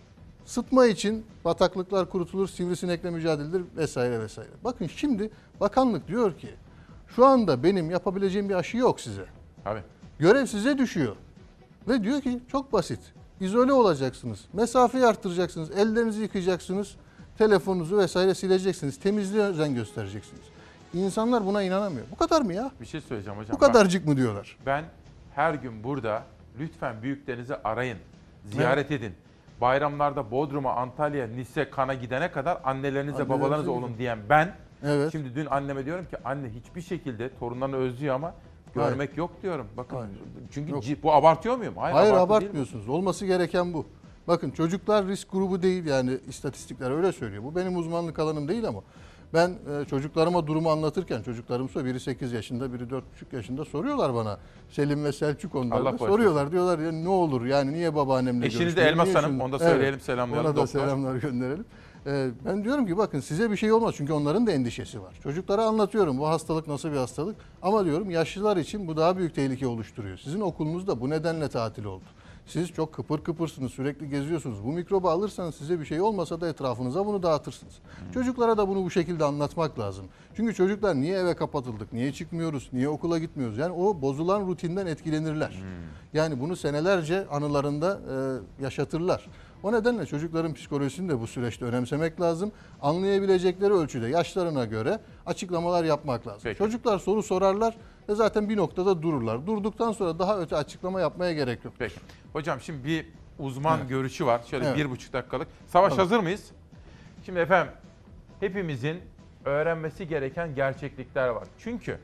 sıtma için bataklıklar kurutulur, sivrisinekle mücadeledir vesaire vesaire. Bakın şimdi bakanlık diyor ki şu anda benim yapabileceğim bir aşı yok size.
Abi.
Görev size düşüyor. Ve diyor ki çok basit. İzole olacaksınız. Mesafeyi arttıracaksınız. Ellerinizi yıkayacaksınız. Telefonunuzu vesaire sileceksiniz. Temizliğe özen göstereceksiniz. İnsanlar buna inanamıyor. Bu kadar mı ya?
Bir şey söyleyeceğim hocam.
Bu kadarcık mı diyorlar?
Ben her gün burada lütfen büyüklerinizi arayın, ziyaret edin. Bayramlarda Bodrum'a, Antalya, Nice, Kan'a gidene kadar annelerinize,
Annelerinize
babalarınıza
gidin.
olun diyen ben.
Evet.
Şimdi dün anneme diyorum ki anne hiçbir şekilde torunlarını özlüyor ama görmek
Hayır.
yok diyorum. Bakın
Hayır.
çünkü
Yok.
ci- bu abartıyor muyum? Hayır,
Hayır
abartı değil bu.
abartmıyorsunuz. Olması gereken bu. Bakın çocuklar risk grubu değil, yani istatistikler öyle söylüyor. Bu benim uzmanlık alanım değil ama ben e, çocuklarıma durumu anlatırken, çocuklarım soruyor, biri sekiz yaşında, biri dört buçuk yaşında, soruyorlar bana. Selim ve Selçuk onlar
Allah
da
bağışlasın.
soruyorlar. Diyorlar ya ne olur yani niye babaannemle
Eşiniz de
görüşmüyorum,
Elmas
niye
Hanım,
şunu-
onu da söyleyelim,
Evet,
selamlayalım,
Ona da
doktor.
selamlar gönderelim. E, ben diyorum ki bakın size bir şey olmaz çünkü onların da endişesi var. Çocuklara anlatıyorum bu hastalık nasıl bir hastalık ama diyorum yaşlılar için bu daha büyük tehlike oluşturuyor. Sizin okulunuz da bu nedenle tatil oldu. Siz çok kıpır kıpırsınız, sürekli geziyorsunuz. Bu mikrobu alırsanız size bir şey olmasa da etrafınıza bunu dağıtırsınız. Hmm. Çocuklara da bunu bu şekilde anlatmak lazım. Çünkü çocuklar niye eve kapatıldık, niye çıkmıyoruz, niye okula gitmiyoruz? Yani o bozulan rutinden etkilenirler. Hmm. Yani bunu senelerce anılarında e, yaşatırlar. O nedenle çocukların psikolojisini de bu süreçte önemsemek lazım. Anlayabilecekleri ölçüde yaşlarına göre açıklamalar yapmak lazım.
Peki.
Çocuklar soru sorarlar ve zaten bir noktada dururlar. Durduktan sonra daha öte açıklama yapmaya gerek yok.
Peki. Hocam şimdi bir uzman
Evet.
görüşü var. Şöyle
Evet.
bir buçuk dakikalık. Savaş
Tamam.
hazır mıyız? Şimdi efendim hepimizin öğrenmesi gereken gerçeklikler var. Çünkü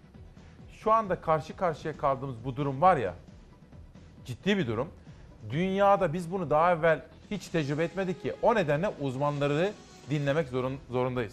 şu anda karşı karşıya kaldığımız bu durum var ya, ciddi bir durum. Dünyada biz bunu daha evvel hiç tecrübe etmedik ki. O nedenle uzmanları dinlemek zorun, zorundayız.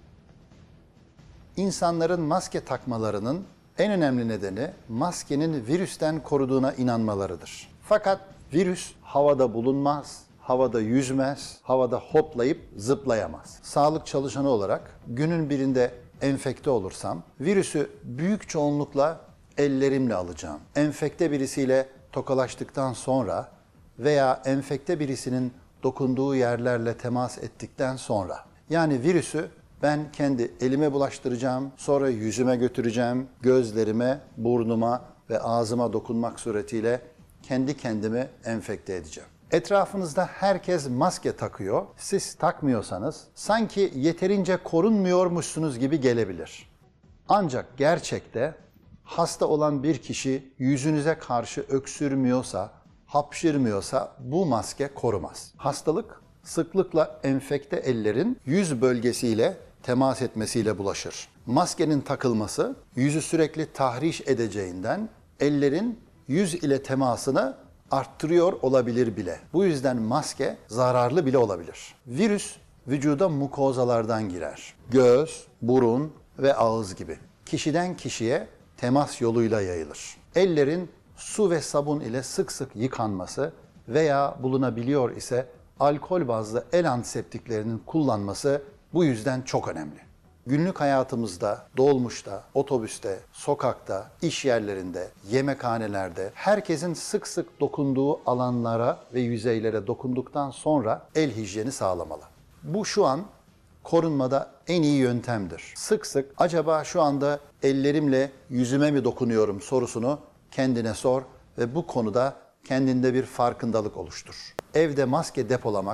İnsanların maske takmalarının en önemli nedeni maskenin virüsten koruduğuna inanmalarıdır. Fakat virüs havada bulunmaz, havada yüzmez, havada hoplayıp zıplayamaz. Sağlık çalışanı olarak günün birinde enfekte olursam virüsü büyük çoğunlukla ellerimle alacağım. Enfekte birisiyle tokalaştıktan sonra veya enfekte birisinin dokunduğu yerlerle temas ettikten sonra, yani virüsü ben kendi elime bulaştıracağım, sonra yüzüme götüreceğim, gözlerime, burnuma ve ağzıma dokunmak suretiyle kendi kendimi enfekte edeceğim. Etrafınızda herkes maske takıyor, siz takmıyorsanız sanki yeterince korunmuyormuşsunuz gibi gelebilir. Ancak gerçekte hasta olan bir kişi yüzünüze karşı öksürmüyorsa, hapşırmıyorsa bu maske korumaz. Hastalık sıklıkla enfekte ellerin yüz bölgesiyle temas etmesiyle bulaşır. Maskenin takılması yüzü sürekli tahriş edeceğinden ellerin yüz ile temasını arttırıyor olabilir bile. Bu yüzden maske zararlı bile olabilir. Virüs vücuda mukozalardan girer. Göz, burun ve ağız gibi. Kişiden kişiye temas yoluyla yayılır. Ellerin su ve sabun ile sık sık yıkanması veya bulunabiliyor ise alkol bazlı el antiseptiklerinin kullanması bu yüzden çok önemli. Günlük hayatımızda, dolmuşta, otobüste, sokakta, iş yerlerinde, yemekhanelerde herkesin sık sık dokunduğu alanlara ve yüzeylere dokunduktan sonra el hijyeni sağlamalı. Bu şu an korunmada en iyi yöntemdir. Sık sık acaba şu anda ellerimle yüzüme mi dokunuyorum sorusunu kendine sor ve bu konuda kendinde bir farkındalık oluştur. Evde maske depolamak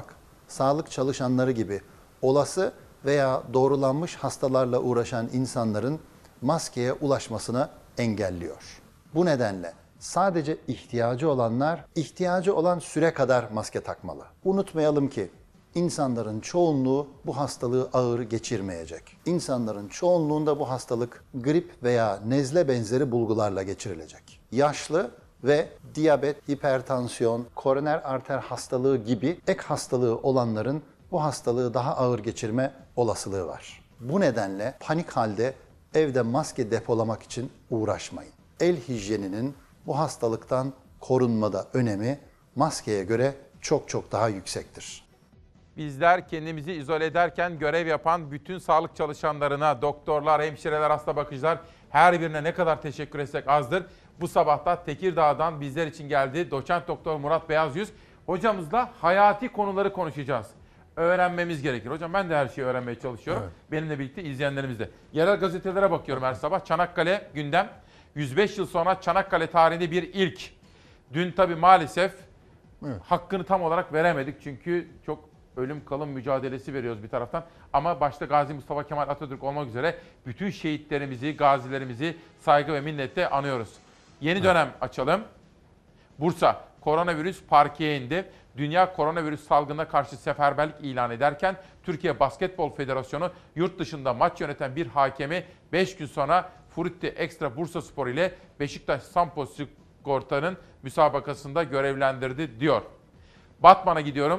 sağlık çalışanları gibi olası veya doğrulanmış hastalarla uğraşan insanların maskeye ulaşmasını engelliyor. Bu nedenle sadece ihtiyacı olanlar ihtiyacı olan süre kadar maske takmalı. Unutmayalım ki İnsanların çoğunluğu bu hastalığı ağır geçirmeyecek. İnsanların çoğunluğunda bu hastalık grip veya nezle benzeri bulgularla geçirilecek. Yaşlı ve diyabet, hipertansiyon, koroner arter hastalığı gibi ek hastalığı olanların bu hastalığı daha ağır geçirme olasılığı var. Bu nedenle panik halde evde maske depolamak için uğraşmayın. El hijyeninin bu hastalıktan korunmada önemi maskeye göre çok çok daha yüksektir.
Bizler kendimizi izole ederken görev yapan bütün sağlık çalışanlarına, doktorlar, hemşireler, hasta bakıcılar her birine ne kadar teşekkür etsek azdır. Bu sabah da Tekirdağ'dan bizler için geldi doçent doktor Murat Beyazyüz. Hocamızla hayati konuları konuşacağız. Öğrenmemiz gerekir. Hocam ben de her şeyi öğrenmeye çalışıyorum. Evet. Benimle birlikte izleyenlerimiz de. Yerel gazetelere bakıyorum her sabah. Çanakkale gündem. yüz beş yıl sonra Çanakkale tarihinde bir ilk. Dün tabii maalesef evet. hakkını tam olarak veremedik. Çünkü çok ölüm kalım mücadelesi veriyoruz bir taraftan. Ama başta Gazi Mustafa Kemal Atatürk olmak üzere bütün şehitlerimizi, gazilerimizi saygı ve minnetle anıyoruz. Yeni dönem açalım. Bursa, koronavirüs parkeye indi. Dünya koronavirüs salgınına karşı seferberlik ilan ederken Türkiye Basketbol Federasyonu yurt dışında maç yöneten bir hakemi beş gün sonra Frutti Extra Bursaspor ile Beşiktaş Sampo Sigorta'nın müsabakasında görevlendirdi diyor. Batman'a gidiyorum.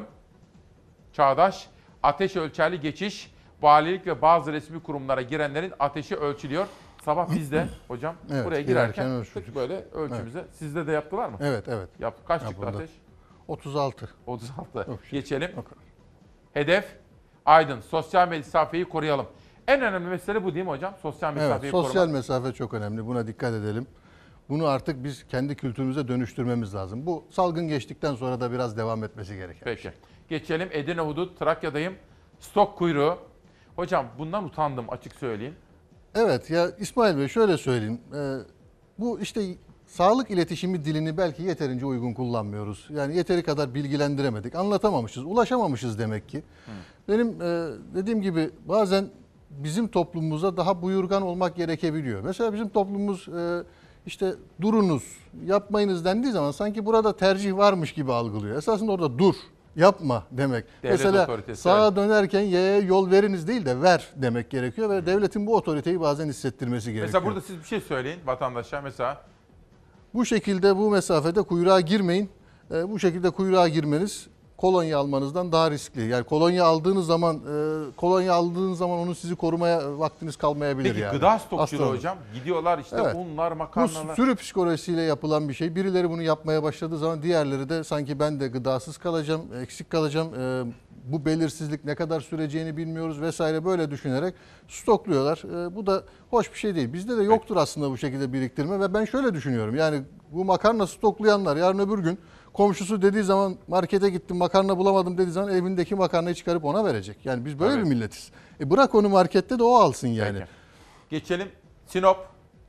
Çağdaş, ateş ölçerli geçiş, valilik ve bazı resmi kurumlara girenlerin ateşi ölçülüyor. Sabah biz de hocam
evet,
buraya girerken tık böyle ölçümüze. Evet. Sizde de yaptılar mı?
Evet, evet.
Yaptı. Kaç
Yapıldı.
çıktı ateş?
otuz altı.
otuz altı.
Yok,
Geçelim.
Yok.
Hedef, Aydın. Sosyal mesafeyi koruyalım. En önemli mesele bu değil mi hocam? Sosyal mesafeyi
evet,
korumak.
Sosyal mesafe çok önemli. Buna dikkat edelim. Bunu artık biz kendi kültürümüze dönüştürmemiz lazım. Bu salgın geçtikten sonra da biraz devam etmesi gerekiyor.
Peki. Geçelim Edirne Hudut, Trakya'dayım. Stok kuyruğu. Hocam bundan utandım açık söyleyeyim.
Evet ya İsmail Bey şöyle söyleyeyim. Ee, bu işte sağlık iletişimi dilini belki yeterince uygun kullanmıyoruz. Yani yeteri kadar bilgilendiremedik, anlatamamışız, ulaşamamışız demek ki. Hı. Benim e, dediğim gibi bazen bizim toplumumuza daha buyurgan olmak gerekebiliyor. Mesela bizim toplumumuz e, işte durunuz, yapmayınız dendiği zaman sanki burada tercih varmış gibi algılıyor. Esasında orada dur, yapma demek.
Devlet
Mesela sağa dönerken Y'ye yol veriniz değil de ver demek gerekiyor ve devletin bu otoriteyi bazen hissettirmesi gerekiyor.
Mesela burada siz bir şey söyleyin vatandaşa mesela.
Bu şekilde bu mesafede kuyruğa girmeyin. E, bu şekilde kuyruğa girmeniz kolonya almanızdan daha riskli. Yani kolonya aldığınız zaman e, kolonya aldığınız zaman onun sizi korumaya vaktiniz kalmayabilir.
Peki,
yani.
Peki gıda stokçuluğu
Aslında.
hocam gidiyorlar işte evet. unlar, makarnalar.
Bu sürü psikolojisiyle yapılan bir şey. Birileri bunu yapmaya başladığı zaman diğerleri de sanki ben de gıdasız kalacağım, eksik kalacağım. E, bu belirsizlik ne kadar süreceğini bilmiyoruz vesaire böyle düşünerek stokluyorlar. E, bu da hoş bir şey değil. Bizde de yoktur aslında bu şekilde biriktirme ve ben şöyle düşünüyorum. Yani bu makarna stoklayanlar yarın öbür gün komşusu dediği zaman markete gittim makarna bulamadım dediği zaman evindeki makarnayı çıkarıp ona verecek. Yani biz böyle evet. bir milletiz. E bırak onu markette de o alsın yani.
Peki. Geçelim Sinop.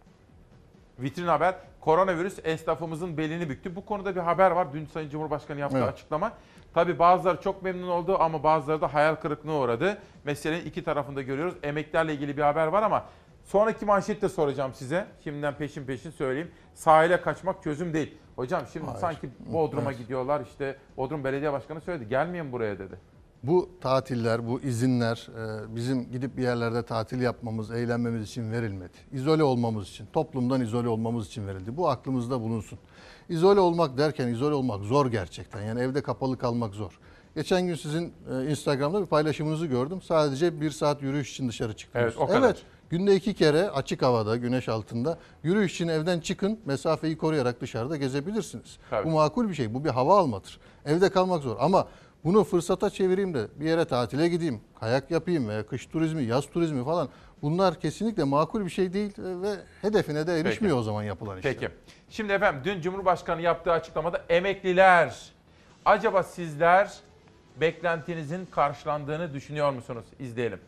Vitrin haber. Koronavirüs esnafımızın belini büktü. Bu konuda bir haber var. Dün Sayın Cumhurbaşkanı yaptığı evet. açıklama. Tabii bazıları çok memnun oldu ama bazıları da hayal kırıklığına uğradı. Meselenin iki tarafında görüyoruz. Emeklilerle ilgili bir haber var ama sonraki manşet de soracağım size. Şimdiden peşin peşin söyleyeyim. Sahile kaçmak çözüm değil. Hocam şimdi Hayır. sanki Bodrum'a evet. gidiyorlar. İşte Bodrum Belediye Başkanı söyledi. Gelmeyin buraya dedi.
Bu tatiller, bu izinler bizim gidip bir yerlerde tatil yapmamız, eğlenmemiz için verilmedi. İzole olmamız için, toplumdan izole olmamız için verildi. Bu aklımızda bulunsun. İzole olmak derken izole olmak zor gerçekten. Yani evde kapalı kalmak zor. Geçen gün sizin Instagram'da bir paylaşımınızı gördüm. Sadece bir saat yürüyüş için dışarı çıktınız.
Evet, o kadar.
Evet. Günde iki kere açık havada, güneş altında yürüyüş için evden çıkın, mesafeyi koruyarak dışarıda gezebilirsiniz. Tabii. Bu makul bir şey, bu bir hava almadır. Evde kalmak zor ama bunu fırsata çevireyim de bir yere tatile gideyim, kayak yapayım veya kış turizmi, yaz turizmi falan bunlar kesinlikle makul bir şey değil ve hedefine de erişmiyor Peki. o zaman yapılan işler.
Peki. Şimdi efendim dün Cumhurbaşkanı yaptığı açıklamada emekliler, acaba sizler beklentinizin karşılandığını düşünüyor musunuz? İzleyelim.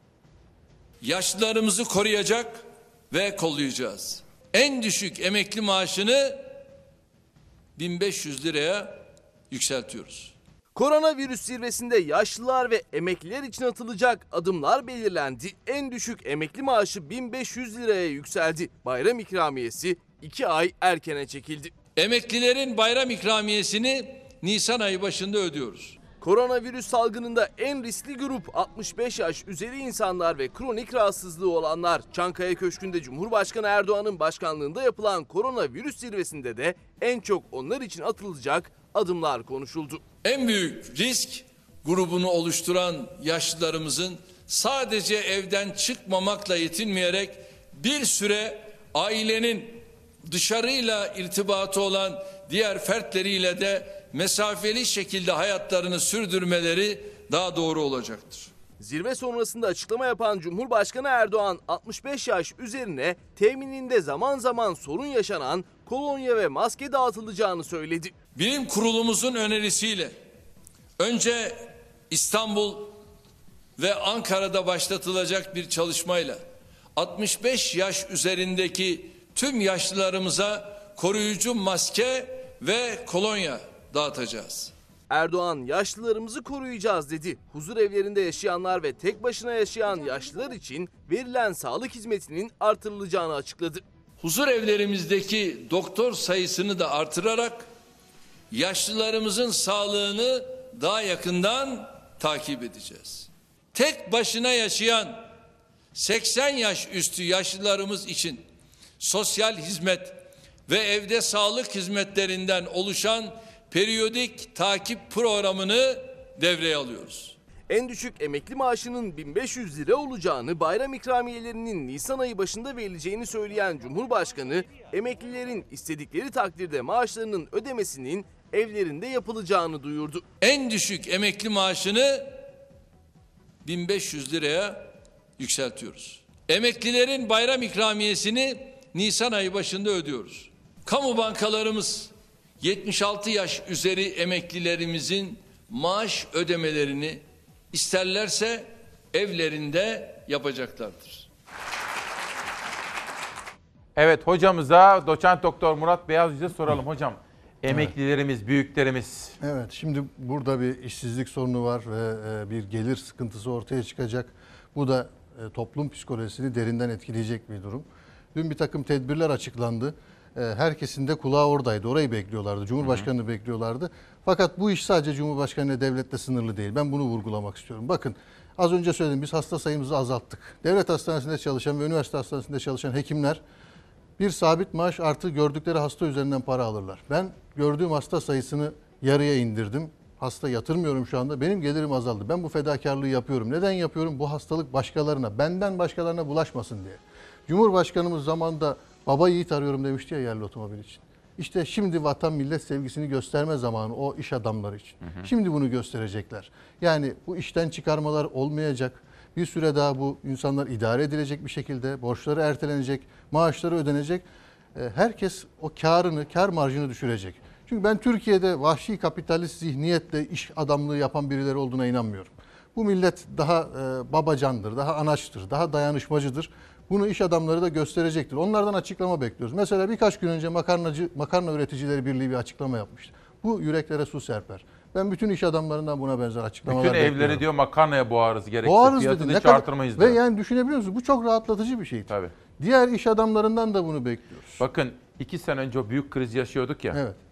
Yaşlılarımızı koruyacak ve kollayacağız. En düşük emekli maaşını bin beş yüz liraya yükseltiyoruz.
Koronavirüs zirvesinde yaşlılar ve emekliler için atılacak adımlar belirlendi. En düşük emekli maaşı bin beş yüz liraya yükseldi. Bayram ikramiyesi iki ay erkene çekildi.
Emeklilerin bayram ikramiyesini Nisan ayı başında ödüyoruz.
Koronavirüs salgınında en riskli grup altmış beş yaş üzeri insanlar ve kronik rahatsızlığı olanlar. Çankaya Köşkü'nde Cumhurbaşkanı Erdoğan'ın başkanlığında yapılan koronavirüs zirvesinde de en çok onlar için atılacak adımlar konuşuldu.
En büyük risk grubunu oluşturan yaşlılarımızın sadece evden çıkmamakla yetinmeyerek bir süre ailenin dışarıyla irtibatı olan diğer fertleriyle de mesafeli şekilde hayatlarını sürdürmeleri daha doğru olacaktır.
Zirve sonrasında açıklama yapan Cumhurbaşkanı Erdoğan altmış beş yaş üzerine temininde zaman zaman sorun yaşanan kolonya ve maske dağıtılacağını söyledi.
Bilim kurulumuzun önerisiyle önce İstanbul ve Ankara'da başlatılacak bir çalışmayla altmış beş yaş üzerindeki tüm yaşlılarımıza koruyucu maske ve kolonya dağıtacağız.
Erdoğan yaşlılarımızı koruyacağız dedi. Huzur evlerinde yaşayanlar ve tek başına yaşayan yaşlılar için verilen sağlık hizmetinin artırılacağını açıkladı.
Huzur evlerimizdeki doktor sayısını da artırarak yaşlılarımızın sağlığını daha yakından takip edeceğiz. Tek başına yaşayan seksen yaş üstü yaşlılarımız için sosyal hizmet ve evde sağlık hizmetlerinden oluşan periyodik takip programını devreye alıyoruz.
En düşük emekli maaşının bin beş yüz lira olacağını, bayram ikramiyelerinin Nisan ayı başında verileceğini söyleyen Cumhurbaşkanı, emeklilerin istedikleri takdirde maaşlarının ödemesinin evlerinde yapılacağını duyurdu.
En düşük emekli maaşını bin beş yüz liraya yükseltiyoruz. Emeklilerin bayram ikramiyesini Nisan ayı başında ödüyoruz. Kamu bankalarımız yetmiş altı yaş üzeri emeklilerimizin maaş ödemelerini isterlerse evlerinde yapacaklardır.
Evet, hocamıza doçent doktor Murat Beyazcı'ya soralım hocam. Emeklilerimiz, evet. Büyüklerimiz.
Evet, şimdi burada bir işsizlik sorunu var ve bir gelir sıkıntısı ortaya çıkacak. Bu da toplum psikolojisini derinden etkileyecek bir durum. Dün bir takım tedbirler açıklandı. Herkesin de kulağı oradaydı. Orayı bekliyorlardı. Cumhurbaşkanı'nı hı hı. bekliyorlardı. Fakat bu iş sadece Cumhurbaşkanı ile devletle sınırlı değil. Ben bunu vurgulamak istiyorum. Bakın, az önce söyledim, biz hasta sayımızı azalttık. Devlet hastanesinde çalışan ve üniversite hastanesinde çalışan hekimler bir sabit maaş artı gördükleri hasta üzerinden para alırlar. Ben gördüğüm hasta sayısını yarıya indirdim. Hasta yatırmıyorum şu anda. Benim gelirim azaldı. Ben bu fedakarlığı yapıyorum. Neden yapıyorum? Bu hastalık başkalarına, benden başkalarına bulaşmasın diye. Cumhurbaşkanımız zamanında baba yiğit arıyorum demişti ya yerli otomobil için. İşte şimdi vatan millet sevgisini gösterme zamanı o iş adamları için. Hı hı. Şimdi bunu gösterecekler. Yani bu işten çıkarmalar olmayacak. Bir süre daha bu insanlar idare edilecek bir şekilde. Borçları ertelenecek, maaşları ödenecek. Herkes o karını, kar marjını düşürecek. Çünkü ben Türkiye'de vahşi kapitalist zihniyetle iş adamlığı yapan birileri olduğuna inanmıyorum. Bu millet daha babacandır, daha anaçtır, daha dayanışmacıdır. Bunu iş adamları da gösterecektir. Onlardan açıklama bekliyoruz. Mesela birkaç gün önce makarnacı, makarna üreticileri birliği bir açıklama yapmıştı. Bu yüreklere su serper. Ben bütün iş adamlarından buna benzer açıklamalar
bütün
bekliyorum.
Bütün evleri diyor makarnaya boğarız gerekirse.
Boğarız
fiyatını
dedi.
hiç artırmayız
Ve
diyor.
yani düşünebiliyor musunuz? Bu çok rahatlatıcı bir şey.
Tabii.
Diğer iş adamlarından da bunu bekliyoruz.
Bakın iki sene önce o büyük kriz yaşıyorduk ya.
Evet.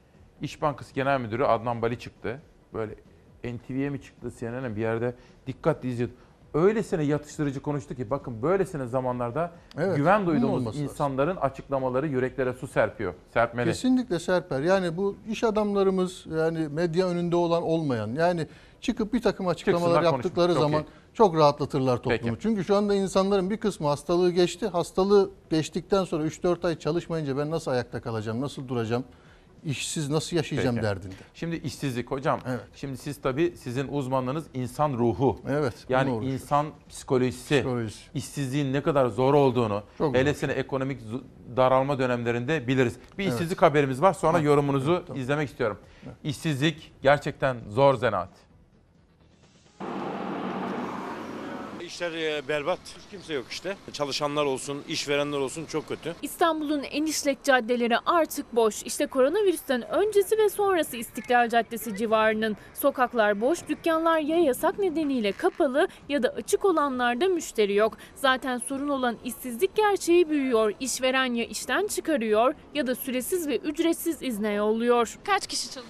İş Bankası Genel Müdürü Adnan Bali çıktı. Böyle N T V'ye mi çıktı, C N N'e bir yerde dikkatli izliyordu. Öylesine yatıştırıcı konuştu ki bakın böylesine zamanlarda evet, güven duyduğumuz insanların lazım. Açıklamaları yüreklere su serpiyor. Serpmeli.
Kesinlikle serper. Yani bu iş adamlarımız yani medya önünde olan olmayan yani çıkıp bir takım açıklamalar Çıksınlar, yaptıkları çok zaman iyi. Çok rahatlatırlar toplumu. Peki. Çünkü şu anda insanların bir kısmı hastalığı geçti. Hastalığı geçtikten sonra üç dört ay çalışmayınca ben nasıl ayakta kalacağım, nasıl duracağım? İşsiz nasıl yaşayacağım Peki. derdinde.
Şimdi işsizlik hocam.
Evet.
Şimdi siz tabii sizin uzmanlığınız insan ruhu.
Evet.
Yani insan psikolojisi, psikolojisi, işsizliğin ne kadar zor olduğunu, helesine ekonomik daralma dönemlerinde biliriz. Bir evet. işsizlik haberimiz var. Sonra evet. yorumunuzu evet, tamam. izlemek istiyorum. Evet. İşsizlik gerçekten zor zanaat.
İşler e, berbat. Hiç kimse yok işte. Çalışanlar olsun, işverenler olsun çok kötü.
İstanbul'un en işlek caddeleri artık boş. İşte koronavirüsten öncesi ve sonrası İstiklal Caddesi civarının. Sokaklar boş, dükkanlar ya yasak nedeniyle kapalı ya da açık olanlarda müşteri yok. Zaten sorun olan işsizlik gerçeği büyüyor. İşveren ya işten çıkarıyor ya da süresiz ve ücretsiz izne yolluyor. Kaç kişi çalışıyor?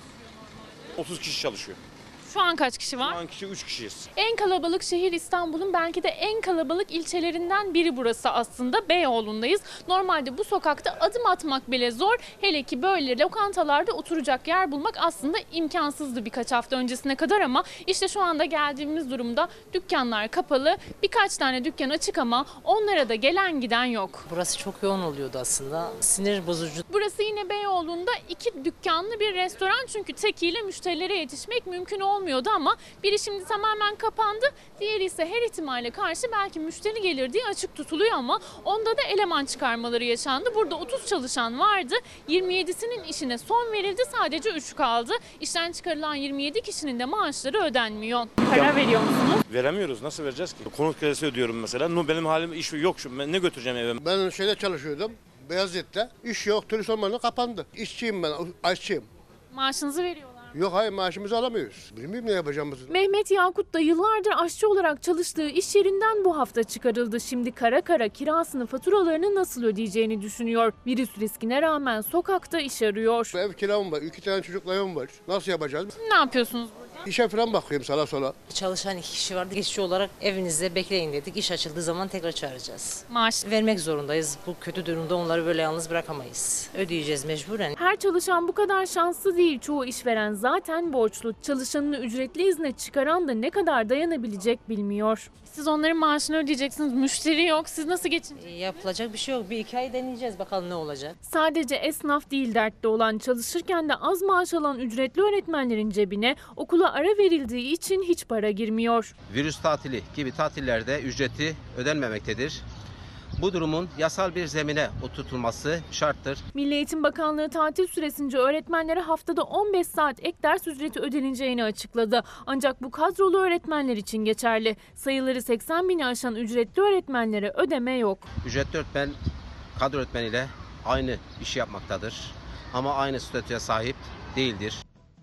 otuz kişi çalışıyor.
Şu an kaç kişi var?
Şu an kişi üç kişiyiz.
En kalabalık şehir İstanbul'un belki de en kalabalık ilçelerinden biri burası aslında. Beyoğlu'ndayız. Normalde bu sokakta adım atmak bile zor. Hele ki böyle lokantalarda oturacak yer bulmak aslında imkansızdı birkaç hafta öncesine kadar ama işte şu anda geldiğimiz durumda dükkanlar kapalı. Birkaç tane dükkan açık ama onlara da gelen giden yok.
Burası çok yoğun oluyordu aslında. Sinir bozucu.
Burası yine Beyoğlu'nda iki dükkanlı bir restoran çünkü tekiyle müşterilere yetişmek mümkün olmuyor. Ama biri şimdi tamamen kapandı. Diğeri ise her ihtimale karşı belki müşteri gelir diye açık tutuluyor ama onda da eleman çıkarmaları yaşandı. Burada otuz çalışan vardı. yirmi yedisinin işine son verildi. Sadece üç kaldı. İşten çıkarılan yirmi yedi kişinin de maaşları ödenmiyor. Para veriyor musunuz?
Veremiyoruz. Nasıl vereceğiz ki? Konut kredisi ödüyorum mesela. No, benim halim iş yok. Şu, ben ne götüreceğim eve?
Ben şeyde çalışıyordum. Beyazıt'ta. İş yok. Turist olmadan kapandı. İşçiyim ben. Aşçıyım.
Maaşınızı veriyorlar.
Yok hayır maaşımızı alamıyoruz. Bilmiyorum ne yapacağımızı.
Mehmet Yakut da yıllardır aşçı olarak çalıştığı iş yerinden bu hafta çıkarıldı. Şimdi kara kara kirasını, faturalarını nasıl ödeyeceğini düşünüyor. Virüs riskine rağmen sokakta iş arıyor.
Ev kiram var, iki tane çocuklarım var. Nasıl yapacağız?
Ne yapıyorsunuz burada?
İşe falan bakıyorum sağa sola.
Çalışan iki kişi vardı. Geçici olarak evinizde bekleyin dedik. İş açıldığı zaman tekrar çağıracağız.
Maaş
vermek zorundayız. Bu kötü durumda onları böyle yalnız bırakamayız. Ödeyeceğiz mecburen.
Her çalışan bu kadar şanslı değil. Çoğu işveren zaten borçlu. Çalışanını ücretli izne çıkaran da ne kadar dayanabilecek bilmiyor. Siz onların maaşını ödeyeceksiniz. Müşteri yok. Siz nasıl geçineceksiniz?
Yapılacak bir şey yok. Bir iki ay deneyeceğiz bakalım ne olacak.
Sadece esnaf değil dertte olan, çalışırken de az maaş alan ücretli öğretmenlerin cebine okula ara verildiği için hiç para girmiyor.
Virüs tatili gibi tatillerde ücreti ödenmemektedir. Bu durumun yasal bir zemine oturtulması şarttır.
Milli Eğitim Bakanlığı tatil süresince öğretmenlere haftada on beş saat ek ders ücreti ödeneceğini açıkladı. Ancak bu kadrolu öğretmenler için geçerli. Sayıları seksen bini aşan ücretli öğretmenlere ödeme yok.
Ücretli öğretmen kadro öğretmeniyle aynı işi yapmaktadır ama aynı statüye sahip değildir.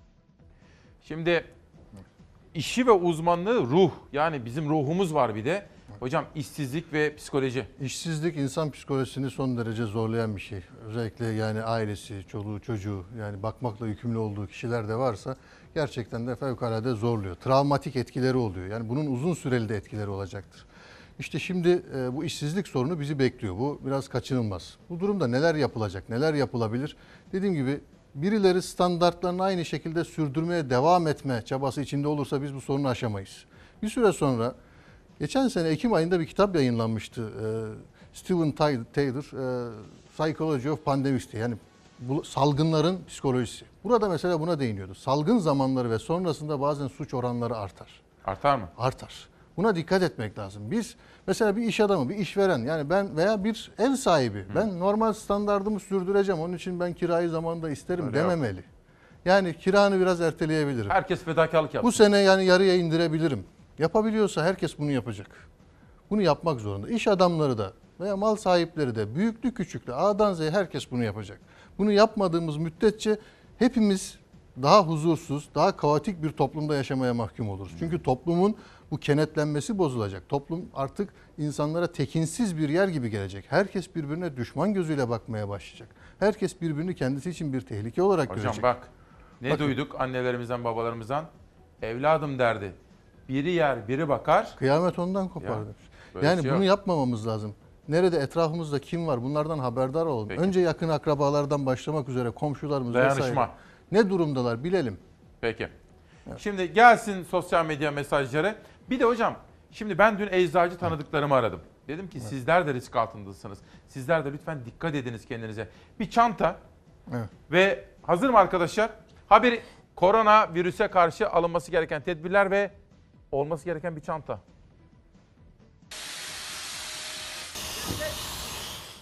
Şimdi işi ve uzmanlığı ruh, yani bizim ruhumuz var bir de. Hocam işsizlik ve psikoloji.
İşsizlik insan psikolojisini son derece zorlayan bir şey. Özellikle yani ailesi, çoluğu, çocuğu yani bakmakla yükümlü olduğu kişiler de varsa gerçekten de fevkalade zorluyor. Travmatik etkileri oluyor. Yani bunun uzun süreli de etkileri olacaktır. İşte şimdi e, bu işsizlik sorunu bizi bekliyor. Bu biraz kaçınılmaz. Bu durumda neler yapılacak, neler yapılabilir? Dediğim gibi birileri standartlarını aynı şekilde sürdürmeye devam etme çabası içinde olursa biz bu sorunu aşamayız. Bir süre sonra geçen sene Ekim ayında bir kitap yayınlanmıştı. Ee, Steven Taylor, e, Psychology of Pandemics diye. Yani bu salgınların psikolojisi. Burada mesela buna değiniyordu. Salgın zamanları ve sonrasında bazen suç oranları artar.
Artar mı?
Artar. Buna dikkat etmek lazım. Biz mesela bir iş adamı, bir işveren yani ben veya bir ev sahibi Hı. ben normal standardımı sürdüreceğim. Onun için ben kirayı zamanında isterim Öyle dememeli. Yok. Yani kiranı biraz erteleyebilirim.
Herkes fedakarlık yapsın.
Bu sene yani yarıya indirebilirim. Yapabiliyorsa herkes bunu yapacak. Bunu yapmak zorunda. İş adamları da veya mal sahipleri de büyüklü küçüklü A'dan Z'ye herkes bunu yapacak. Bunu yapmadığımız müddetçe hepimiz daha huzursuz, daha kaotik bir toplumda yaşamaya mahkum oluruz. Çünkü toplumun bu kenetlenmesi bozulacak. Toplum artık insanlara tekinsiz bir yer gibi gelecek. Herkes birbirine düşman gözüyle bakmaya başlayacak. Herkes birbirini kendisi için bir tehlike olarak
Hocam
görecek.
Hocam bak ne
Bakın,
duyduk annelerimizden babalarımızdan? Evladım derdi. Biri yer biri bakar.
Kıyamet ondan kopar.
Ya,
yani
şey
bunu
yok.
yapmamamız lazım. Nerede etrafımızda kim var bunlardan haberdar olalım.
Peki.
Önce yakın akrabalardan başlamak üzere komşularımız
Dayanışma.
vesaire. Ne durumdalar bilelim.
Peki. Evet. Şimdi gelsin sosyal medya mesajları. Bir de hocam şimdi ben dün eczacı tanıdıklarımı aradım. Dedim ki evet. sizler de risk altındasınız. Sizler de lütfen dikkat ediniz kendinize. Bir çanta evet. ve hazır mı arkadaşlar? Haberi korona virüse karşı alınması gereken tedbirler ve olması gereken bir çanta.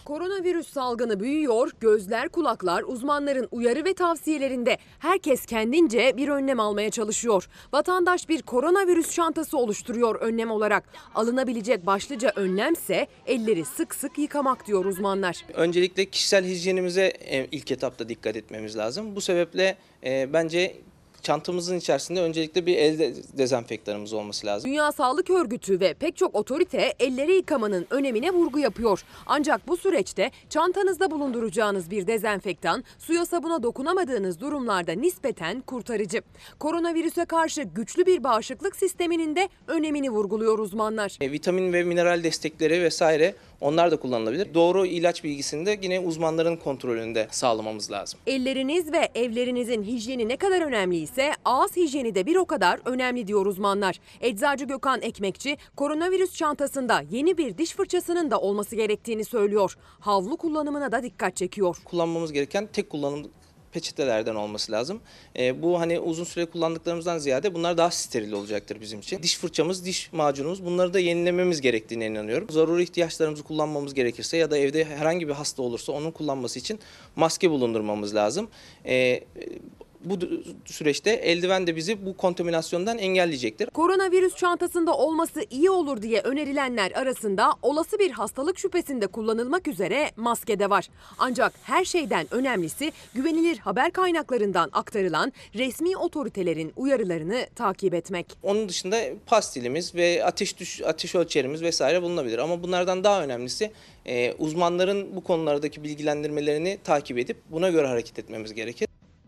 Koronavirüs salgını büyüyor, gözler kulaklar uzmanların uyarı ve tavsiyelerinde. Herkes kendince bir önlem almaya çalışıyor. Vatandaş bir koronavirüs çantası oluşturuyor önlem olarak. Alınabilecek başlıca önlemse elleri sık sık yıkamak diyor uzmanlar.
Öncelikle kişisel hijyenimize ilk etapta dikkat etmemiz lazım. Bu sebeple e, bence çantamızın içerisinde öncelikle bir el dezenfektanımız olması lazım.
Dünya Sağlık Örgütü ve pek çok otorite elleri yıkamanın önemine vurgu yapıyor. Ancak bu süreçte çantanızda bulunduracağınız bir dezenfektan suya sabuna dokunamadığınız durumlarda nispeten kurtarıcı. Koronavirüse karşı güçlü bir bağışıklık sisteminin de önemini vurguluyor uzmanlar.
E, vitamin ve mineral destekleri vesaire onlar da kullanılabilir. Doğru ilaç bilgisini de yine uzmanların kontrolünde sağlamamız lazım.
Elleriniz ve evlerinizin hijyeni ne kadar önemliyse ağız hijyeni de bir o kadar önemli diyor uzmanlar. Eczacı Gökhan Ekmekçi koronavirüs çantasında yeni bir diş fırçasının da olması gerektiğini söylüyor. Havlu kullanımına da dikkat çekiyor.
Kullanmamız gereken tek kullanım peçetelerden olması lazım. E, bu hani uzun süre kullandıklarımızdan ziyade bunlar daha steril olacaktır bizim için. Diş fırçamız, diş macunumuz bunları da yenilememiz gerektiğine inanıyorum. Zaruri ihtiyaçlarımızı kullanmamız gerekirse ya da evde herhangi bir hasta olursa onun kullanması için maske bulundurmamız lazım. E, Bu süreçte eldiven de bizi bu kontaminasyondan engelleyecektir.
Koronavirüs çantasında olması iyi olur diye önerilenler arasında olası bir hastalık şüphesinde kullanılmak üzere maske de var. Ancak her şeyden önemlisi güvenilir haber kaynaklarından aktarılan resmi otoritelerin uyarılarını takip etmek.
Onun dışında pastilimiz ve ateş düş, ateş ölçerimiz vesaire bulunabilir. Ama bunlardan daha önemlisi e, uzmanların bu konulardaki bilgilendirmelerini takip edip buna göre hareket etmemiz gerekir.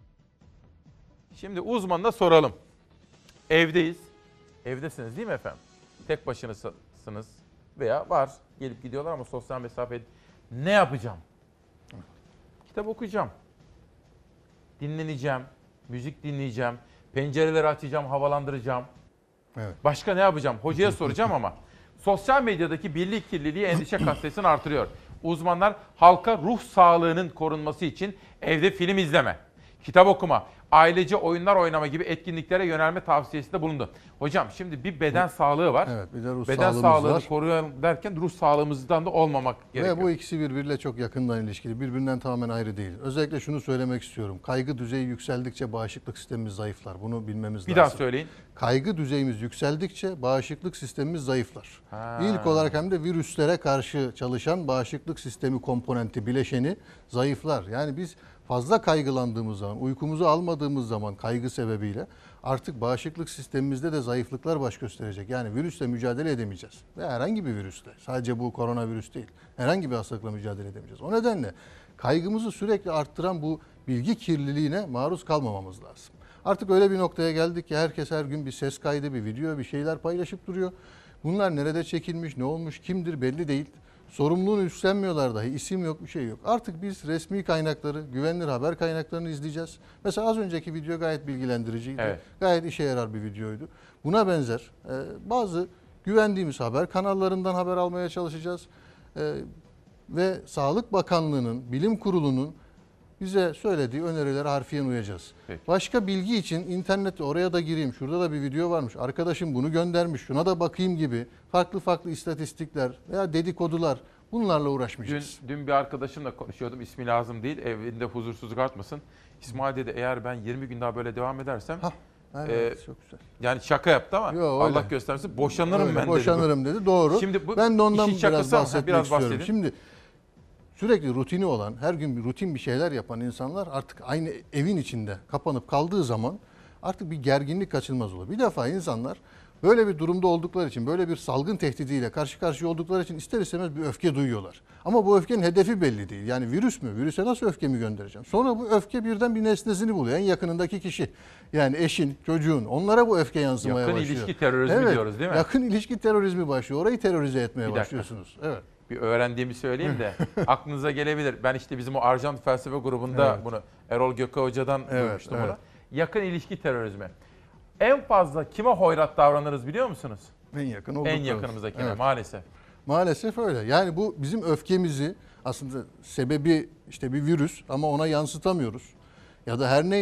Şimdi uzmanına soralım. Evdeyiz. Evdesiniz değil mi efendim? Tek başınızsınız veya var. Gelip gidiyorlar ama sosyal mesafe. Ne yapacağım? Kitap okuyacağım. Dinleneceğim. Müzik dinleyeceğim. Pencereleri açacağım, havalandıracağım.
Evet.
Başka ne yapacağım? Hocaya soracağım ama. Sosyal medyadaki birlik kirliliği endişe kastesini artırıyor. Uzmanlar halka ruh sağlığının korunması için evde film izleme, kitap okuma, ailece oyunlar oynama gibi etkinliklere yönelme tavsiyesinde bulundu. Hocam şimdi bir beden sağlığı var.
Evet, bir de ruh
beden
sağlığımız
sağlığını
var.
koruyalım derken ruh sağlığımızdan da olmamak gerekiyor.
Ve bu ikisi birbiriyle çok yakından ilişkili. Birbirinden tamamen ayrı değil. Özellikle şunu söylemek istiyorum. Kaygı düzeyi yükseldikçe bağışıklık sistemimiz zayıflar. Bunu bilmemiz
bir
lazım.
daha söyleyin.
Kaygı düzeyimiz yükseldikçe bağışıklık sistemimiz zayıflar.
Ha.
İlk olarak hem de virüslere karşı çalışan bağışıklık sistemi komponenti, bileşeni zayıflar. Yani biz fazla kaygılandığımız zaman, uykumuzu almadığımız zaman kaygı sebebiyle artık bağışıklık sistemimizde de zayıflıklar baş gösterecek. Yani virüsle mücadele edemeyeceğiz. Ve herhangi bir virüsle, sadece bu koronavirüs değil, herhangi bir hastalıkla mücadele edemeyeceğiz. O nedenle kaygımızı sürekli arttıran bu bilgi kirliliğine maruz kalmamamız lazım. Artık öyle bir noktaya geldik ki herkes her gün bir ses kaydı, bir video, bir şeyler paylaşıp duruyor. Bunlar nerede çekilmiş, ne olmuş, kimdir belli değil. Sorumluluğunu üstlenmiyorlar dahi. İsim yok, bir şey yok. Artık biz resmi kaynakları, güvenilir haber kaynaklarını izleyeceğiz. Mesela az önceki video gayet bilgilendiriciydi.
Evet.
Gayet işe yarar bir videoydu. Buna benzer e, bazı güvendiğimiz haber kanallarından haber almaya çalışacağız. E, ve Sağlık Bakanlığı'nın, Bilim Kurulu'nun bize söylediği önerilere harfiyen uyacağız. Peki. Başka bilgi için internette oraya da gireyim, şurada da bir video varmış, arkadaşım bunu göndermiş, şuna da bakayım gibi farklı farklı istatistikler veya dedikodular, bunlarla uğraşmayacağız.
Dün, dün bir arkadaşımla konuşuyordum, ismi lazım değil, evinde huzursuzluk artmasın. İsmail dedi eğer ben yirmi gün daha böyle devam edersem,
Hah, evet,
e,
çok güzel.
Yani şaka yaptı ama
Yo,
Allah göstermesin boşanırım
öyle,
ben
boşanırım
dedi.
dedi. Doğru.
Şimdi bu
ben de ondan
işin
biraz
şakası ama
bahsetmek
biraz
istiyorum.
bahsedin.
Şimdi sürekli rutini olan, her gün bir rutin bir şeyler yapan insanlar artık aynı evin içinde kapanıp kaldığı zaman artık bir gerginlik kaçınılmaz olur. Bir defa insanlar böyle bir durumda oldukları için, böyle bir salgın tehdidiyle karşı karşıya oldukları için ister istemez bir öfke duyuyorlar. Ama bu öfkenin hedefi belli değil. Yani virüs mü? Virüse nasıl öfkemi göndereceğim? Sonra bu öfke birden bir nesnesini buluyor. En yakınındaki kişi. Yani eşin, çocuğun. Onlara bu öfke yansımaya
yakın
başlıyor.
Yakın ilişki terörizmi
evet,
diyoruz değil mi?
Yakın ilişki terörizmi başlıyor. Orayı terörize etmeye
bir
başlıyorsunuz. Evet.
Bir öğrendiğimi söyleyeyim de aklınıza gelebilir. Ben işte bizim o Arjant Felsefe grubunda evet. bunu Erol Gökay Hoca'dan evet, duymuştum evet. bunu. Yakın ilişki terörizmi. En fazla kime hoyrat davranırız biliyor musunuz?
En yakın oldukları.
En yakınımızdakine evet. maalesef.
Maalesef öyle. Yani bu bizim öfkemizi aslında sebebi işte bir virüs ama ona yansıtamıyoruz. Ya da her neyse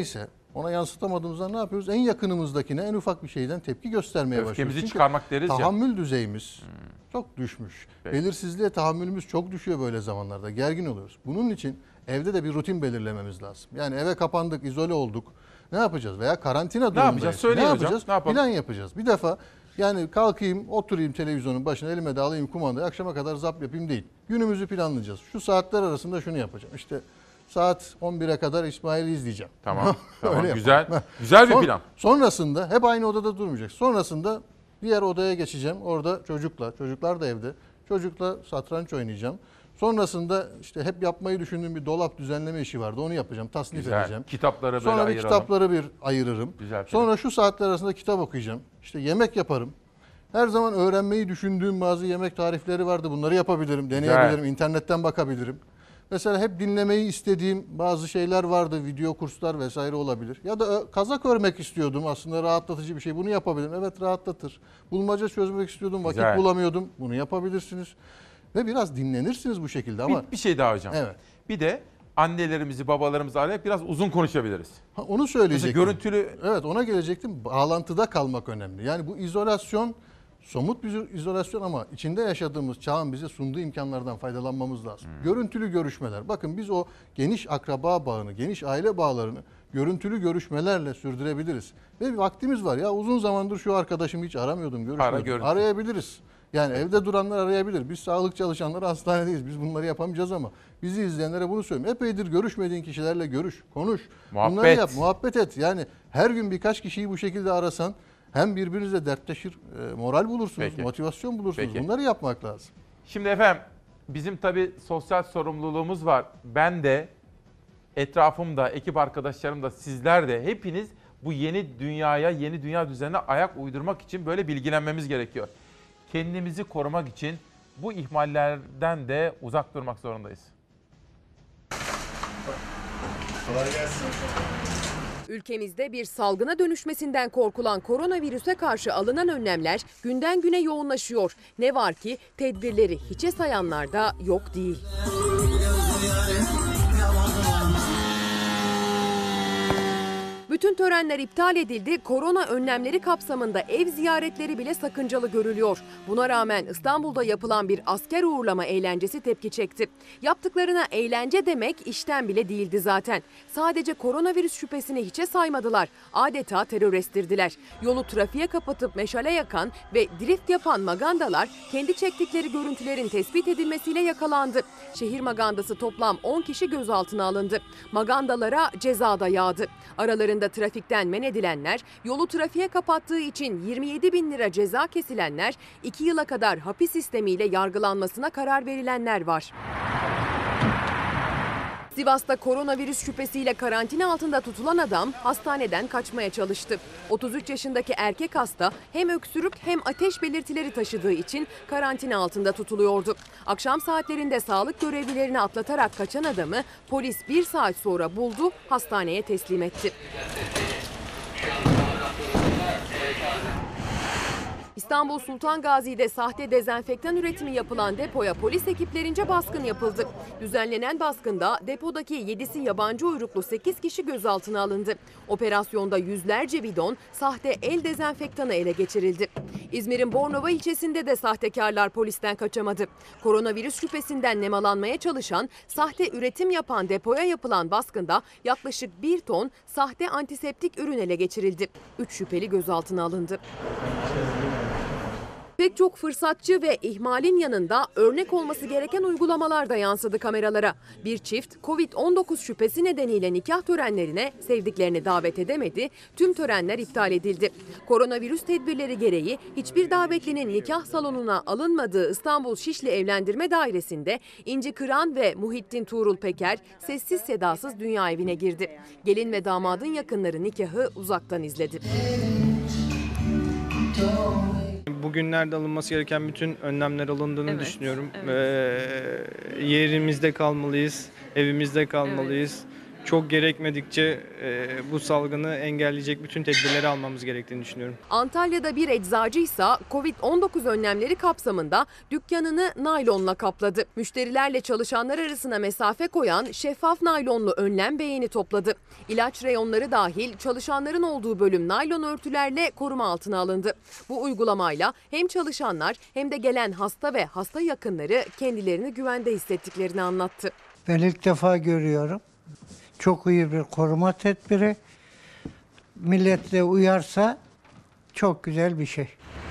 Ona yansıtamadığımızda ne yapıyoruz? En yakınımızdakine en ufak bir şeyden tepki göstermeye başlıyoruz.
Öfkemizi
Çünkü
çıkarmak deriz ya.
tahammül düzeyimiz
Hmm.
çok düşmüş.
Peki.
Belirsizliğe tahammülümüz çok düşüyor böyle zamanlarda. Gergin oluyoruz. Bunun için evde de bir rutin belirlememiz lazım. Yani eve kapandık, izole olduk. Ne yapacağız? Veya karantina durumundayız.
yapacağız? Söyleyin
ne
hocam,
yapacağız?
ne yapalım?
Plan yapacağız. Bir defa yani kalkayım, oturayım televizyonun başına, elime de alayım kumandayı, akşama kadar zap yapayım değil. Günümüzü planlayacağız. Şu saatler arasında şunu yapacağım. İşte saat on bire kadar İsmail'i izleyeceğim.
Tamam. tamam
Öyle
güzel.
yapalım.
Güzel bir
Son-
plan.
Sonrasında hep aynı odada durmayacak. Sonrasında diğer odaya geçeceğim. Orada çocukla, çocuklar da evde. Çocukla satranç oynayacağım. Sonrasında işte hep yapmayı düşündüğüm bir dolap düzenleme işi vardı. Onu yapacağım, tasnif
Güzel.
edeceğim.
Kitapları böyle
Sonra bir
ayıralım.
kitapları bir ayırırım.
Güzel plan.
Sonra şu saatler arasında kitap okuyacağım. İşte yemek yaparım. Her zaman öğrenmeyi düşündüğüm bazı yemek tarifleri vardı. Bunları yapabilirim, deneyebilirim, internetten bakabilirim. Mesela hep dinlemeyi istediğim bazı şeyler vardı. Video kurslar vesaire olabilir. Ya da ö- kazak örmek istiyordum, aslında rahatlatıcı bir şey. Bunu yapabilirim. Evet, rahatlatır. Bulmaca çözmek istiyordum, vakit
Güzel.
bulamıyordum. Bunu yapabilirsiniz. Ve biraz dinlenirsiniz bu şekilde ama...
Bir, bir şey daha hocam.
Evet.
Bir de annelerimizi, babalarımızı arayıp biraz uzun konuşabiliriz.
Ha, onu söyleyecektim.
Mesela görüntülü...
Evet, ona gelecektim. Bağlantıda kalmak önemli. Yani bu izolasyon somut bir izolasyon ama içinde yaşadığımız çağın bize sunduğu imkanlardan faydalanmamız lazım.
Hmm.
Görüntülü görüşmeler. Bakın biz o geniş akraba bağını, geniş aile bağlarını görüntülü görüşmelerle sürdürebiliriz. Ve bir vaktimiz var ya, uzun zamandır şu arkadaşımı hiç aramıyordum, görüşmüyordum.
görüntü.
Arayabiliriz. Yani evde duranlar arayabilir. Biz sağlık çalışanları hastanedeyiz. Biz bunları yapamayacağız ama bizi izleyenlere bunu söyleyeyim. Epeydir görüşmediğin kişilerle görüş, konuş.
Muhabbet.
Bunları yap, muhabbet et. Yani her gün birkaç kişiyi bu şekilde arasan hem birbirinizle dertleşir, e, moral bulursunuz,
Peki.
motivasyon bulursunuz.
Peki.
Bunları yapmak lazım.
Şimdi efendim bizim tabii sosyal sorumluluğumuz var. Ben de, etrafımda, ekip arkadaşlarım da, sizler de hepiniz bu yeni dünyaya, yeni dünya düzenine ayak uydurmak için böyle bilgilenmemiz gerekiyor. Kendimizi korumak için bu ihmallerden de uzak durmak zorundayız.
Kolay gelsin. Ülkemizde bir salgına dönüşmesinden korkulan koronavirüse karşı alınan önlemler günden güne yoğunlaşıyor. Ne var ki tedbirleri hiçe sayanlar da yok değil. Bütün törenler iptal edildi. Korona önlemleri kapsamında ev ziyaretleri bile sakıncalı görülüyor. Buna rağmen İstanbul'da yapılan bir asker uğurlama eğlencesi tepki çekti. Yaptıklarına eğlence demek işten bile değildi zaten. Sadece koronavirüs şüphesini hiçe saymadılar. Adeta terör estirdiler. Yolu trafiğe kapatıp meşale yakan ve drift yapan magandalar kendi çektikleri görüntülerin tespit edilmesiyle yakalandı. Şehir magandası toplam on kişi gözaltına alındı. Magandalara ceza da yağdı. Aralarında trafikten men edilenler, yolu trafiğe kapattığı için yirmi yedi bin lira ceza kesilenler, iki yıla kadar hapis sistemiyle yargılanmasına karar verilenler var. Sivas'ta koronavirüs şüphesiyle karantina altında tutulan adam hastaneden kaçmaya çalıştı. otuz üç yaşındaki erkek hasta hem öksürük hem ateş belirtileri taşıdığı için karantina altında tutuluyordu. Akşam saatlerinde sağlık görevlilerini atlatarak kaçan adamı polis bir saat sonra buldu, hastaneye teslim etti. İstanbul Sultan Gazi'de sahte dezenfektan üretimi yapılan depoya polis ekiplerince baskın yapıldı. Düzenlenen baskında depodaki yedisi yabancı uyruklu sekiz kişi gözaltına alındı. Operasyonda yüzlerce bidon sahte el dezenfektanı ele geçirildi. İzmir'in Bornova ilçesinde de sahtekarlar polisten kaçamadı. Koronavirüs şüphesinden nemalanmaya çalışan, sahte üretim yapan depoya yapılan baskında yaklaşık bir ton sahte antiseptik ürün ele geçirildi. üç şüpheli gözaltına alındı. Pek çok fırsatçı ve ihmalin yanında örnek olması gereken uygulamalar da yansıdı kameralara. Bir çift kovid on dokuz şüphesi nedeniyle nikah törenlerine sevdiklerini davet edemedi, tüm törenler iptal edildi. Koronavirüs tedbirleri gereği hiçbir davetlinin nikah salonuna alınmadığı İstanbul Şişli Evlendirme Dairesi'nde İnci Kıran ve Muhittin Tuğrul Peker sessiz sedasız dünya evine girdi. Gelin ve damadın yakınları nikahı uzaktan izledi.
Bugünlerde alınması gereken bütün önlemler alındığını
Evet,
düşünüyorum.
evet.
Ee, yerimizde kalmalıyız, evimizde kalmalıyız. çok gerekmedikçe e, bu salgını engelleyecek bütün tedbirleri almamız gerektiğini düşünüyorum.
Antalya'da bir eczacıysa kovid on dokuz önlemleri kapsamında dükkanını naylonla kapladı. Müşterilerle çalışanlar arasına mesafe koyan şeffaf naylonlu önlem beğeni topladı. İlaç reyonları dahil çalışanların olduğu bölüm naylon örtülerle koruma altına alındı. Bu uygulamayla hem çalışanlar hem de gelen hasta ve hasta yakınları kendilerini güvende hissettiklerini anlattı.
Ben ilk defa görüyorum. Çok iyi bir koruma tedbiri. Millet de uyarsa çok güzel bir şey.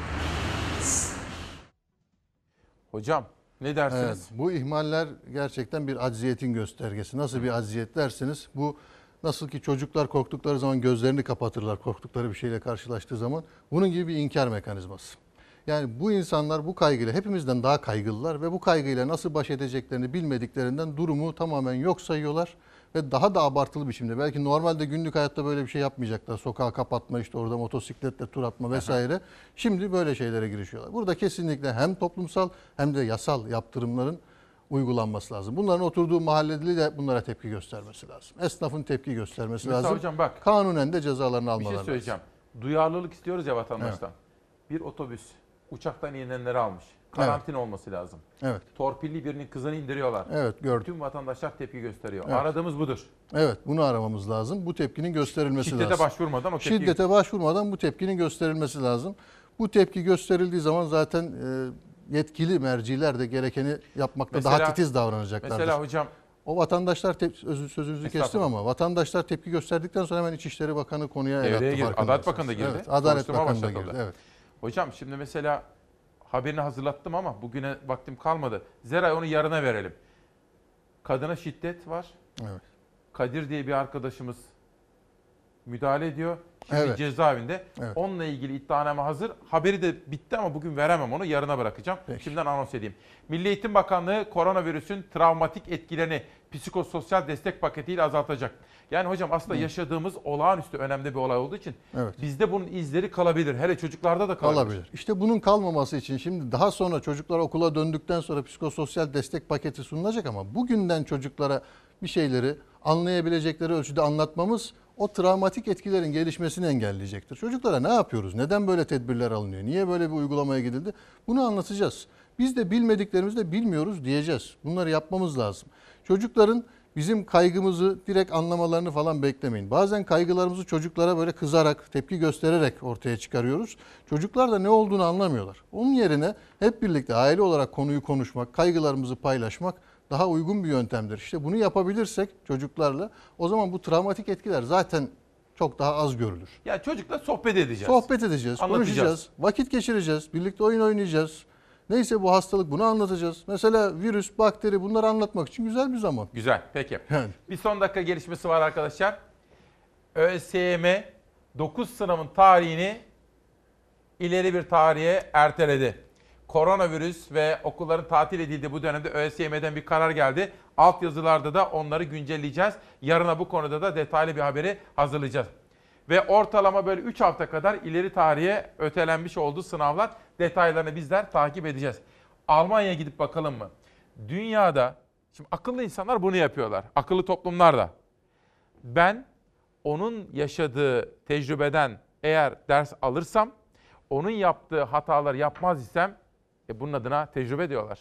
Hocam ne dersiniz?
Evet, bu ihmaller gerçekten bir acziyetin göstergesi. Nasıl bir acziyet dersiniz? Bu nasıl ki çocuklar korktukları zaman gözlerini kapatırlar korktukları bir şeyle karşılaştığı zaman. Bunun gibi bir inkar mekanizması. Yani bu insanlar bu kaygıyla hepimizden daha kaygılılar ve bu kaygıyla nasıl baş edeceklerini bilmediklerinden durumu tamamen yok sayıyorlar. Ve daha da abartılı biçimde belki normalde günlük hayatta böyle bir şey yapmayacaklar. Sokağı kapatma, işte orada motosikletle tur atma vesaire. Şimdi böyle şeylere girişiyorlar. Burada kesinlikle hem toplumsal hem de yasal yaptırımların uygulanması lazım. Bunların oturduğu mahalleli de bunlara tepki göstermesi lazım. Esnafın tepki göstermesi
Mesela
lazım.
hocam bak,
kanunen de cezalarını almaları
lazım. Bir
lazım.
şey söyleyeceğim. Duyarlılık istiyoruz ya vatandaştan. Evet. Bir otobüs uçaktan inenleri almış. Karantina evet. olması lazım.
Evet.
Torpilli birinin kızını indiriyorlar.
Evet, gördüm.
Tüm vatandaşlar tepki gösteriyor.
Evet.
Aradığımız budur.
Evet, bunu aramamız lazım. Bu tepkinin gösterilmesi
Şiddete
lazım.
Şiddete başvurmadan o tepki...
Şiddete başvurmadan bu tepkinin gösterilmesi lazım. Bu tepki gösterildiği zaman zaten e, yetkili merciler de gerekeni yapmakta mesela, daha titiz davranacaklardır.
Mesela hocam...
O vatandaşlar, tep- sözünüzü kestim ama vatandaşlar tepki gösterdikten sonra hemen İçişleri Bakanı konuya el attı farkındaysanız.
Adalet Bakanı da girdi.
Evet, Adalet Bakanı da girdi. Evet.
Hocam şimdi mesela haberini hazırlattım ama bugüne vaktim kalmadı. Zeray onu yarına verelim. Kadına şiddet var.
Evet.
Kadir diye bir arkadaşımız müdahale ediyor. Şimdi
evet.
cezaevinde.
Evet.
Onunla ilgili iddianame hazır. Haberi de bitti ama bugün veremem onu. Yarına bırakacağım.
Peki.
Şimdiden anons edeyim. Milli Eğitim Bakanlığı koronavirüsün travmatik etkilerini psikososyal destek paketiyle azaltacak. Yani hocam aslında Hı. yaşadığımız olağanüstü önemli bir olay olduğu için evet. bizde bunun izleri kalabilir. Hele çocuklarda da kalabilir.
kalabilir. İşte bunun kalmaması için şimdi daha sonra çocuklar okula döndükten sonra psikososyal destek paketi sunulacak ama bugünden çocuklara bir şeyleri anlayabilecekleri ölçüde anlatmamız o travmatik etkilerin gelişmesini engelleyecektir. Çocuklara ne yapıyoruz? Neden böyle tedbirler alınıyor? Niye böyle bir uygulamaya gidildi? Bunu anlatacağız. Biz de bilmediklerimizi de bilmiyoruz diyeceğiz. Bunları yapmamız lazım. Çocukların bizim kaygımızı direkt anlamalarını falan beklemeyin. Bazen kaygılarımızı çocuklara böyle kızarak, tepki göstererek ortaya çıkarıyoruz. Çocuklar da ne olduğunu anlamıyorlar. Onun yerine hep birlikte aile olarak konuyu konuşmak, kaygılarımızı paylaşmak daha uygun bir yöntemdir. İşte bunu yapabilirsek çocuklarla o zaman bu travmatik etkiler zaten çok daha az görülür.
Ya çocukla sohbet edeceğiz.
Sohbet edeceğiz, konuşacağız, vakit geçireceğiz, birlikte oyun oynayacağız. Neyse bu hastalık bunu anlatacağız. Mesela virüs, bakteri bunları anlatmak için güzel bir zaman.
Güzel peki.
Yani.
Bir son dakika gelişmesi var arkadaşlar. ÖSYM dokuz sınavın tarihini ileri bir tarihe erteledi. Koronavirüs ve okulların tatil edildiği bu dönemde ÖSYM'den bir karar geldi. Altyazılarda da onları güncelleyeceğiz. Yarına bu konuda da detaylı bir haberi hazırlayacağız. Ve ortalama böyle üç hafta kadar ileri tarihe ötelenmiş olduğu sınavlar detaylarını bizler takip edeceğiz. Almanya'ya gidip bakalım mı? Dünyada, şimdi akıllı insanlar bunu yapıyorlar. Akıllı toplumlar da. Ben onun yaşadığı tecrübeden eğer ders alırsam, onun yaptığı hataları yapmaz isem, e bunun adına tecrübe diyorlar.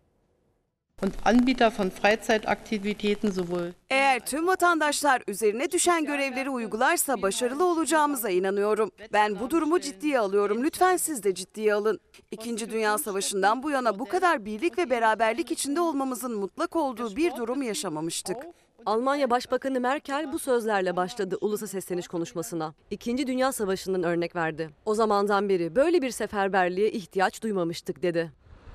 Und Anbieter von Freizeitaktivitäten sowohl.
Eğer tüm vatandaşlar üzerine düşen görevleri uygularsa başarılı olacağımıza inanıyorum. Ben bu durumu ciddiye alıyorum. Lütfen siz de ciddiye alın. İkinci Dünya Savaşı'ndan bu yana bu kadar birlik ve beraberlik içinde olmamızın mutlak olduğu bir durum yaşamamıştık.
Almanya Başbakanı Merkel bu sözlerle başladı ulusa sesleniş konuşmasına. İkinci Dünya Savaşı'ndan örnek verdi. O zamandan beri böyle bir seferberliğe ihtiyaç duymamıştık dedi.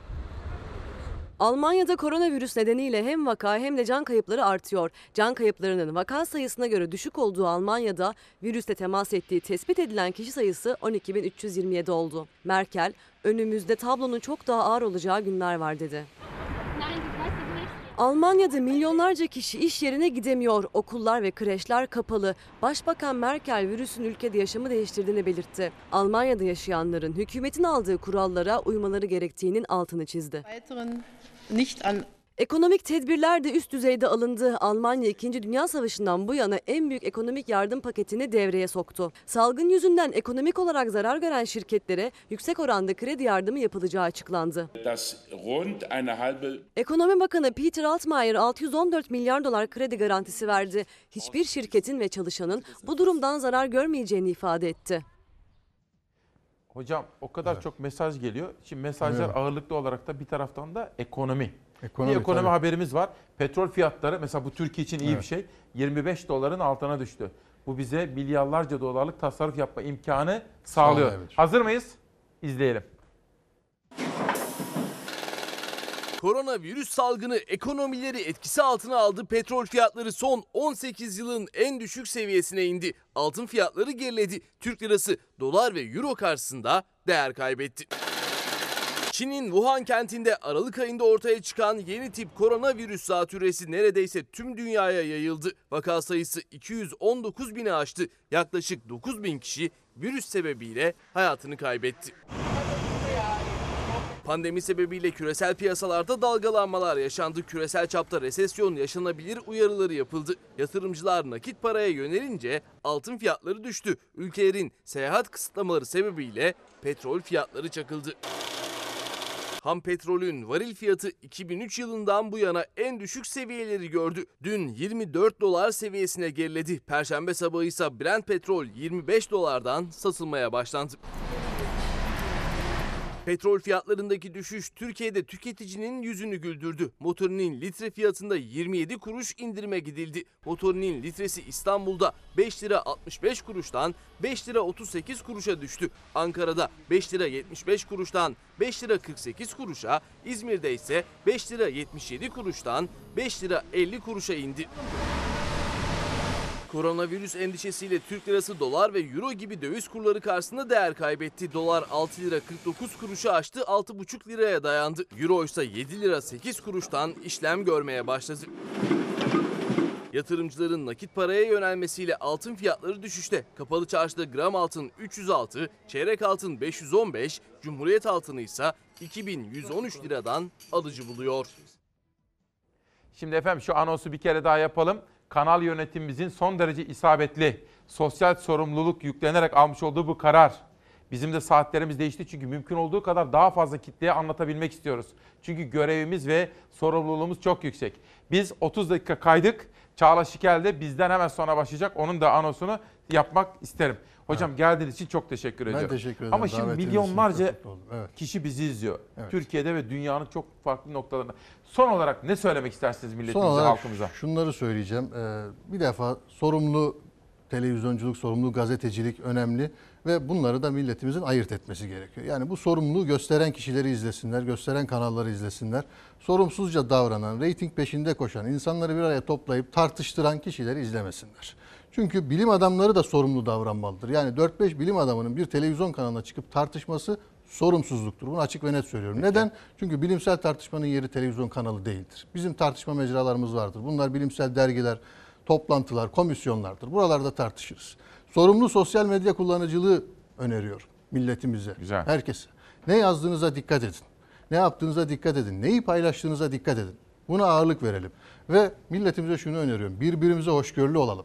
Almanya'da koronavirüs nedeniyle hem vaka hem de can kayıpları artıyor. Can kayıplarının vaka sayısına göre düşük olduğu Almanya'da virüsle temas ettiği tespit edilen kişi sayısı on iki bin üç yüz yirmi yedi oldu. Merkel, önümüzde tablonun çok daha ağır olacağı günler var dedi. Almanya'da milyonlarca kişi iş yerine gidemiyor. Okullar ve kreşler kapalı. Başbakan Merkel virüsün ülkede yaşamı değiştirdiğini belirtti. Almanya'da yaşayanların hükümetin aldığı kurallara uymaları gerektiğinin altını çizdi. Ekonomik tedbirler de üst düzeyde alındı. Almanya ikinci. Dünya Savaşı'ndan bu yana en büyük ekonomik yardım paketini devreye soktu. Salgın yüzünden ekonomik olarak zarar gören şirketlere yüksek oranda kredi yardımı yapılacağı açıklandı. Ekonomi Bakanı Peter Altmaier altı yüz on dört milyar dolar kredi garantisi verdi. Hiçbir şirketin ve çalışanın bu durumdan zarar görmeyeceğini ifade etti.
Hocam o kadar evet. çok mesaj geliyor. Şimdi mesajlar evet. ağırlıklı olarak da bir taraftan da ekonomi. Ekonomi, bir ekonomi tabii. haberimiz var. Petrol fiyatları mesela bu Türkiye için iyi evet. bir şey. yirmi beş doların altına düştü. Bu bize milyarlarca dolarlık tasarruf yapma imkanı sağlıyor. Sağ ol, evet. Hazır mıyız? İzleyelim.
Koronavirüs salgını ekonomileri etkisi altına aldı. Petrol fiyatları son on sekiz yılın en düşük seviyesine indi. Altın fiyatları geriledi. Türk lirası dolar ve euro karşısında değer kaybetti. Çin'in Wuhan kentinde Aralık ayında ortaya çıkan yeni tip koronavirüs zatürresi neredeyse tüm dünyaya yayıldı. Vaka sayısı iki yüz on dokuz bini aştı. Yaklaşık dokuz bin kişi virüs sebebiyle hayatını kaybetti. Pandemi sebebiyle küresel piyasalarda dalgalanmalar yaşandı. Küresel çapta resesyon yaşanabilir uyarıları yapıldı. Yatırımcılar nakit paraya yönelince altın fiyatları düştü. Ülkelerin seyahat kısıtlamaları sebebiyle petrol fiyatları çakıldı. Ham petrolün varil fiyatı iki bin üç yılından bu yana en düşük seviyeleri gördü. Dün yirmi dört dolar seviyesine geriledi. Perşembe sabahı ise Brent petrol yirmi beş dolardan satılmaya başlandı. Petrol fiyatlarındaki düşüş Türkiye'de tüketicinin yüzünü güldürdü. Motorinin litre fiyatında yirmi yedi kuruş indirime gidildi. Motorinin litresi İstanbul'da beş lira altmış beş kuruştan beş lira otuz sekiz kuruşa düştü. Ankara'da beş lira yetmiş beş kuruştan beş lira kırk sekiz kuruşa, İzmir'de ise beş lira yetmiş yedi kuruştan beş lira elli kuruşa indi. Koronavirüs endişesiyle Türk lirası, dolar ve euro gibi döviz kurları karşısında değer kaybetti. Dolar altı lira kırk dokuz kuruşu aştı, altı buçuk liraya dayandı. Euro ise yedi lira sekiz kuruştan işlem görmeye başladı. Yatırımcıların nakit paraya yönelmesiyle altın fiyatları düşüşte. Kapalı çarşıda gram altın üç yüz altı, çeyrek altın beş yüz on beş, Cumhuriyet altını ise iki bin yüz on üç liradan alıcı buluyor.
Şimdi efendim şu anonsu bir kere daha yapalım. Kanal yönetimimizin son derece isabetli, sosyal sorumluluk yüklenerek almış olduğu bu karar. Bizim de saatlerimiz değişti çünkü mümkün olduğu kadar daha fazla kitleye anlatabilmek istiyoruz. Çünkü görevimiz ve sorumluluğumuz çok yüksek. Biz otuz dakika kaydık. Çağla Şikel de bizden hemen sonra başlayacak. Onun da anonsunu yapmak isterim. Hocam evet. geldiğiniz için çok teşekkür ediyorum.
Ben teşekkür ederim.
Ama şimdi
Davetiniz
milyonlarca
evet.
kişi bizi izliyor.
Evet.
Türkiye'de ve dünyanın çok farklı noktalarında. Son olarak ne söylemek istersiniz milletimize,
Son olarak
halkımıza?
Şunları söyleyeceğim. Ee, bir defa sorumlu televizyonculuk, sorumlu gazetecilik önemli ve bunları da milletimizin ayırt etmesi gerekiyor. Yani bu sorumluluğu gösteren kişileri izlesinler, gösteren kanalları izlesinler. Sorumsuzca davranan, reyting peşinde koşan, insanları bir araya toplayıp tartıştıran kişileri izlemesinler. Çünkü bilim adamları da sorumlu davranmalıdır. Yani dört beş bilim adamının bir televizyon kanalına çıkıp tartışması sorumsuzluktur. Bunu açık ve net söylüyorum. Peki. Neden? Çünkü bilimsel tartışmanın yeri televizyon kanalı değildir. Bizim tartışma mecralarımız vardır. Bunlar bilimsel dergiler, toplantılar, komisyonlardır. Buralarda tartışırız. Sorumlu sosyal medya kullanıcılığı öneriyorum milletimize,
Güzel.
herkese. Ne yazdığınıza dikkat edin. Ne yaptığınıza dikkat edin. Neyi paylaştığınıza dikkat edin. Buna ağırlık verelim. Ve milletimize şunu öneriyorum. Birbirimize hoşgörülü olalım.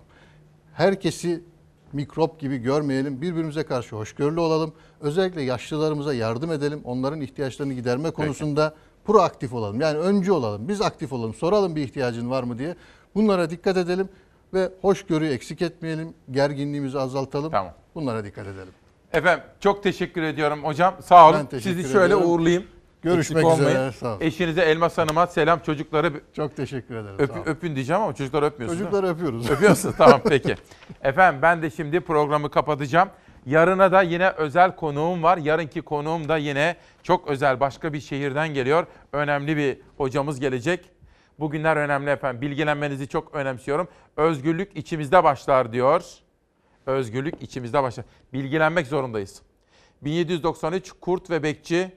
Herkesi mikrop gibi görmeyelim. Birbirimize karşı hoşgörülü olalım. Özellikle yaşlılarımıza yardım edelim. Onların ihtiyaçlarını giderme konusunda Peki. proaktif olalım. Yani öncü olalım. Biz aktif olalım. Soralım bir ihtiyacın var mı diye. Bunlara dikkat edelim ve hoşgörüyü eksik etmeyelim. Gerginliğimizi azaltalım.
Tamam.
Bunlara dikkat edelim.
Efendim çok teşekkür ediyorum hocam. Sağ olun. Sizi şöyle
ediyorum.
uğurlayayım.
Görüşmek
Eksik
üzere.
olmayın.
Sağ olun.
Eşinize Elmas Hanım'a selam, çocukları.
Çok teşekkür ederim.
Öp, öpün diyeceğim ama çocukları öpmüyorsunuz.
Çocukları öpüyoruz.
Öpüyorsunuz. Tamam peki. Efendim ben de şimdi programı kapatacağım. Yarına da yine özel konuğum var. Yarınki konuğum da yine çok özel, başka bir şehirden geliyor. Önemli bir hocamız gelecek. Bugünler önemli efendim. Bilgilenmenizi çok önemsiyorum. Özgürlük içimizde başlar diyor. Özgürlük içimizde başlar. Bilgilenmek zorundayız. bin yedi yüz doksan üç Kurt ve Bekçi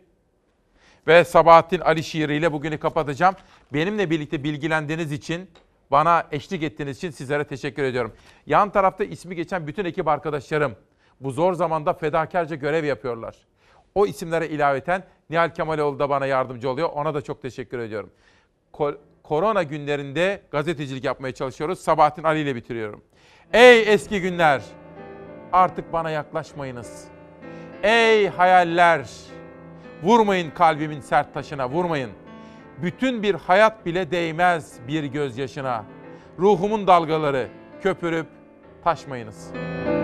ve Sabahattin Ali şiiriyle bugünü kapatacağım. Benimle birlikte bilgilendiğiniz için, bana eşlik ettiğiniz için sizlere teşekkür ediyorum. Yan tarafta ismi geçen bütün ekip arkadaşlarım bu zor zamanda fedakarca görev yapıyorlar. O isimlere ilaveten Nihal Kemaloğlu da bana yardımcı oluyor. Ona da çok teşekkür ediyorum. Ko- korona günlerinde gazetecilik yapmaya çalışıyoruz. Sabahattin Ali ile bitiriyorum. Ey eski günler, artık bana yaklaşmayınız. Ey hayaller, vurmayın kalbimin sert taşına, vurmayın. Bütün bir hayat bile değmez bir gözyaşına. Ruhumun dalgaları köpürüp taşmayınız.